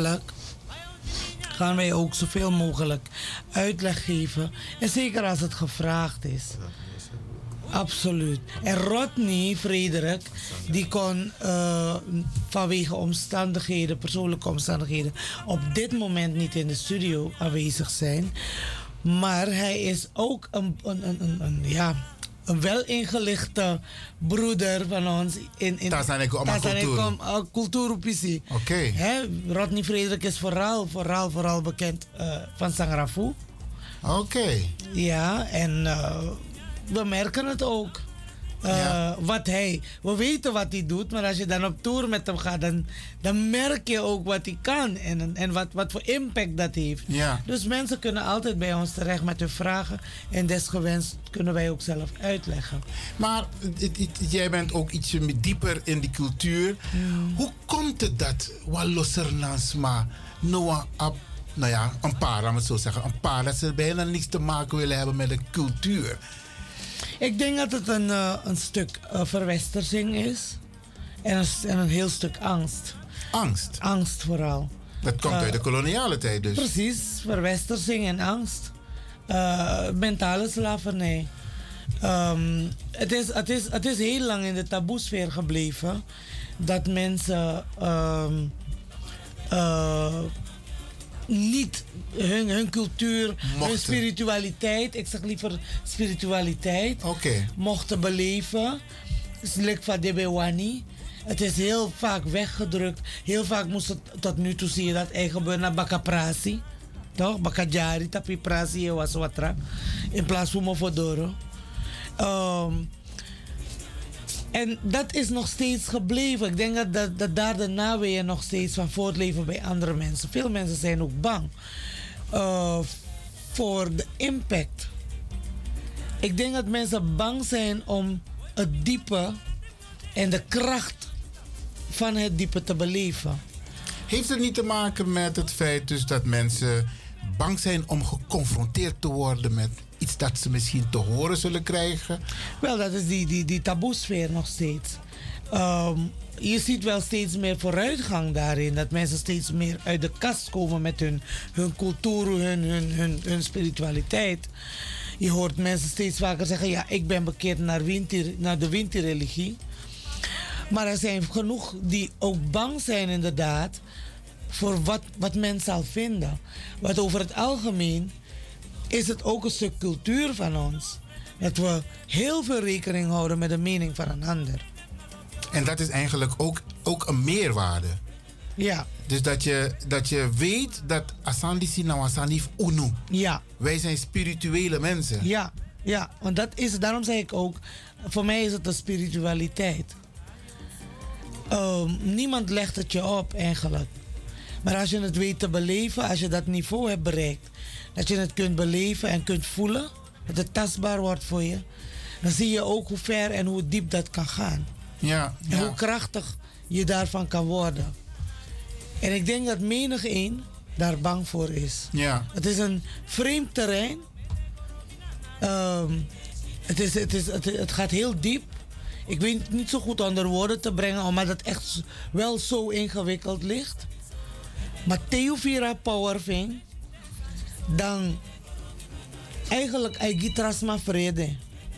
mogelijk uitleg geven. En zeker als het gevraagd is. Absoluut. En Rodney Frederik, die kon vanwege persoonlijke omstandigheden, op dit moment niet in de studio aanwezig zijn. Maar hij is ook een wel ingelichte broeder van ons in cultuur. Oké. Rodney Frederik is vooral bekend van Sangrafu. Oké. Ja, en we merken het ook. We weten wat hij doet, maar als je dan op tour met hem gaat, dan merk je ook wat hij kan en wat voor impact dat heeft. Ja. Dus mensen kunnen altijd bij ons terecht met hun vragen en desgewenst kunnen wij ook zelf uitleggen. Maar jij bent ook ietsje dieper in die cultuur. Hoe komt het dat Wallosernansma een paar, laat me het zo zeggen, een paar dat ze bijna niets te maken willen hebben met de cultuur? Ik denk dat het een stuk verwestersing is. En een heel stuk angst. Angst? Angst vooral. Dat komt uit de koloniale tijd dus? Precies, verwestersing en angst. Mentale slavernij. Het is heel lang in de taboesfeer gebleven. Dat mensen niet hun cultuur, hun spiritualiteit, ik zeg liever spiritualiteit, mochten beleven. Slik van Debewani. Het is heel vaak weggedrukt. Heel vaak moest het tot nu toe zie je dat eigen gebeuren naar Bakaprasi. Toch? Bakajari, tapi prasi was watra. In plaats van Mofodoro. En dat is nog steeds gebleven. Ik denk dat daar de naweeën nog steeds van voortleven bij andere mensen. Veel mensen zijn ook bang voor de impact. Ik denk dat mensen bang zijn om het diepe en de kracht van het diepe te beleven. Heeft het niet te maken met het feit dus dat mensen bang zijn om geconfronteerd te worden met iets dat ze misschien te horen zullen krijgen? Wel, dat is die taboesfeer nog steeds. Je ziet wel steeds meer vooruitgang daarin. Dat mensen steeds meer uit de kast komen met hun cultuur, hun spiritualiteit. Je hoort mensen steeds vaker zeggen, ja, ik ben bekeerd naar de Winti-religie. Maar er zijn genoeg die ook bang zijn inderdaad voor wat men zal vinden. Want over het algemeen is het ook een stuk cultuur van ons. Dat we heel veel rekening houden met de mening van een ander. En dat is eigenlijk ook een meerwaarde. Ja. Dus dat je weet dat Asandi Sinawasanif Unu. Ja. Wij zijn spirituele mensen. Ja, ja, want dat is, daarom zeg ik ook, voor mij is het een spiritualiteit. Niemand legt het je op eigenlijk. Maar als je het weet te beleven, als je dat niveau hebt bereikt, dat je het kunt beleven en kunt voelen, dat het tastbaar wordt voor je, dan zie je ook hoe ver en hoe diep dat kan gaan. Ja, en hoe krachtig je daarvan kan worden. En ik denk dat menig een daar bang voor is. Ja. Het is een vreemd terrein. Het gaat heel diep. Ik weet het niet zo goed onder woorden te brengen, omdat het echt wel zo ingewikkeld ligt. Maar Theovira Powerving, dan eigenlijk Aigitrasma Vrede.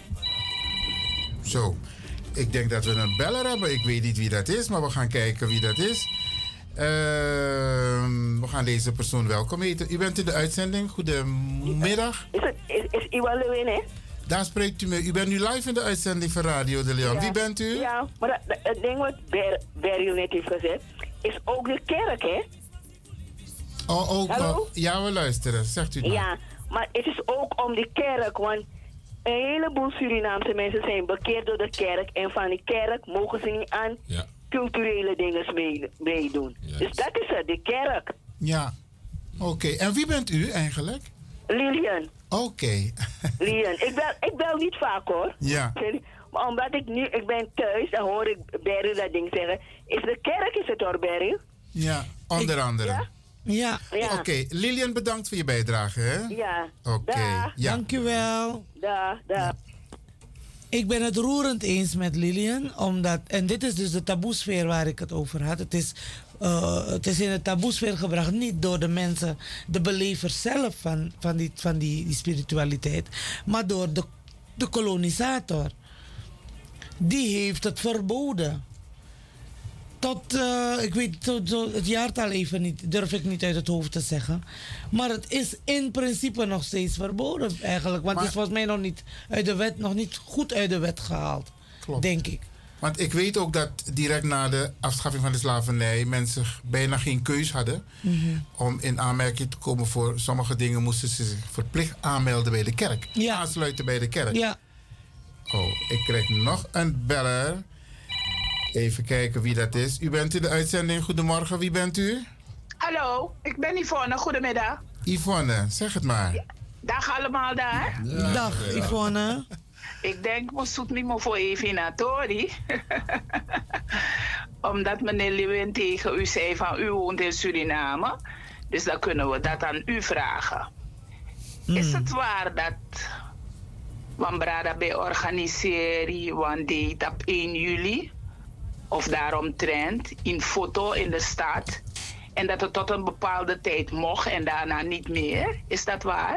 Zo, ik denk dat we een beller hebben. Ik weet niet wie dat is, maar we gaan kijken wie dat is. We gaan deze persoon welkom heten. U bent in de uitzending. Goedemiddag. Is Iwan Lewin, hè? Daar spreekt u mee. U bent nu live in de uitzending van Radio de Leon. Ja. Wie bent u? Ja, maar het ding wat Beryl net heeft gezegd, is ook de kerk, hè? Oh, ook. Hallo? Ja, we luisteren. Zegt u maar. Ja, maar het is ook om de kerk, want een heleboel Surinaamse mensen zijn bekeerd door de kerk en van die kerk mogen ze niet aan culturele dingen meedoen. Yes. Dus dat is het, de kerk. Ja, oké. En wie bent u eigenlijk? Lilian. Oké. Lilian, ik bel niet vaak hoor. Ja. Maar omdat ik ben thuis, dan hoor ik Beryl dat ding zeggen. Is de kerk, is het hoor, Beryl? Ja, onder andere. Ja. Oké, Lilian, bedankt voor je bijdrage. Hè? Ja. Oké. Ja. Dank u wel. Dag. Ik ben het roerend eens met Lilian, omdat, en dit is dus de taboesfeer waar ik het over had. Het is in de taboesfeer gebracht, niet door de mensen, de belevers zelf van die spiritualiteit, maar door de kolonisator. Die heeft het verboden. Tot, ik weet het jaartal even niet, durf ik niet uit het hoofd te zeggen. Maar het is in principe nog steeds verboden eigenlijk. Want het is volgens mij nog niet uit de wet, nog niet goed uit de wet gehaald. Klopt. Denk ik. Want ik weet ook dat direct na de afschaffing van de slavernij mensen bijna geen keus hadden. Mm-hmm. Om in aanmerking te komen voor sommige dingen moesten ze zich verplicht aanmelden bij de kerk. Ja. Aansluiten bij de kerk. Ja. Oh, ik krijg nog een beller. Even kijken wie dat is. U bent in de uitzending. Goedemorgen, wie bent u? Hallo, ik ben Yvonne. Goedemiddag. Yvonne, zeg het maar. Ja, dag allemaal daar. Ja, dag Yvonne. Ik denk, ik zoek niet meer voor even naar Tori. Omdat meneer Lewin tegen u zei van u woont in Suriname. Dus dan kunnen we dat aan u vragen. Is het waar dat Wambrada bij organiseert een date op 1 juli? Of daaromtrent in foto in de stad. En dat het tot een bepaalde tijd mocht en daarna niet meer. Is dat waar?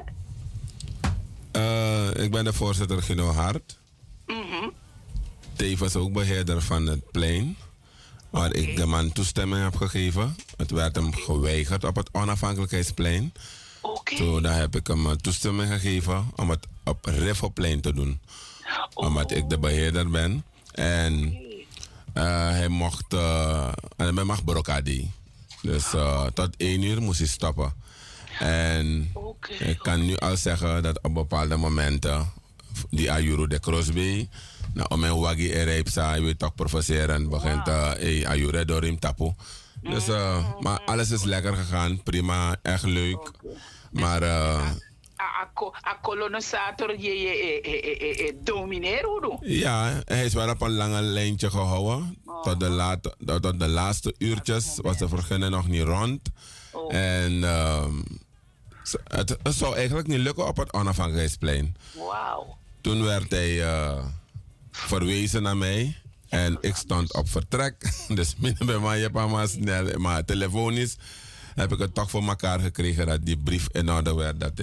Ik ben de voorzitter Gino Hart. Tevens ook beheerder van het plein. waar ik de man toestemming heb gegeven. Het werd hem geweigerd op het onafhankelijkheidsplein. Toen heb ik hem toestemming gegeven om het op Riffelplein te doen. Omdat ik de beheerder ben. En hij mag brokadi. Dus tot 1 uur moest hij stoppen. En ik kan nu al zeggen dat op bepaalde momenten die Ayuru de Crosby, nou om een wagi ereipsa, je weet toch professeren, begint Ayuru door hem tapu. Dus, maar alles is lekker gegaan, prima, echt leuk. Maar A kolonisator je domineer, hoe doen? ja, hij is wel op een lange lijntje gehouden. Tot de laatste uurtjes was de vergunning nog niet rond. En het zou eigenlijk niet lukken op het onafhankelijkheidsplein. Wauw. Toen werd hij verwezen naar mij. En ik stond op vertrek. Dus bij mij heb maar snel, maar telefonisch heb ik het toch voor elkaar gekregen dat die brief in orde werd dat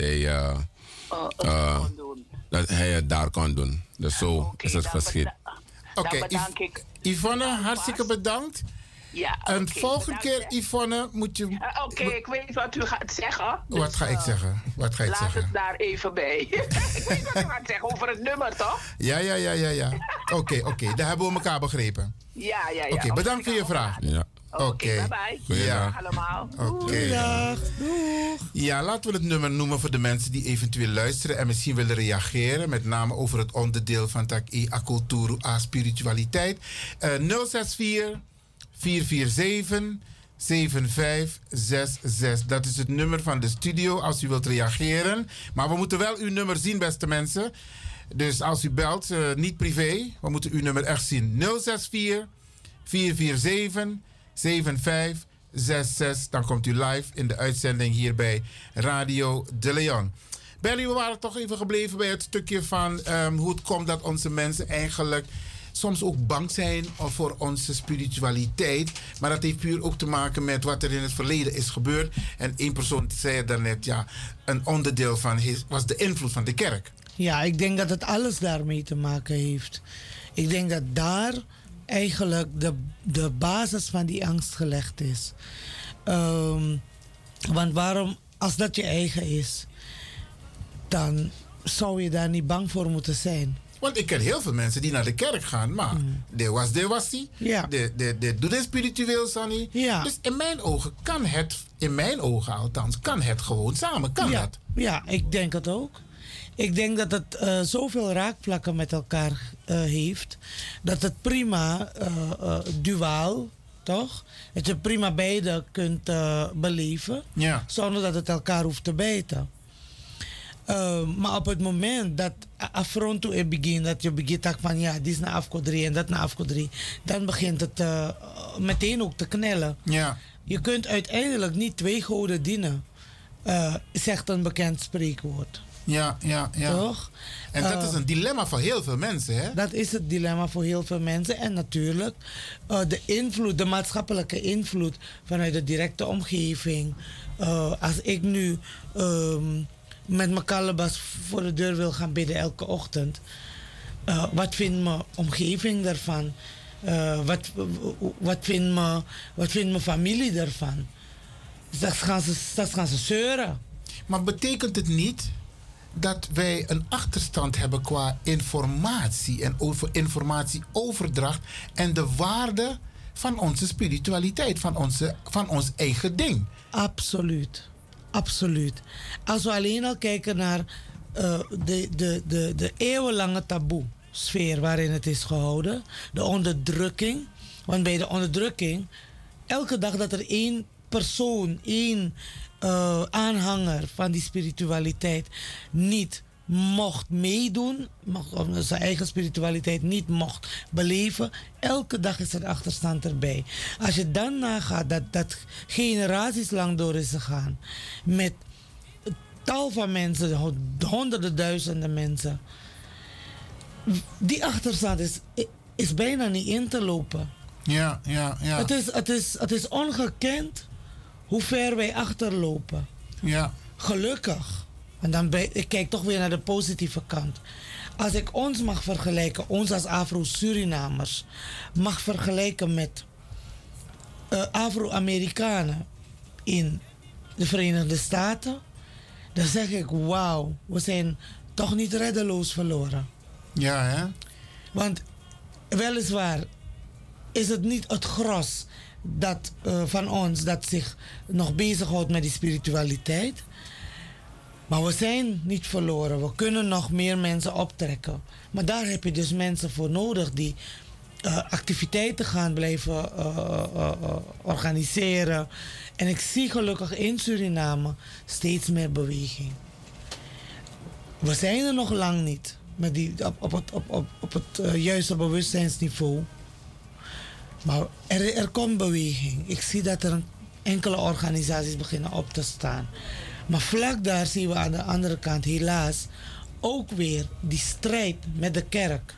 hij het daar kon doen. Dus zo is het geschied. Oké, Yvonne, hartstikke bedankt. Ja, en volgende keer, Yvonne, moet je... Oké, ik weet wat u gaat zeggen. Wat ga ik zeggen? Wat ga ik zeggen? Laat het daar even bij. Ik weet wat u gaat zeggen over het nummer, toch? Ja. Oké, daar hebben we elkaar begrepen. Ja. Oké, bedankt voor je vraag. Ja. Oké, bye. Ja. Allemaal. Oké. Ja, laten we het nummer noemen voor de mensen die eventueel luisteren en misschien willen reageren. Met name over het onderdeel van tak a cultuur, a spiritualiteit. 064 447 7566. Dat is het nummer van de studio als u wilt reageren. Maar we moeten wel uw nummer zien, beste mensen. Dus als u belt, niet privé. We moeten uw nummer echt zien. 064 447 7566. Dan komt u live in de uitzending hier bij Radio De Leon. Belly, we waren toch even gebleven bij het stukje van hoe het komt dat onze mensen eigenlijk soms ook bang zijn voor onze spiritualiteit. Maar dat heeft puur ook te maken met wat er in het verleden is gebeurd. En één persoon zei het daarnet, ja, een onderdeel van was de invloed van de kerk. Ja, ik denk dat het alles daarmee te maken heeft. Ik denk dat daar eigenlijk de basis van die angst gelegd is. Want waarom, als dat je eigen is, dan zou je daar niet bang voor moeten zijn. Want ik ken heel veel mensen die naar de kerk gaan, maar de was die. Ja. De doet het spiritueel, Sunny. Ja. Dus in mijn ogen kan het gewoon samen. Kan dat? Ja, ik denk het ook. Ik denk dat het zoveel raakvlakken met elkaar heeft, dat het prima duaal, toch? Dat je prima beide kunt beleven, zonder dat het elkaar hoeft te bijten. Maar op het moment dat afronto er begint, dat je begint van ja, dit is naar afkodrie en dat naar afkodrie, dan begint het meteen ook te knellen. Ja. Je kunt uiteindelijk niet 2 goden dienen, zegt een bekend spreekwoord. Ja. Toch? En dat is een dilemma voor heel veel mensen, hè? Dat is het dilemma voor heel veel mensen. En natuurlijk de maatschappelijke invloed vanuit de directe omgeving. Als ik nu met mijn kalebas voor de deur wil gaan bidden elke ochtend. Wat vindt mijn omgeving daarvan? Wat vindt mijn familie daarvan? Straks gaan ze zeuren. Maar betekent het niet dat wij een achterstand hebben qua informatie en over informatieoverdracht en de waarde van onze spiritualiteit, van ons eigen ding? Absoluut. Als we alleen al kijken naar de eeuwenlange taboe-sfeer waarin het is gehouden, de onderdrukking. Want bij de onderdrukking, elke dag dat er één persoon, één aanhanger van die spiritualiteit niet mocht meedoen, of zijn eigen spiritualiteit niet mocht beleven, elke dag is er achterstand erbij. Als je dan nagaat dat generaties lang door is gegaan met tal van mensen, honderden duizenden mensen, die achterstand is bijna niet in te lopen. Ja. Het is ongekend hoe ver wij achterlopen. Ja. Gelukkig. En ik kijk toch weer naar de positieve kant. Als ik ons mag vergelijken, ons als Afro-Surinamers, mag vergelijken met Afro-Amerikanen in de Verenigde Staten, dan zeg ik wauw, we zijn toch niet reddeloos verloren. Ja, hè? Want weliswaar is het niet het gros dat, van ons dat zich nog bezighoudt met die spiritualiteit. Maar we zijn niet verloren. We kunnen nog meer mensen optrekken. Maar daar heb je dus mensen voor nodig die activiteiten gaan blijven organiseren. En ik zie gelukkig in Suriname steeds meer beweging. We zijn er nog lang niet met die, op het juiste bewustzijnsniveau. Maar er komt beweging. Ik zie dat er enkele organisaties beginnen op te staan. Maar vlak daar zien we aan de andere kant helaas ook weer die strijd met de kerk.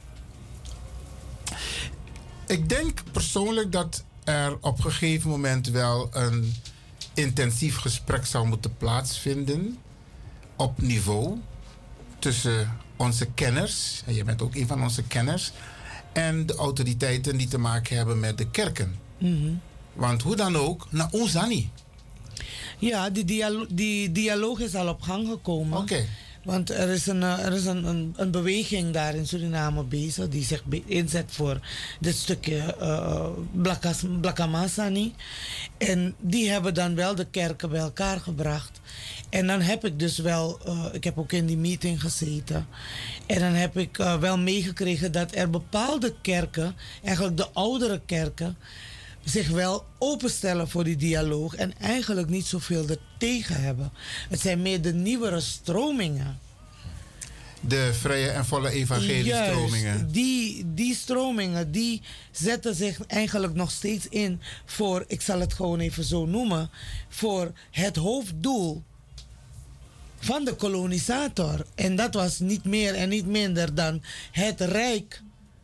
Ik denk persoonlijk dat er op een gegeven moment wel een intensief gesprek zou moeten plaatsvinden op niveau tussen onze kenners, en je bent ook een van onze kenners, en de autoriteiten die te maken hebben met de kerken. Mm-hmm. Want hoe dan ook, naar ons dan niet. Ja, die dialoog is al op gang gekomen. Oké. Want er is een beweging daar in Suriname bezig die zich inzet voor dit stukje Blakamasani. En die hebben dan wel de kerken bij elkaar gebracht. En dan heb ik dus wel, ik heb ook in die meeting gezeten. En dan heb ik wel meegekregen dat er bepaalde kerken, eigenlijk de oudere kerken, zich wel openstellen voor die dialoog en eigenlijk niet zoveel er tegen hebben. Het zijn meer de nieuwere stromingen. De vrije en volle evangeliestromingen. Juist, die stromingen die zetten zich eigenlijk nog steeds in voor, ik zal het gewoon even zo noemen, voor het hoofddoel van de kolonisator. En dat was niet meer en niet minder dan het Rijk,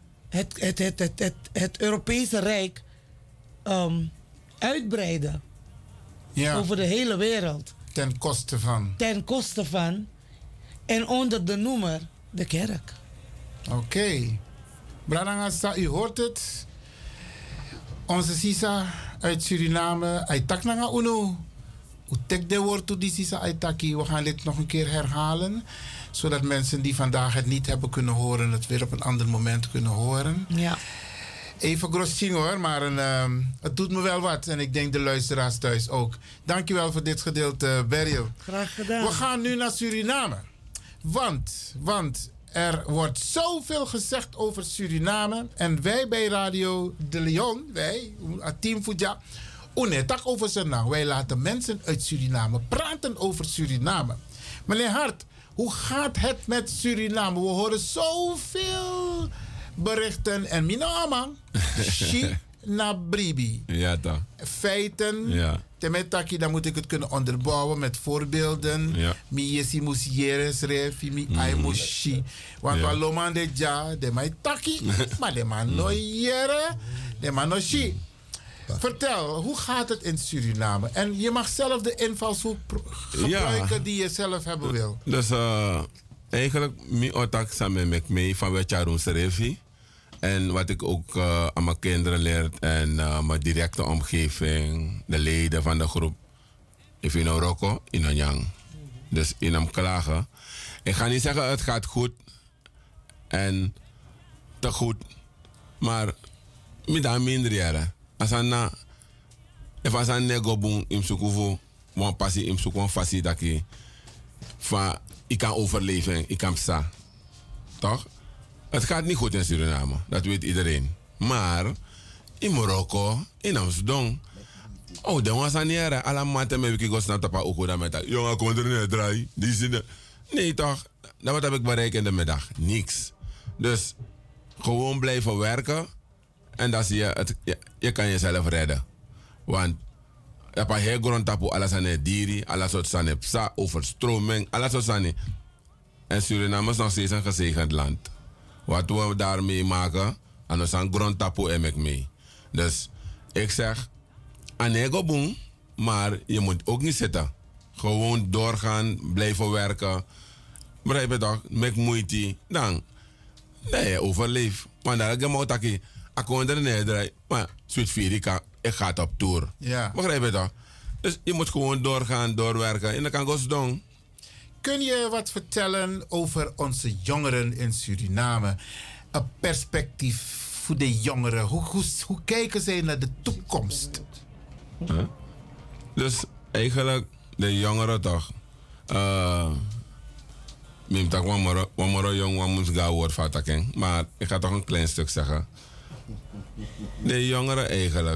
het Europese Rijk uitbreiden. Ja. Over de hele wereld. Ten koste van. Ten koste van. En onder de noemer de kerk. Oké. Bradangasa, u hoort het. Onze Sisa uit Suriname, uit Taknanga Uno. Hoe tek de woord toe die Sisa uit Taki. We gaan dit nog een keer herhalen. Zodat mensen die vandaag het niet hebben kunnen horen, het weer op een ander moment kunnen horen. Ja. Even grossing hoor, maar het doet me wel wat. En ik denk de luisteraars thuis ook. Dankjewel voor dit gedeelte, Beryl. Graag gedaan. We gaan nu naar Suriname. Want er wordt zoveel gezegd over Suriname. En wij bij Radio de Leon, wij, het team Fuja, tak over Suriname. Wij laten mensen uit Suriname praten over Suriname. Meneer Hart, hoe gaat het met Suriname? We horen zoveel berichten en minamang. Shi na bribi. Ja, toch. Feiten. Ja. Temetaki, dan moet ik het kunnen onderbouwen met voorbeelden. Ja. Mi yesi musieres refi, mi ai mushi. Want Ja. we loman de ja, de mai taki, maar de man no yere, de man no shi. Vertel, hoe gaat het in Suriname? En je mag zelf de invalshoek gebruiken die je zelf hebben wil. Dus eigenlijk, mijn otak samen met mij van Wetjaroen Serefi. En wat ik ook aan mijn kinderen leer en mijn directe omgeving, de leden van de groep, if in Rocco, in Anyang. Dus in hem klagen. Ik ga niet zeggen het gaat goed en te goed, maar met een minder jaren. Als een negobon in Sukuvo, een passie in Sukuvo, fassie dat ik kan overleven, ik kan staan. Toch? Het gaat niet goed in Suriname, dat weet iedereen. Maar in Marokko, in Amsterdam, dan was het niet erg. Alle maten met wie ik snap dat ook dat met dat. Jongen, kom er niet draai. Die zin. Nee toch? Dat wat heb ik bereikt in de middag. Niks. Dus gewoon blijven werken. En dan zie je het. Je kan jezelf redden. Want je hebt een heel grond tapu. Alles aan het dieren. Alles soort zijn psa. Overstroming. Alles soort zijn. En Suriname is nog steeds een gezegend land. Wat we daarmee maken, en we zijn grondtapu en ik mee. Dus ik zeg, anego boem, maar je moet ook niet zitten. Gewoon doorgaan, blijven werken. Begrijp je toch? Met moeite. Dan, nee, overleef. Maar dan heb je maar taki, ik kon er niet draaien. Maar, sweet vier, ik ga op tour. Ja. Begrijp je toch? Dus je moet gewoon doorgaan, doorwerken. En dan kan ik doen. Kun je wat vertellen over onze jongeren in Suriname? Een perspectief voor de jongeren. Hoe kijken zij naar de toekomst? Huh? Dus eigenlijk, de jongeren toch. Mim tak wamoro jong wamus ga woord van. Maar ik ga toch een klein stuk zeggen. De jongeren eigenlijk.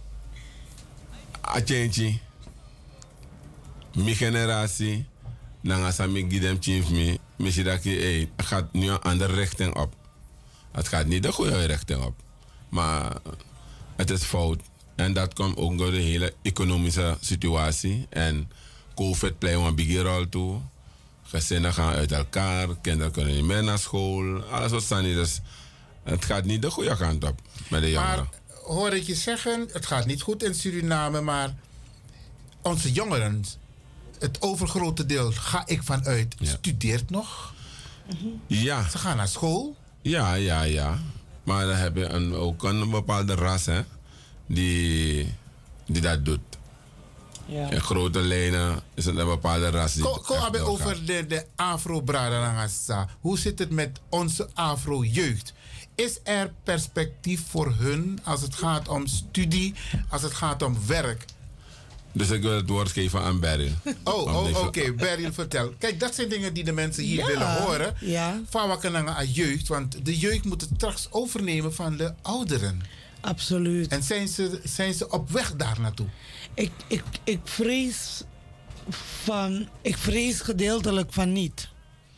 Atjentje. Mijn generatie. Dan als ik gidem chief me. Misschien dat je gaat nu een andere richting op. Het gaat niet de goede richting op. Maar het is fout. En dat komt ook door de hele economische situatie. En COVID pleit een big rol toe. Gezinnen gaan uit elkaar. Kinderen kunnen niet meer naar school. Alles wat staan niet. Dus het gaat niet de goede kant op met de jongeren. Maar hoor ik je zeggen, het gaat niet goed in Suriname. Maar onze jongeren, het overgrote deel, ga ik vanuit, studeert nog. Ja. Ze gaan naar school. Ja. Maar dan heb je ook een bepaalde ras hè, die dat doet. Ja. In grote lijnen is het een bepaalde ras die Kom over de Afro-Braderangasa. Hoe zit het met onze Afro-jeugd? Is er perspectief voor hun als het gaat om studie, als het gaat om werk? Dus ik wil het woord geven aan Beryl. Oké. Beryl, vertel. Kijk, dat zijn dingen die de mensen hier willen horen. Ja. Van wakker aan jeugd. Want de jeugd moet het straks overnemen van de ouderen. Absoluut. En zijn ze op weg daar naartoe? Ik vrees gedeeltelijk van niet.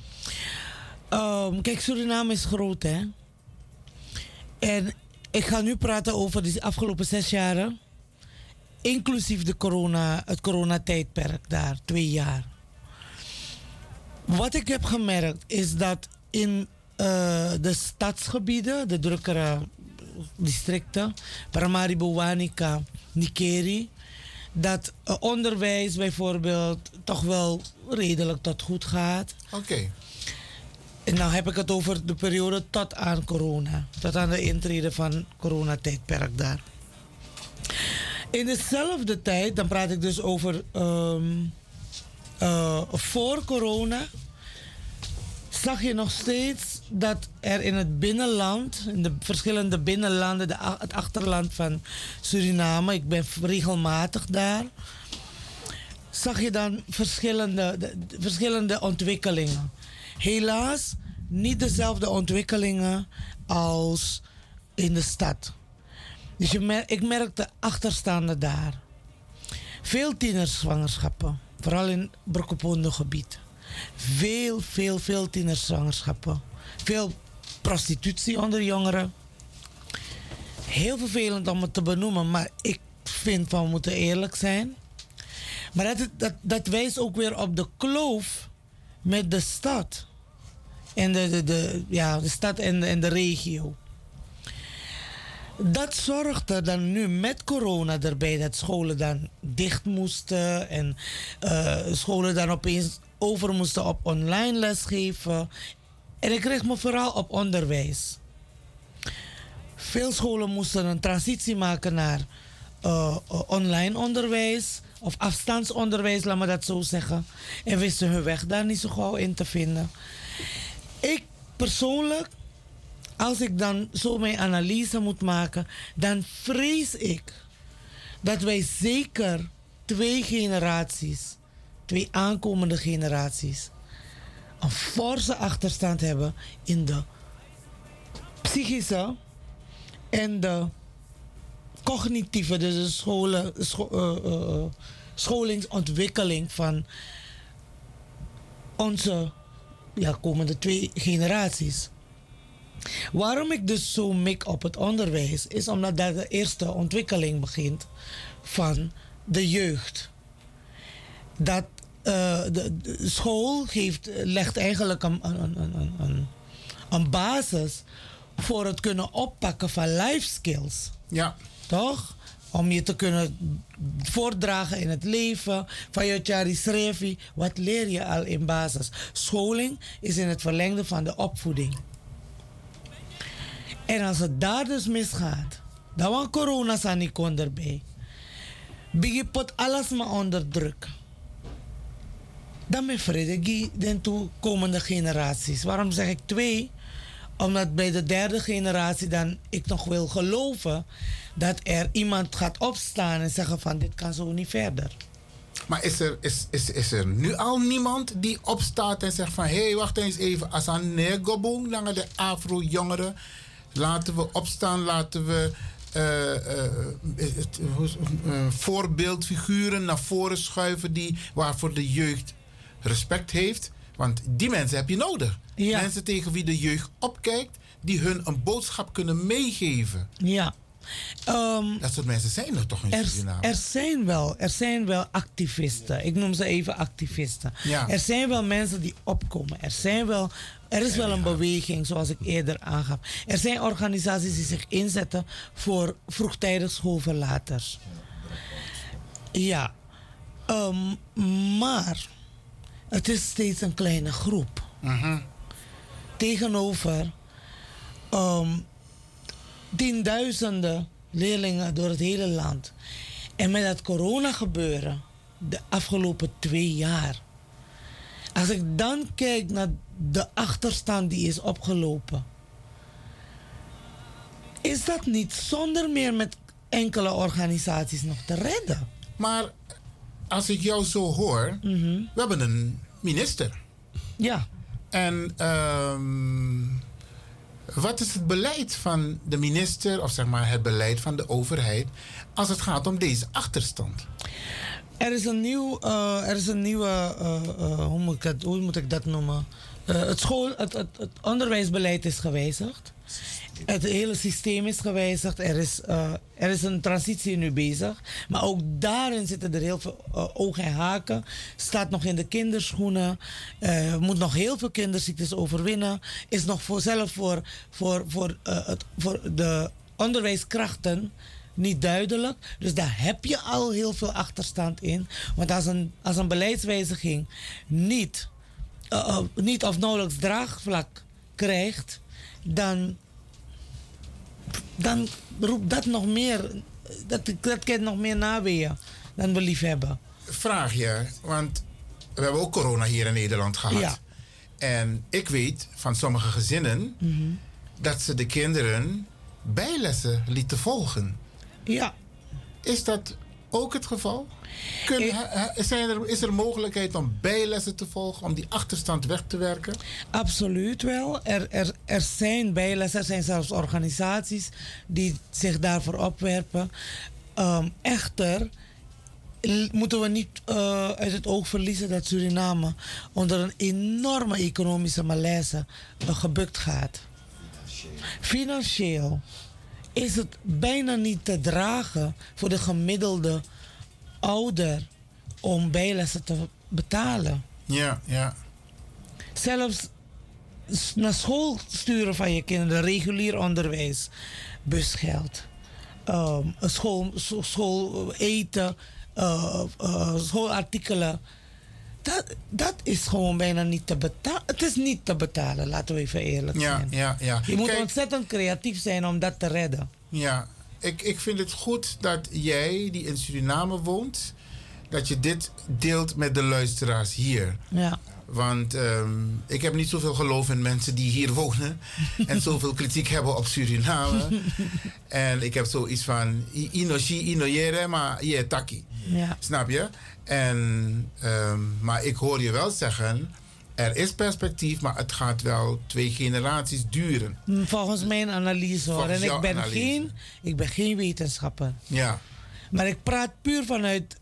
Kijk, Suriname is groot, hè. En ik ga nu praten over de afgelopen 6 jaren. Inclusief het coronatijdperk daar, 2 jaar. Wat ik heb gemerkt is dat in de stadsgebieden, de drukkere districten, Paramaribo, Wanica, Nikeri, dat onderwijs bijvoorbeeld toch wel redelijk tot goed gaat. Oké. En nou heb ik het over de periode tot aan corona. Tot aan de intrede van coronatijdperk daar. In dezelfde tijd, dan praat ik dus over voor corona, zag je nog steeds dat er in het binnenland, in de verschillende binnenlanden, het achterland van Suriname, ik ben regelmatig daar, zag je dan verschillende ontwikkelingen. Helaas niet dezelfde ontwikkelingen als in de stad. Dus ik merkte achterstanden daar. Veel tienerzwangerschappen, vooral in het Brokopondo gebied. Veel tienerzwangerschappen. Veel prostitutie onder jongeren. Heel vervelend om het te benoemen, maar ik vind van we moeten eerlijk zijn. Maar dat wijst ook weer op de kloof met de stad. En de stad en de regio. Dat zorgde dan nu met corona erbij dat scholen dan dicht moesten. En scholen dan opeens over moesten op online lesgeven. En ik richt me vooral op onderwijs. Veel scholen moesten een transitie maken naar online onderwijs. Of afstandsonderwijs, laat me dat zo zeggen. En wisten hun weg daar niet zo gauw in te vinden. Ik persoonlijk, als ik dan zo mijn analyse moet maken, dan vrees ik dat wij zeker 2 aankomende generaties, een forse achterstand hebben in de psychische en de cognitieve, dus de scholingsontwikkeling van onze komende 2 generaties. Waarom ik dus zo mik op het onderwijs, is omdat daar de eerste ontwikkeling begint van de jeugd. Dat de school legt eigenlijk een basis voor het kunnen oppakken van life skills. Ja. Toch? Om je te kunnen voortdragen in het leven. Van je Chari Srevi, wat leer je al in basis? Scholing is in het verlengde van de opvoeding. En als het daar dus misgaat, Dan was corona sani kon erbij. Bigi pot alles maar onder druk. Dan ben vrede den toekomende generaties. Waarom zeg ik 2? Omdat bij de 3e generatie dan ik nog wil geloven dat er iemand gaat opstaan en zeggen van dit kan zo niet verder. Maar is er nu al niemand die opstaat en zegt van hé, wacht eens even, als een negobong naar de Afro-jongeren, laten we opstaan, laten we voorbeeldfiguren naar voren schuiven waarvoor de jeugd respect heeft. Want die mensen heb je nodig. Ja. Mensen tegen wie de jeugd opkijkt, die hun een boodschap kunnen meegeven. Ja. Dat soort mensen zijn er toch in Suriname? Er zijn wel activisten. Ik noem ze even activisten. Ja. Er zijn wel mensen die opkomen. Er is wel een beweging, zoals ik eerder aangaf. Er zijn organisaties die zich inzetten voor vroegtijdig schoolverlaters. Ja. Maar het is steeds een kleine groep. Tegenover tienduizenden leerlingen door het hele land. En met dat corona gebeuren, de afgelopen 2 jaar. Als ik dan kijk naar de achterstand die is opgelopen. Is dat niet zonder meer met enkele organisaties nog te redden? Maar als ik jou zo hoor, we hebben een minister. Ja. En wat is het beleid van de minister, of zeg maar het beleid van de overheid, als het gaat om deze achterstand? Er is een nieuwe, hoe moet ik dat noemen? Het onderwijsbeleid is gewijzigd. Het hele systeem is gewijzigd. Er is een transitie nu bezig. Maar ook daarin zitten er heel veel ogen en haken. Staat nog in de kinderschoenen. Moet nog heel veel kinderziektes overwinnen. Is nog voor de onderwijskrachten niet duidelijk. Dus daar heb je al heel veel achterstand in. Want als een beleidswijziging niet of nauwelijks draagvlak krijgt, dan roept dat nog meer, dat kent nog meer naweeën dan we lief hebben. Vraag je, want we hebben ook corona hier in Nederland gehad. Ja. En ik weet van sommige gezinnen dat ze de kinderen bijlessen lieten volgen. Ja. Is dat ook het geval? Is er mogelijkheid om bijlessen te volgen, om die achterstand weg te werken? Absoluut wel. Er zijn bijlessen, er zijn zelfs organisaties die zich daarvoor opwerpen. Echter moeten we niet uit het oog verliezen dat Suriname onder een enorme economische malaise gebukt gaat. Financieel is het bijna niet te dragen voor de gemiddelde ouder om bijlessen te betalen. Ja, ja. Zelfs naar school sturen van je kinderen, regulier onderwijs, busgeld, school eten, schoolartikelen. Dat is gewoon bijna niet te betalen. Het is niet te betalen, laten we even eerlijk zijn. Ja. Je moet ontzettend creatief zijn om dat te redden. Ja, ik vind het goed dat jij, die in Suriname woont, dat je dit deelt met de luisteraars hier. Ja. Want ik heb niet zoveel geloof in mensen die hier wonen en zoveel kritiek hebben op Suriname. En ik heb zoiets van, inoyere, maar je taki. Ja. Snap je? Maar ik hoor je wel zeggen, er is perspectief, maar het gaat wel 2 generaties duren. Volgens mijn analyse hoor. En ik ben geen wetenschapper. Ja. Maar ik praat puur vanuit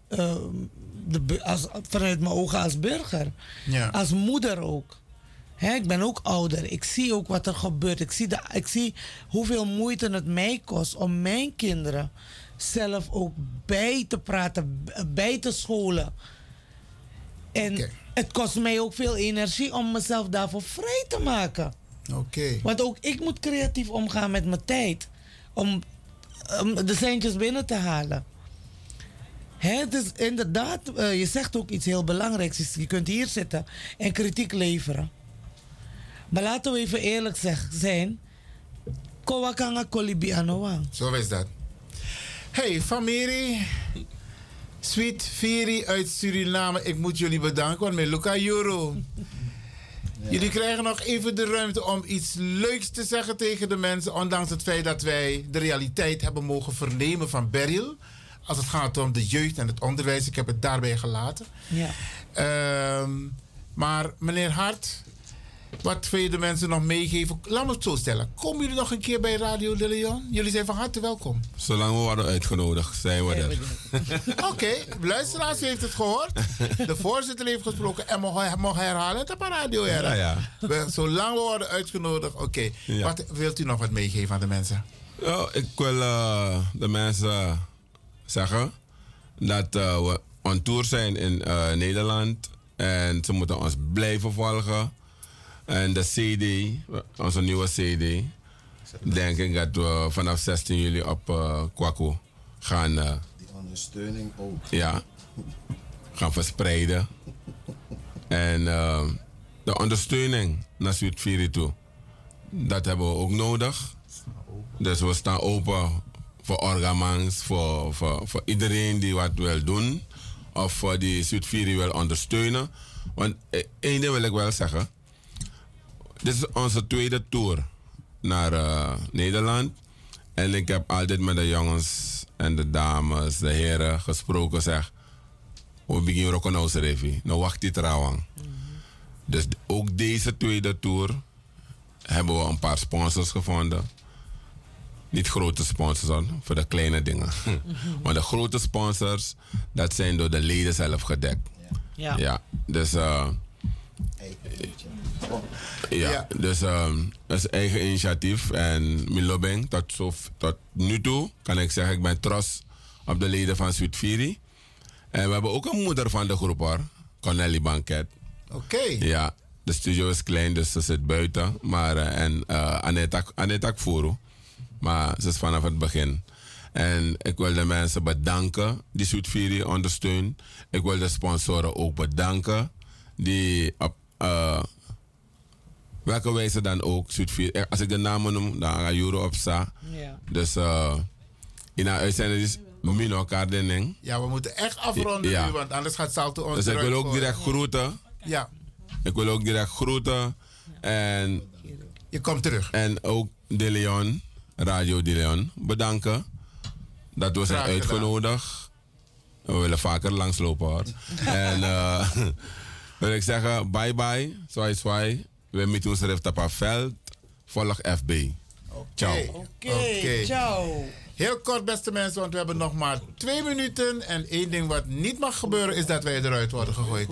mijn ogen als burger. Ja. Als moeder ook. Ik ben ook ouder. Ik zie ook wat er gebeurt. Ik zie hoeveel moeite het mij kost om mijn kinderen zelf ook bij te praten, bij te scholen. En het kost mij ook veel energie om mezelf daarvoor vrij te maken. Oké. Want ook ik moet creatief omgaan met mijn tijd. Om de centjes binnen te halen. Dus inderdaad, je zegt ook iets heel belangrijks. Je kunt hier zitten en kritiek leveren. Maar laten we even eerlijk zijn. Kowakanga kolibi anowang. Zo is dat. Hey familie, Sweet Firi uit Suriname, ik moet jullie bedanken, want met Luca Juro. Jullie krijgen nog even de ruimte om iets leuks te zeggen tegen de mensen, ondanks het feit dat wij de realiteit hebben mogen vernemen van Beryl. Als het gaat om de jeugd en het onderwijs, ik heb het daarbij gelaten. Ja. Maar meneer Hart, wat wil je de mensen nog meegeven? Laat me het zo stellen. Komen jullie nog een keer bij Radio de Leon? Jullie zijn van harte welkom. Zolang we worden uitgenodigd, zijn we er. Oké, luisteraars heeft het gehoord. De voorzitter heeft gesproken en mag herhalen het op een radio. Ja. Zolang we worden uitgenodigd, oké. Ja. Wat wilt u nog wat meegeven aan de mensen? Ik wil de mensen zeggen dat we on tour zijn in Nederland. En ze moeten ons blijven volgen. En de CD, onze nieuwe CD, denk ik dat we vanaf 16 juli op Kwaku gaan... Die ondersteuning ook. Ja, gaan verspreiden. En de ondersteuning naar Sweet Firi toe, dat hebben we ook nodig. Dus we staan open voor orgamangs, voor iedereen die wat wil doen. Of voor die Sweet Firi wil ondersteunen. Want één ding wil ik wel zeggen. Dit is onze tweede tour naar Nederland. En ik heb altijd met de jongens en de dames, de heren gesproken. Zeg, we beginnen ook nou schrijven. Nou wacht die trouwens. Dus ook deze tweede tour hebben we een paar sponsors gevonden. Niet grote sponsors hoor, voor de kleine dingen. Maar de grote sponsors, dat zijn door de leden zelf gedekt. Ja. Dus... dus dat is eigen initiatief en Milobeng tot nu toe kan ik zeggen, ik ben trots op de leden van Sweet Firi. En we hebben ook een moeder van de groep hoor, Cornelie Banket. Oké. Ja, de studio is klein, dus ze zit buiten. Maar, en Aneta Furu, maar ze is vanaf het begin. En ik wil de mensen bedanken die Sweet Firi ondersteunen. Ik wil de sponsoren ook bedanken die op welke wijze dan ook Sweet Firi. Als ik de namen noem, dan ga Juro op sta. Ja. Dus in haar uitzending is Mino Kardening. Ja, we moeten echt afronden nu, want anders gaat Salto ons. Dus ik wil ook direct groeten. Ja. Ik wil ook direct groeten. En je komt terug. En ook De Leon, Radio De Leon, bedanken dat we zijn uitgenodigd. We willen vaker langslopen hoor. En wil ik zeggen, bye bye, swai. We moeten ons rift op het veld. Volg FB. Ciao. Oké. Ciao. Heel kort beste mensen, want we hebben nog maar 2 minuten. En één ding wat niet mag gebeuren is dat wij eruit worden gegooid.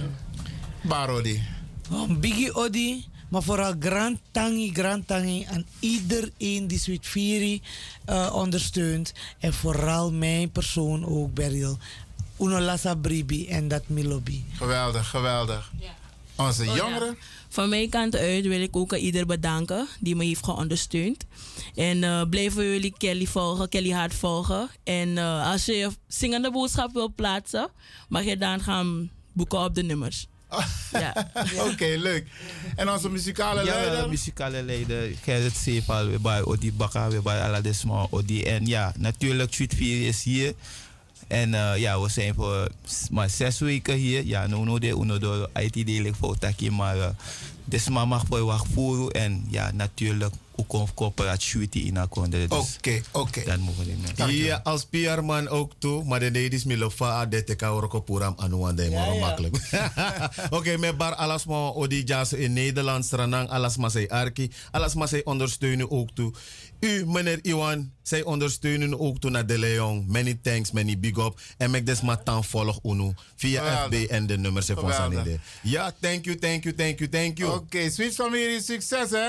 Barodi. Biggie Odi, maar vooral grand tangi aan iedereen die Sweet Firi ondersteunt. En vooral mijn persoon ook, Beryl. Uno Lassa Bribi en dat Milobi. Geweldig. Ja. Onze jongeren. Van mijn kant uit wil ik ook ieder bedanken die me heeft geondersteund. En blijven jullie Kelly Hart volgen. En als je zingende boodschap wil plaatsen, mag je dan gaan boeken op de nummers. Ja. Oké, leuk. En onze muzikale leider? Ja, de muzikale leider. Gerrit Sepal, we bij Odi Bakka, we bij Aladesma Odi. En ja, natuurlijk, Sweet Firi is hier. En we zijn voor maar 6 weken hier. Ja, no door IT deel ik voor Taki, maar desma mag voor wacht voeren. En ja, natuurlijk ook coöperatie in Akonde. Oké. Dan mogen we mensen. Ja, als PR-man ook toe, maar de ladies milofa de teka oroko puram anuan de maar makkelijk. Oké, met bar alasma odi jas in Nederland, Stranang, alasma zij arki, alasma zij ondersteunen ook toe. U, meneer Iwan, zij ondersteunen ook toe naar De Leon. Many thanks, many big up. En met des matan volg UNO via FB en de nummers van Sanide. Ja, thank you. Oké, Sweet familie, succes hè?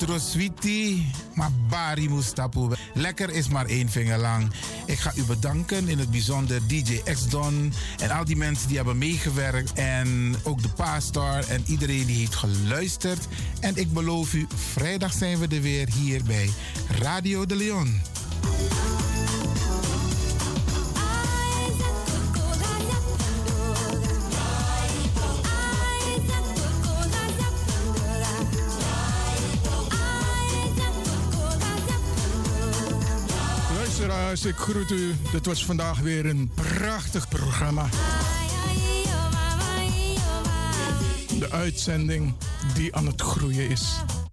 Troswiti, maar Bari Mustapu. Lekker is maar 1 vinger lang. Ik ga u bedanken, in het bijzonder DJ X-Don en al die mensen die hebben meegewerkt. En ook de pastor en iedereen die heeft geluisterd. En ik beloof u, vrijdag zijn we er weer hier bij Radio de Leon. Luisteraars, ik groet u. Dit was vandaag weer een prachtig programma. De uitzending die aan het groeien is.